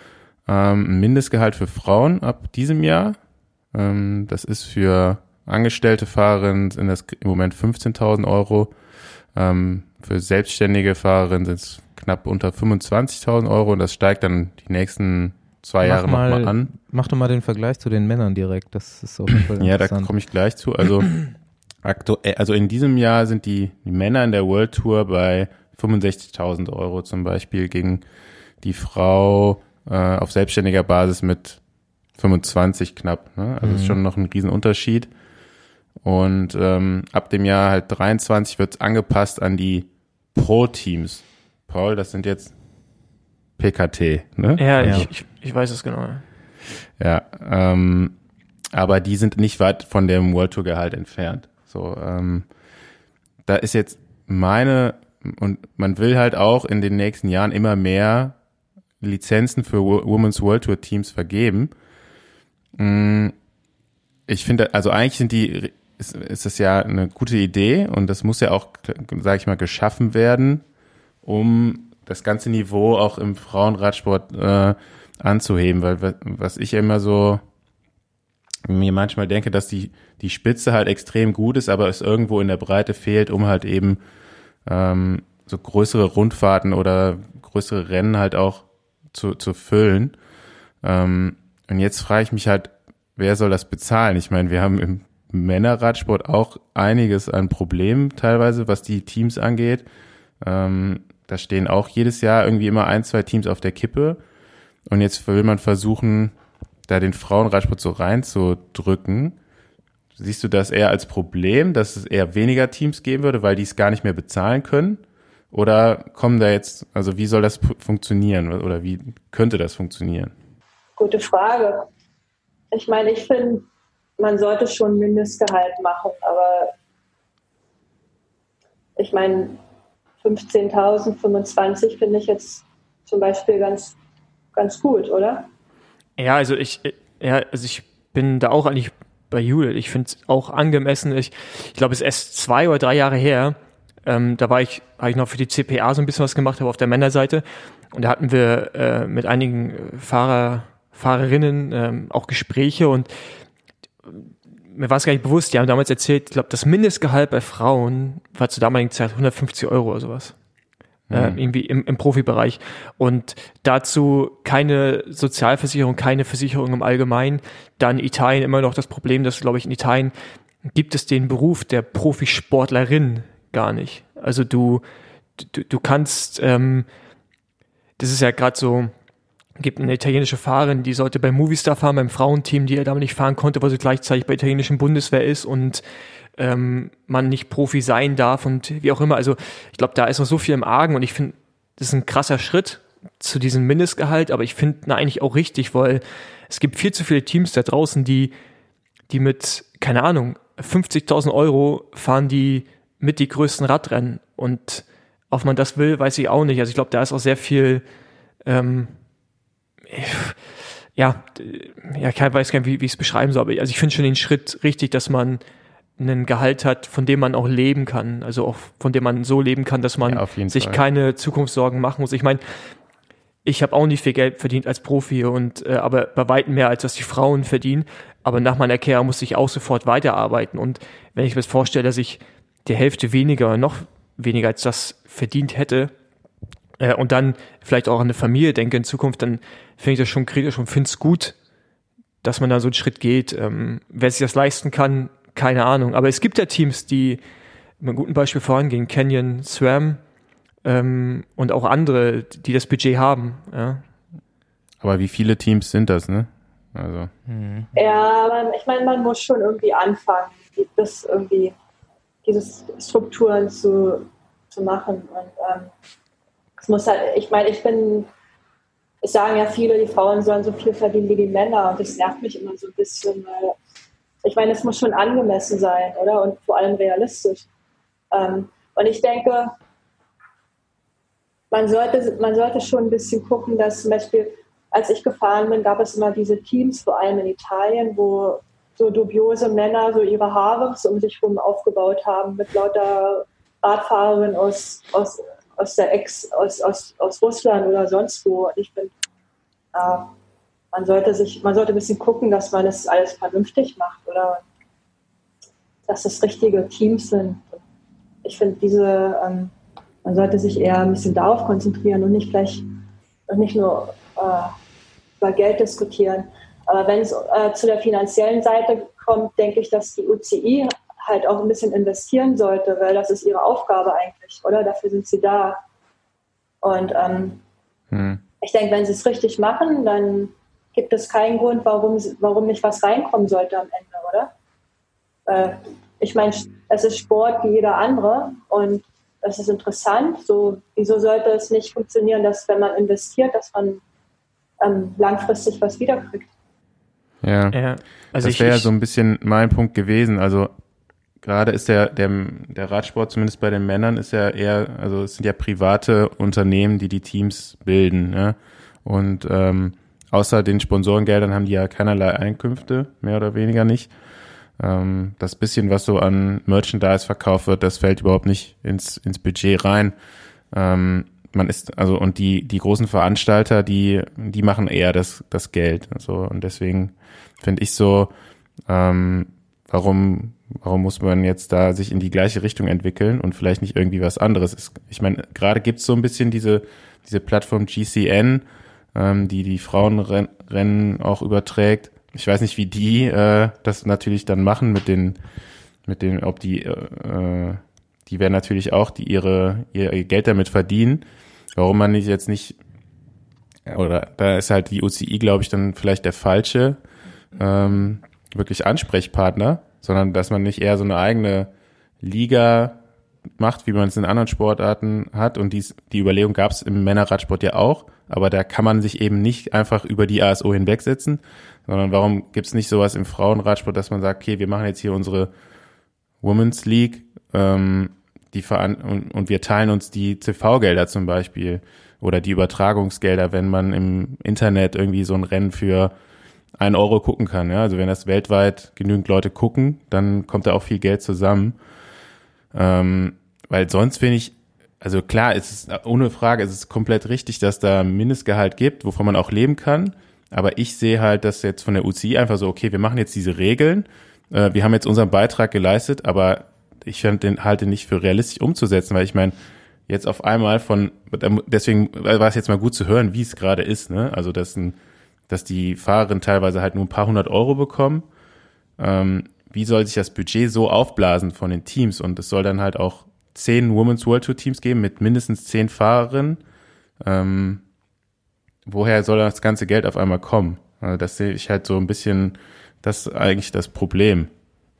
ähm, ein Mindestgehalt für Frauen ab diesem Jahr. Ähm, das ist für angestellte Fahrerinnen sind das im Moment fünfzehntausend Euro. Ähm, für selbstständige Fahrerinnen sind es knapp unter fünfundzwanzigtausend Euro und das steigt dann die nächsten zwei mach Jahre mal, nochmal an. Mach doch mal den Vergleich zu den Männern direkt, das ist auf jeden Fall Ja, da interessant. komme ich gleich zu. Also aktuell, also in diesem Jahr sind die, die Männer in der World Tour bei fünfundsechzigtausend Euro zum Beispiel gegen die Frau äh, auf selbstständiger Basis mit fünfundzwanzig knapp. Ne? Also mhm. ist schon noch ein Riesenunterschied. Und ähm, ab dem Jahr halt dreiundzwanzig wird es angepasst an die Pro-Teams. Paul, das sind jetzt P K T, ne? Ja, also, ich, ich, ich weiß es genau. Ja, ähm, aber die sind nicht weit von dem World Tour Gehalt entfernt. So, ähm, da ist jetzt meine, und man will halt auch in den nächsten Jahren immer mehr Lizenzen für Women's World Tour Teams vergeben. Ich finde, also eigentlich sind die, ist, ist das ja eine gute Idee und das muss ja auch, sage ich mal, geschaffen werden, um das ganze Niveau auch im Frauenradsport äh, anzuheben, weil was ich immer so mir manchmal denke, dass die die Spitze halt extrem gut ist, aber es irgendwo in der Breite fehlt, um halt eben ähm, so größere Rundfahrten oder größere Rennen halt auch zu zu füllen. Ähm, und jetzt frage ich mich halt, wer soll das bezahlen? Ich meine, wir haben im Männerradsport auch einiges an Problemen teilweise, was die Teams angeht. Ähm, da stehen auch jedes Jahr irgendwie immer ein, zwei Teams auf der Kippe. Und jetzt will man versuchen, da den Frauenradsport so reinzudrücken. Siehst du das eher als Problem, dass es eher weniger Teams geben würde, weil die es gar nicht mehr bezahlen können? Oder kommen da jetzt, also wie soll das p- funktionieren oder wie könnte das funktionieren? Gute Frage. Ich meine, ich finde, man sollte schon Mindestgehalt machen, aber ich meine, fünfzehntausend, fünfundzwanzig finde ich jetzt zum Beispiel ganz, ganz gut, oder? Ja, also ich, ja, also ich bin da auch eigentlich bei Judith. Ich finde es auch angemessen. Ich, ich glaube, es ist erst zwei oder drei Jahre her. Ähm, da war ich, habe ich noch für die C P A so ein bisschen was gemacht, aber auf der Männerseite. Und da hatten wir äh, mit einigen Fahrer, Fahrerinnen ähm, auch Gespräche und mir war es gar nicht bewusst. Die haben damals erzählt, ich glaube, das Mindestgehalt bei Frauen war zur damaligen Zeit hundertfünfzig Euro oder sowas. Mhm. Äh, irgendwie im, im Profibereich. Und dazu keine Sozialversicherung, keine Versicherung im Allgemeinen. Dann Italien immer noch das Problem, dass, glaube ich, in Italien gibt es den Beruf der Profisportlerin gar nicht. Also du, du, du kannst, ähm, das ist ja gerade so, gibt eine italienische Fahrerin, die sollte bei Movistar fahren, beim Frauenteam, die er damals nicht fahren konnte, weil sie gleichzeitig bei der italienischen Bundeswehr ist und ähm, man nicht Profi sein darf und wie auch immer. Also ich glaube, da ist noch so viel im Argen und ich finde, das ist ein krasser Schritt zu diesem Mindestgehalt, aber ich finde eigentlich auch richtig, weil es gibt viel zu viele Teams da draußen, die, die mit, keine Ahnung, fünfzigtausend Euro fahren die mit die größten Radrennen und ob man das will, weiß ich auch nicht. Also ich glaube, da ist auch sehr viel ähm, ja, ja, ich weiß gar nicht, wie, wie ich es beschreiben soll, aber also ich finde schon den Schritt richtig, dass man einen Gehalt hat, von dem man auch leben kann, also auch von dem man so leben kann, dass man ja, sich Fall. keine Zukunftssorgen machen muss. Ich meine, ich habe auch nicht viel Geld verdient als Profi und äh, aber bei weitem mehr, als was die Frauen verdienen, aber nach meiner Karriere musste ich auch sofort weiterarbeiten und wenn ich mir das vorstelle, dass ich die Hälfte weniger, noch weniger als das verdient hätte, Äh, und dann vielleicht auch an eine Familie denke in Zukunft, dann finde ich das schon kritisch und finde es gut, dass man da so einen Schritt geht. Ähm, wer sich das leisten kann, keine Ahnung. Aber es gibt ja Teams, die mit einem guten Beispiel vorangehen, Canyon, SRAM ähm, und auch andere, die das Budget haben. Ja. Aber wie viele Teams sind das, ne? Also. Ja, man, ich meine, man muss schon irgendwie anfangen, das irgendwie, diese Strukturen zu, zu machen und ähm, es muss halt, ich meine, ich bin, es sagen ja viele, die Frauen sollen so viel verdienen wie die Männer und das nervt mich immer so ein bisschen, weil ich meine, es muss schon angemessen sein, oder? Und vor allem realistisch. Ähm, und ich denke, man sollte, man sollte schon ein bisschen gucken, dass zum Beispiel, als ich gefahren bin, gab es immer diese Teams, vor allem in Italien, wo so dubiose Männer so ihre Harems um sich herum aufgebaut haben mit lauter Radfahrerinnen aus, aus aus der Ex, aus, aus, aus Russland oder sonst wo. Und ich bin, äh, man sollte sich, man sollte ein bisschen gucken, dass man das alles vernünftig macht oder dass das richtige Teams sind. Ich finde, diese, ähm, man sollte sich eher ein bisschen darauf konzentrieren und nicht vielleicht und nicht nur äh, über Geld diskutieren. Aber wenn es äh, zu der finanziellen Seite kommt, denke ich, dass die U C I halt auch ein bisschen investieren sollte, weil das ist ihre Aufgabe eigentlich, oder? Dafür sind sie da. Und ähm, hm. ich denke, wenn sie es richtig machen, dann gibt es keinen Grund, warum, warum nicht was reinkommen sollte am Ende, oder? Äh, ich meine, es ist Sport wie jeder andere und es ist interessant. So, wieso sollte es nicht funktionieren, dass wenn man investiert, dass man ähm, langfristig was wiederkriegt? Ja, ja. Also das wäre ja so ein bisschen mein Punkt gewesen. Also gerade ist der, der, der Radsport, zumindest bei den Männern, ist ja eher, also es sind ja private Unternehmen, die die Teams bilden. Ja? Und ähm, außer den Sponsorengeldern haben die ja keinerlei Einkünfte, mehr oder weniger nicht. Ähm, das bisschen, was so an Merchandise verkauft wird, das fällt überhaupt nicht ins, ins Budget rein. Ähm, man ist, also, und die, die großen Veranstalter, die, die machen eher das, das Geld. Also, und deswegen finde ich so, ähm, warum, warum muss man jetzt da sich in die gleiche Richtung entwickeln und vielleicht nicht irgendwie was anderes? Ich meine, gerade gibt's so ein bisschen diese, diese Plattform G C N, ähm, die die Frauenrennen auch überträgt. Ich weiß nicht, wie die äh, das natürlich dann machen mit den, mit den, ob die, äh, die werden natürlich auch die ihre ihr Geld damit verdienen. Warum man nicht jetzt nicht, oder da ist halt die U C I, glaube ich, dann vielleicht der falsche ähm, wirklich Ansprechpartner, sondern dass man nicht eher so eine eigene Liga macht, wie man es in anderen Sportarten hat. Und dies, die Überlegung gab es im Männerradsport ja auch, aber da kann man sich eben nicht einfach über die A S O hinwegsetzen, sondern warum gibt es nicht sowas im Frauenradsport, dass man sagt, okay, wir machen jetzt hier unsere Women's League ähm, die veran- und, und wir teilen uns die T V-Gelder zum Beispiel oder die Übertragungsgelder, wenn man im Internet irgendwie so ein Rennen für einen Euro gucken kann. Ja? Also wenn das weltweit genügend Leute gucken, dann kommt da auch viel Geld zusammen. Ähm, weil sonst finde ich, also klar, es ist ohne Frage, es ist komplett richtig, dass da ein Mindestgehalt gibt, wovon man auch leben kann. Aber ich sehe halt, dass jetzt von der U C I einfach so, okay, wir machen jetzt diese Regeln, äh, wir haben jetzt unseren Beitrag geleistet, aber ich fand den halte nicht für realistisch umzusetzen, weil ich meine, jetzt auf einmal von, deswegen war es jetzt mal gut zu hören, wie es gerade ist, ne? Also dass, ein, dass die Fahrerinnen teilweise halt nur ein paar hundert Euro bekommen. Ähm, wie soll sich das Budget so aufblasen von den Teams? Und es soll dann halt auch zehn Women's World Tour Teams geben mit mindestens zehn Fahrerinnen. Ähm, woher soll das ganze Geld auf einmal kommen? Also das sehe ich halt so ein bisschen, das ist eigentlich das Problem.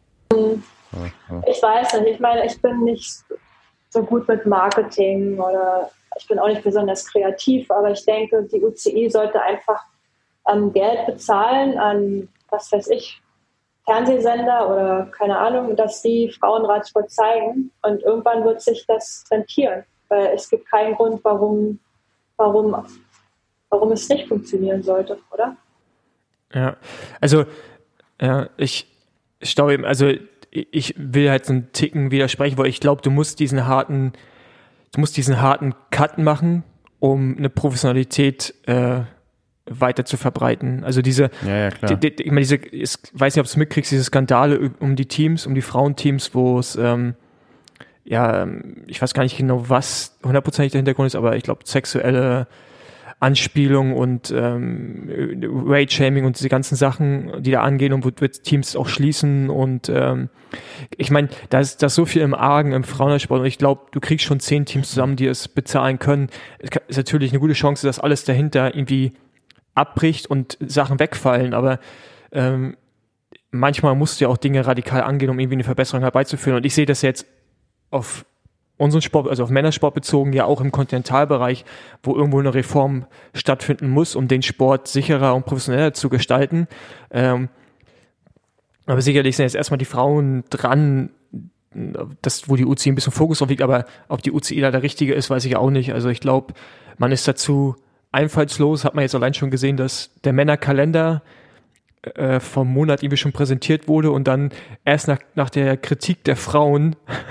Ich weiß nicht, ich meine, ich bin nicht so gut mit Marketing oder ich bin auch nicht besonders kreativ, aber ich denke, die U C I sollte einfach ähm, Geld bezahlen an, was weiß ich, Fernsehsender oder keine Ahnung, dass die Frauenradsport zeigen und irgendwann wird sich das rentieren, weil es gibt keinen Grund, warum, warum, warum es nicht funktionieren sollte, oder? Ja, also ja, ich, ich glaube eben, also ich will halt so einen Ticken widersprechen, weil ich glaube, du musst diesen harten, du musst diesen harten Cut machen, um eine Professionalität äh, weiter zu verbreiten. Also diese, ja, ja, klar. Die, die, ich meine, diese, ich weiß nicht, ob du es mitkriegst, diese Skandale um die Teams, um die Frauenteams, wo es, ähm, ja, ich weiß gar nicht genau, was hundertprozentig der Hintergrund ist, aber ich glaube, sexuelle Anspielung und ähm, Rage-Shaming und diese ganzen Sachen, die da angehen und wird Teams auch schließen und ähm, ich meine, da ist, da ist so viel im Argen im Frauensport und ich glaube, du kriegst schon zehn Teams zusammen, die es bezahlen können. Es ist natürlich eine gute Chance, dass alles dahinter irgendwie abbricht und Sachen wegfallen, aber ähm, manchmal musst du ja auch Dinge radikal angehen, um irgendwie eine Verbesserung herbeizuführen und ich sehe das jetzt auf unseren Sport, also auf Männersport bezogen, ja auch im Kontinentalbereich, wo irgendwo eine Reform stattfinden muss, um den Sport sicherer und professioneller zu gestalten. Ähm, aber sicherlich sind jetzt erstmal die Frauen dran, das, wo die U C I ein bisschen Fokus drauf liegt, aber ob die U C I da der richtige ist, weiß ich auch nicht. Also ich glaube, man ist dazu einfallslos, hat man jetzt allein schon gesehen, dass der Männerkalender äh, vom Monat irgendwie schon präsentiert wurde und dann erst nach, nach der Kritik der Frauen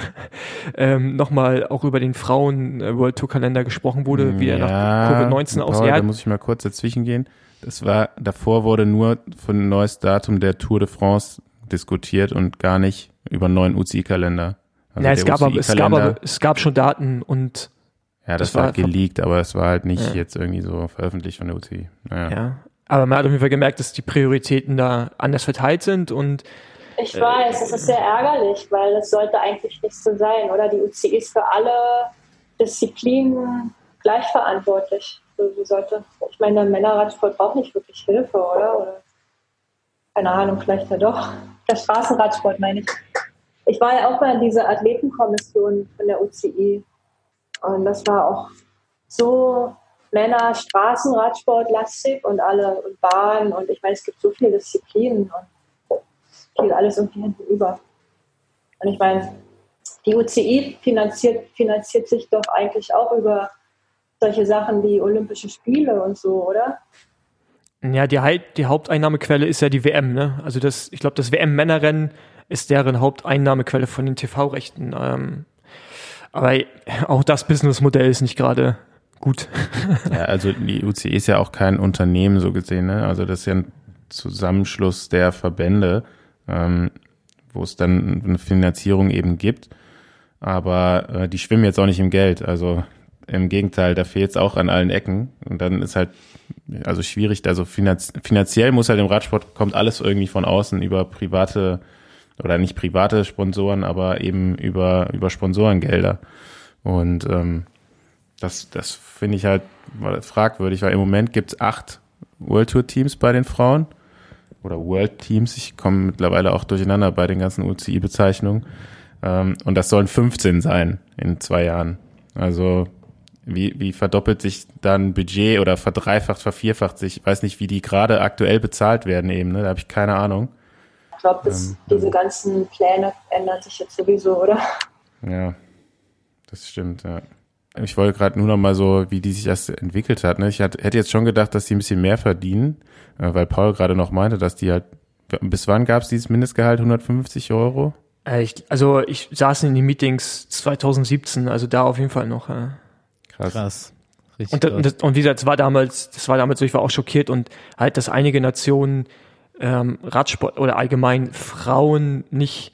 ähm, nochmal auch über den Frauen-World Tour Kalender gesprochen wurde, wie er ja, nach Covid neunzehn aussieht. Da muss ich mal kurz dazwischen gehen. Das war, davor wurde nur von ein neues Datum der Tour de France diskutiert und gar nicht über einen neuen U C I-Kalender. Also ja, es gab, aber, es, gab aber, es gab schon Daten und ja, das, das war halt geleakt, aber es war halt nicht ja. jetzt irgendwie so veröffentlicht von der U C I. Naja. Ja, aber man hat auf jeden Fall gemerkt, dass die Prioritäten da anders verteilt sind und ich weiß, es ist sehr ärgerlich, weil das sollte eigentlich nicht so sein, oder? Die U C I ist für alle Disziplinen gleich verantwortlich. So, sollte, ich meine, der Männerradsport braucht nicht wirklich Hilfe, oder? Oder? Keine Ahnung, vielleicht ja doch. Der Straßenradsport meine ich. Ich war ja auch mal in dieser Athletenkommission von der U C I. Und das war auch so Männer-Straßenradsport-lastig und alle und Bahn. Und ich meine, es gibt so viele Disziplinen und es geht alles irgendwie hinten über. Und ich meine, die U C I finanziert, finanziert sich doch eigentlich auch über solche Sachen wie Olympische Spiele und so, oder? Ja, die, die Haupteinnahmequelle ist ja die W M, ne? Also das, ich glaube, das W M-Männerrennen ist deren Haupteinnahmequelle von den T V-Rechten. Ähm, aber auch das Businessmodell ist nicht gerade gut. Ja, also die U C I ist ja auch kein Unternehmen so gesehen, ne? Also das ist ja ein Zusammenschluss der Verbände, ähm, wo es dann eine Finanzierung eben gibt. Aber äh, die schwimmen jetzt auch nicht im Geld. Also im Gegenteil, da fehlt es auch an allen Ecken. Und dann ist halt also schwierig, also finanz- finanziell muss halt im Radsport, kommt alles irgendwie von außen über private oder nicht private Sponsoren, aber eben über über Sponsorengelder. Und ähm, das das finde ich halt fragwürdig, weil im Moment gibt's acht World Tour Teams bei den Frauen oder World Teams. Ich komme mittlerweile auch durcheinander bei den ganzen U C I-Bezeichnungen. Ähm, und das sollen fünfzehn sein in zwei Jahren. Also Wie, wie verdoppelt sich dann Budget oder verdreifacht, vervierfacht sich? Ich weiß nicht, wie die gerade aktuell bezahlt werden eben, ne? Da habe ich keine Ahnung. Ich glaube, ähm, diese ganzen Pläne ändern sich jetzt sowieso, oder? Ja, das stimmt, ja. Ich wollte gerade nur noch mal so, wie die sich das entwickelt hat, ne? Ich hatte, hätte jetzt schon gedacht, dass die ein bisschen mehr verdienen, äh, weil Paul gerade noch meinte, dass die halt, bis wann gab es dieses Mindestgehalt? hundertfünfzig Euro? Äh, ich, also ich saß in den Meetings zwanzig siebzehn, also da auf jeden Fall noch, ja. Krass. Krass. Richtig und, das, und, das, und wie gesagt, das war damals, das war damals so, ich war auch schockiert und halt, dass einige Nationen ähm, Radsport oder allgemein Frauen nicht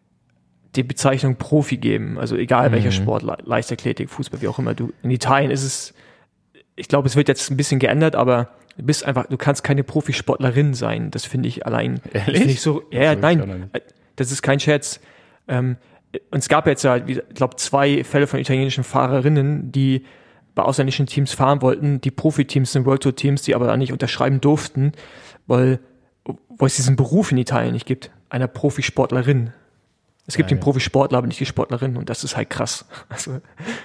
die Bezeichnung Profi geben. Also egal mhm. welcher Sport, Le- Leichtathletik, Fußball, wie auch immer. Du in Italien ist es, ich glaube, es wird jetzt ein bisschen geändert, aber du bist einfach, du kannst keine Profisportlerin sein. Das finde ich allein. Ehrlich? Nicht so, ja, nein, das ist kein Scherz. Ähm, Und es gab jetzt ja, ich glaube, zwei Fälle von italienischen Fahrerinnen, die bei ausländischen Teams fahren wollten. Die Profiteams sind World Tour Teams, die aber da nicht unterschreiben durften, weil, weil es diesen Beruf in Italien nicht gibt, einer Profisportlerin. Es gibt ja, den ja. Profisportler, aber nicht die Sportlerin und das ist halt krass. Also.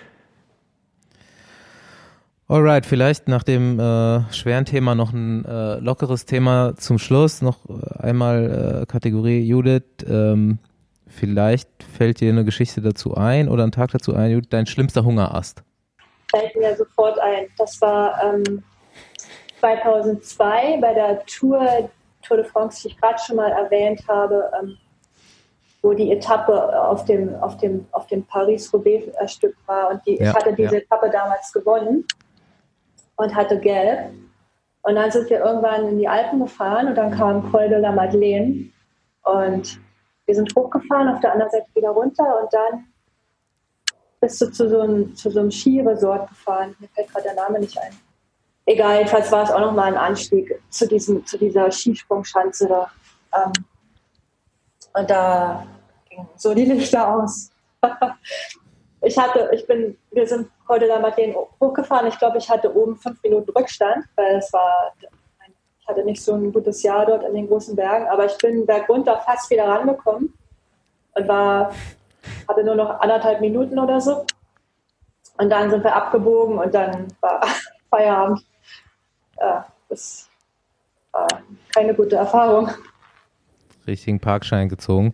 Alright, vielleicht nach dem äh, schweren Thema noch ein äh, lockeres Thema zum Schluss. Noch einmal äh, Kategorie Judith, ähm, vielleicht fällt dir eine Geschichte dazu ein oder ein Tag dazu ein, Judith, dein schlimmster Hungerast. Fällt mir sofort ein. Das war ähm, zweitausendzwei bei der Tour, Tour de France, die ich gerade schon mal erwähnt habe, ähm, wo die Etappe auf dem, auf dem, auf dem Paris-Roubaix-Stück war. Und die, ja, ich hatte diese ja. Etappe damals gewonnen und hatte gelb. Und dann sind wir irgendwann in die Alpen gefahren und dann kam Col de la Madeleine. Und wir sind hochgefahren, auf der anderen Seite wieder runter und dann bist du zu so einem, zu so einem Skiresort gefahren. Mir fällt gerade der Name nicht ein. Egal, jedenfalls war es auch nochmal ein Anstieg zu, diesem, zu dieser Skisprungschanze da. Ähm, und da gingen so die Lichter aus. ich hatte, ich bin, wir sind Col de la Madeleine hochgefahren. Ich glaube, ich hatte oben fünf Minuten Rückstand, weil es war, ich hatte nicht so ein gutes Jahr dort in den großen Bergen, aber ich bin bergunter fast wieder rangekommen und war, hatte nur noch anderthalb Minuten oder so. Und dann sind wir abgebogen und dann war Feierabend. Ja, das war keine gute Erfahrung. Richtigen Parkschein gezogen.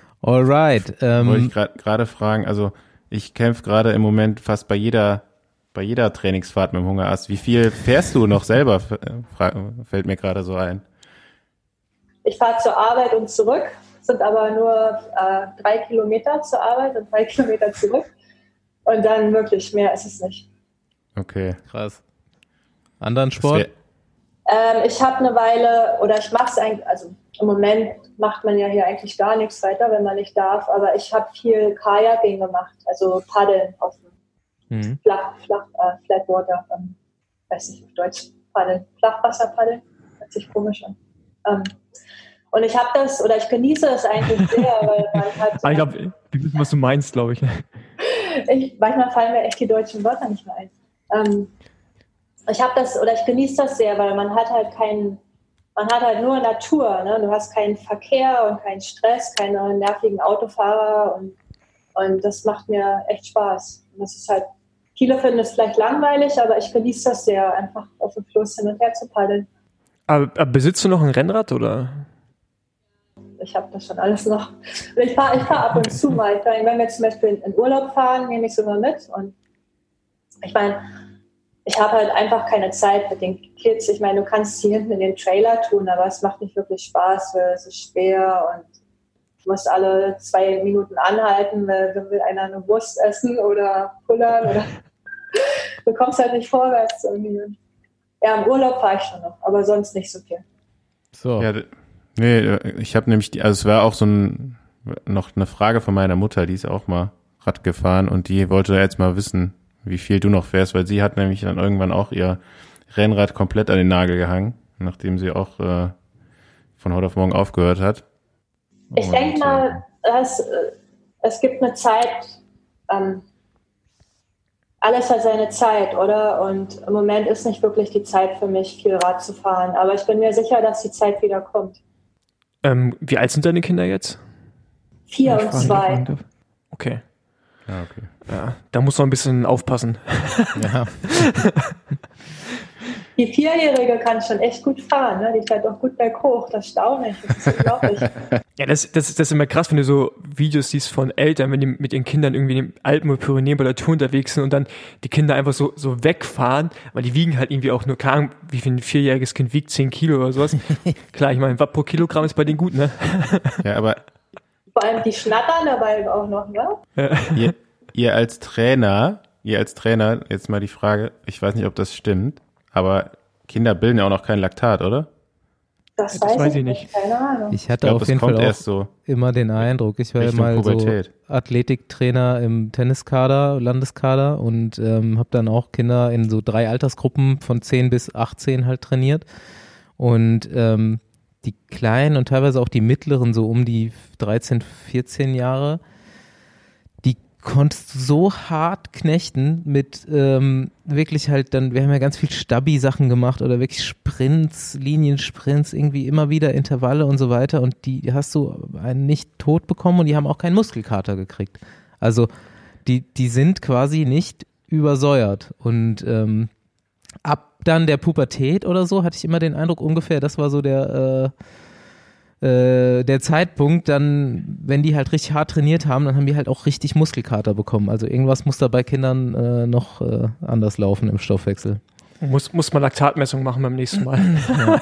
Alright. Ähm, Wollte ich gerade fragen, also ich kämpfe gerade im Moment fast bei jeder bei jeder Trainingsfahrt mit dem Hungerast. Wie viel fährst du noch selber, fällt mir gerade so ein. Ich fahre zur Arbeit und zurück, sind aber nur äh, drei Kilometer zur Arbeit und drei Kilometer zurück. Und dann wirklich, mehr ist es nicht. Okay. Krass. Anderen Sport? Ähm, ich habe eine Weile, oder ich mache es eigentlich, also im Moment macht man ja hier eigentlich gar nichts weiter, wenn man nicht darf, aber ich habe viel Kajaking gemacht, also Paddeln auf dem mhm. Flach, Flach, äh, Flatwater, ähm, weiß nicht auf Deutsch, Paddeln, Flachwasserpaddeln, hört sich komisch an. Ähm, und ich habe das, oder ich genieße es eigentlich sehr, weil man halt so ich glaube, wir wissen, was du meinst, glaube ich. ich. Manchmal fallen mir echt die deutschen Wörter nicht mehr ein. Ähm, ich habe das, oder ich genieße das sehr, weil man hat halt keinen, man hat halt nur Natur, ne? Du hast keinen Verkehr und keinen Stress, keine nervigen Autofahrer und, und das macht mir echt Spaß. Und das ist halt, viele finden es vielleicht langweilig, aber ich genieße das sehr, einfach auf dem Fluss hin und her zu paddeln. Aber, aber besitzt du noch ein Rennrad, oder? Ich habe das schon alles noch. Ich fahre ich fahr ab und zu mal. Ich mein, wenn wir zum Beispiel in Urlaub fahren, nehme ich es immer mit. Und ich meine, ich habe halt einfach keine Zeit mit den Kids. Ich meine, du kannst sie hinten in den Trailer tun, aber es macht nicht wirklich Spaß, weil es ist schwer und du musst alle zwei Minuten anhalten, weil dann will einer eine Wurst essen oder pullern oder du kommst halt nicht vorwärts irgendwie. Ja, im Urlaub fahre ich schon noch, aber sonst nicht so viel. So. Ja, nee, ich habe nämlich, die, also es war auch so ein, noch eine Frage von meiner Mutter, die ist auch mal Rad gefahren und die wollte jetzt mal wissen, wie viel du noch fährst, weil sie hat nämlich dann irgendwann auch ihr Rennrad komplett an den Nagel gehangen, nachdem sie auch äh, von heute auf morgen aufgehört hat. Ich denke mal, es, es gibt eine Zeit, ähm, alles hat seine Zeit, oder? Und im Moment ist nicht wirklich die Zeit für mich, viel Rad zu fahren. Aber ich bin mir sicher, dass die Zeit wieder kommt. Ähm, wie alt sind deine Kinder jetzt? Vier und zwei. Okay. Ja, okay. Ja, da muss man ein bisschen aufpassen. Ja. Die Vierjährige kann schon echt gut fahren, ne? Die fährt auch gut berghoch, das staune ich, das ist unglaublich. Ja, das, das, das ist immer krass, wenn du so Videos siehst von Eltern, wenn die mit ihren Kindern irgendwie in den Alpen oder Pyrenäen bei der Tour unterwegs sind und dann die Kinder einfach so, so wegfahren, weil die wiegen halt irgendwie auch nur, keine Ahnung, wie viel ein vierjähriges Kind wiegt, zehn Kilo oder sowas. Klar, ich meine, Watt pro Kilogramm ist bei denen gut, ne? Ja, aber vor allem die schnattern dabei auch noch, ne? Ja. Ihr, ihr als Trainer, ihr als Trainer, jetzt mal die Frage, ich weiß nicht, ob das stimmt, aber Kinder bilden ja auch noch kein Laktat, oder? Das, das weiß, weiß ich nicht. Keine Ahnung. Ich hatte ich glaub, auf jeden Fall auch so immer den Eindruck, ich war ja mal Pubertät. so Athletiktrainer im Tenniskader, Landeskader und ähm, habe dann auch Kinder in so drei Altersgruppen von zehn bis achtzehn halt trainiert und ähm, die Kleinen und teilweise auch die Mittleren, so um die dreizehn, vierzehn Jahre, die konntest du so hart knechten mit ähm, wirklich halt dann, wir haben ja ganz viel Stabi-Sachen gemacht oder wirklich Sprints, Liniensprints, irgendwie immer wieder Intervalle und so weiter und die hast du einen nicht tot bekommen und die haben auch keinen Muskelkater gekriegt. Also die, die sind quasi nicht übersäuert und ähm, ab dann der Pubertät oder so, hatte ich immer den Eindruck ungefähr, das war so der äh, äh, der Zeitpunkt, dann, wenn die halt richtig hart trainiert haben, dann haben die halt auch richtig Muskelkater bekommen. Also irgendwas muss da bei Kindern äh, noch äh, anders laufen im Stoffwechsel. Muss, muss man Laktatmessung machen beim nächsten Mal. Ja,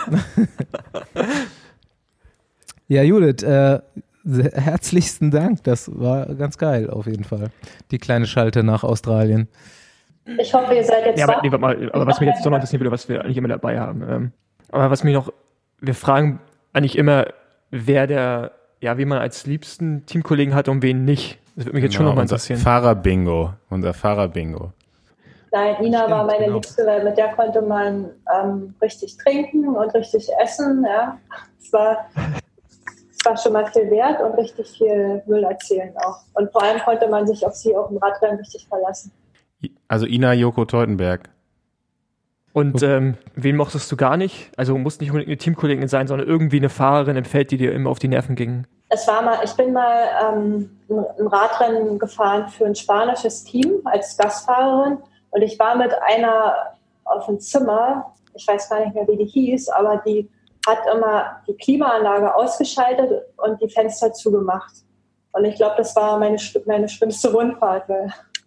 ja Judith, äh, herzlichsten Dank, das war ganz geil auf jeden Fall. Die kleine Schalte nach Australien. Ich hoffe, ihr seid jetzt ja, aber, nee, warte mal, aber was mich jetzt doch noch interessieren würde, was wir eigentlich immer dabei haben. Ähm, aber was mich noch, wir fragen eigentlich immer, wer der, ja, wie man als liebsten Teamkollegen hat und wen nicht. Das würde mich jetzt genau, schon nochmal unser interessieren. Fahrer-Bingo, unser Fahrer-Bingo. Nein, Ina Stimmt, war meine genau. Liebste, weil mit der konnte man ähm, richtig trinken und richtig essen. Ja. Es war, es war schon mal viel wert und richtig viel Müll erzählen auch. Und vor allem konnte man sich auf sie auch im Radrennen richtig verlassen. Also Ina Joko Teutenberg. Und ähm, wen mochtest du gar nicht? Also musst nicht unbedingt eine Teamkollegin sein, sondern irgendwie eine Fahrerin im Feld, die dir immer auf die Nerven ging. Es war mal, ich bin mal ähm, ein Radrennen gefahren für ein spanisches Team als Gastfahrerin und ich war mit einer auf dem Zimmer, ich weiß gar nicht mehr, wie die hieß, aber die hat immer die Klimaanlage ausgeschaltet und die Fenster zugemacht. Und ich glaube, das war meine, meine schlimmste Rundfahrt, weil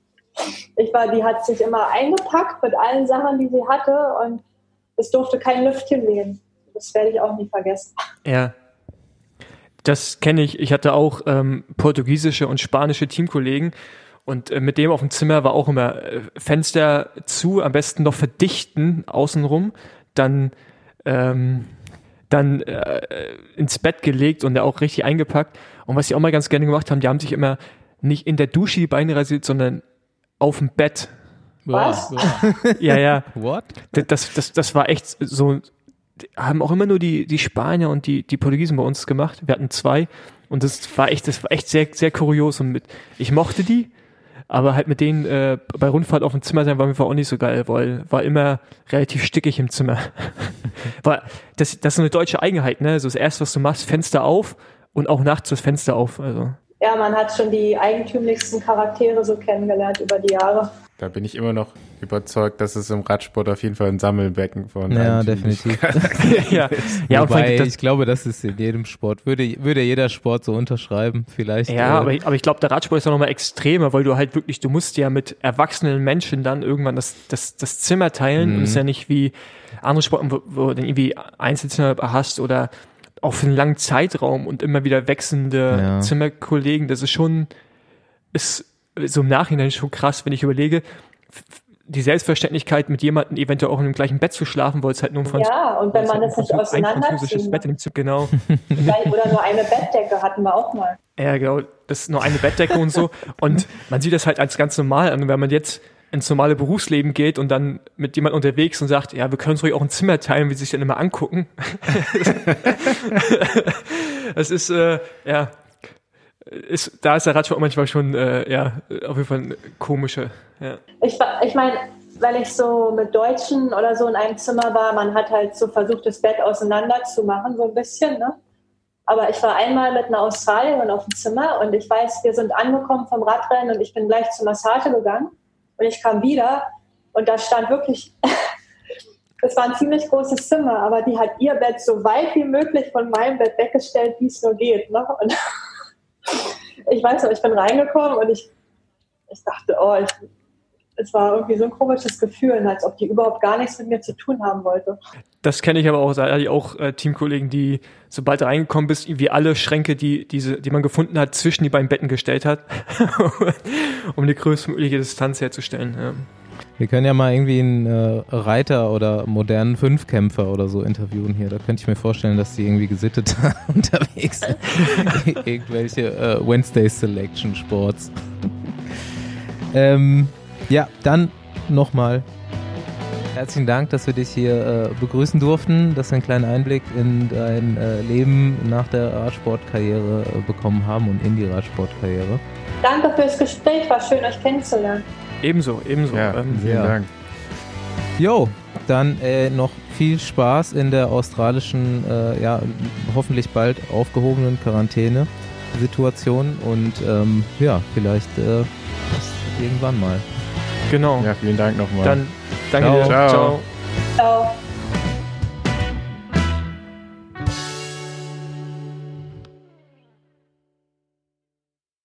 ich war, die hat sich immer eingepackt mit allen Sachen, die sie hatte und es durfte kein Lüftchen wehen. Das werde ich auch nie vergessen. Ja, das kenne ich. Ich hatte auch ähm, portugiesische und spanische Teamkollegen und äh, mit dem auf dem Zimmer war auch immer äh, Fenster zu, am besten noch verdichten außenrum, dann ähm, dann äh, ins Bett gelegt und da auch richtig eingepackt. Und was sie auch mal ganz gerne gemacht haben, die haben sich immer nicht in der Dusche die Beine rasiert, sondern auf dem Bett. Was? Ja, ja. What? Das, das, das war echt so, haben auch immer nur die, die Spanier und die, die Portugiesen bei uns gemacht. Wir hatten zwei und das war echt, das war echt sehr, sehr kurios und mit, ich mochte die, aber halt mit denen äh, bei Rundfahrt auf dem Zimmer sein war mir auch nicht so geil, weil war immer relativ stickig im Zimmer. War, das, das ist eine deutsche Eigenheit, ne? So das erste, was du machst, Fenster auf und auch nachts das Fenster auf. Also. Ja, man hat schon die eigentümlichsten Charaktere so kennengelernt über die Jahre. Da bin ich immer noch überzeugt, dass es im Radsport auf jeden Fall ein Sammelbecken von Ja, definitiv. ja, ja, Wobei, und das, ich glaube, das ist in jedem Sport. Würde, würde jeder Sport so unterschreiben, vielleicht. Ja, äh, aber ich, aber ich glaube, der Radsport ist auch nochmal extremer, weil du halt wirklich, du musst ja mit erwachsenen Menschen dann irgendwann das, das, das Zimmer teilen. Mhm. Und es ist ja nicht wie andere Sporten, wo, wo du dann irgendwie Einzelzimmer hast oder auch für einen langen Zeitraum und immer wieder wechselnde ja. Zimmerkollegen. Das ist schon, ist so im Nachhinein schon krass, wenn ich überlege, die Selbstverständlichkeit, mit jemandem eventuell auch in dem gleichen Bett zu schlafen, weil es halt nur von ja, und wenn man das nicht auseinanderzieht. Bett in dem Zimmer, genau. Oder nur eine Bettdecke hatten wir auch mal. Ja, genau, das ist nur eine Bettdecke und so. Und man sieht das halt als ganz normal an. Und wenn man jetzt ins normale Berufsleben geht und dann mit jemandem unterwegs und sagt, ja, wir können uns ruhig auch ein Zimmer teilen, wie sie sich dann immer angucken. Das ist, äh, ja, ist, da ist der Radsport manchmal schon, äh, ja, auf jeden Fall eine komische, ja. Ich, ich meine, weil ich so mit Deutschen oder so in einem Zimmer war, man hat halt so versucht, das Bett auseinander zu machen, so ein bisschen, ne? Aber ich war einmal mit einer Australierin auf dem Zimmer und ich weiß, wir sind angekommen vom Radrennen und ich bin gleich zur Massage gegangen und ich kam wieder und da stand wirklich, es war ein ziemlich großes Zimmer, aber die hat ihr Bett so weit wie möglich von meinem Bett weggestellt, wie es nur geht, ne? Und ich weiß noch, ich bin reingekommen und ich, ich dachte, oh, ich, es war irgendwie so ein komisches Gefühl, als ob die überhaupt gar nichts mit mir zu tun haben wollte. Das kenne ich aber auch, da hatte ich auch äh, Teamkollegen, die, sobald du reingekommen bist, irgendwie alle Schränke, die, diese, die man gefunden hat, zwischen die beiden Betten gestellt hat, um die größtmögliche Distanz herzustellen. Ja. Wir können ja mal irgendwie einen äh, Reiter oder modernen Fünfkämpfer oder so interviewen hier. Da könnte ich mir vorstellen, dass die irgendwie gesittet unterwegs sind. Irgendwelche äh, Wednesday Selection Sports. ähm, ja, dann nochmal herzlichen Dank, dass wir dich hier äh, begrüßen durften, dass wir einen kleinen Einblick in dein äh, Leben nach der Radsportkarriere äh, bekommen haben und in die Radsportkarriere. Danke fürs Gespräch, war schön, euch kennenzulernen. Ebenso, ebenso. Ja, ähm, vielen ja. Dank. Jo, dann äh, noch viel Spaß in der australischen, äh, ja, hoffentlich bald aufgehobenen Quarantäne-Situation und ähm, ja, vielleicht äh, irgendwann mal. Genau. Ja, vielen Dank nochmal. Dann danke Ciao. dir. Ciao. Ciao. Ciao.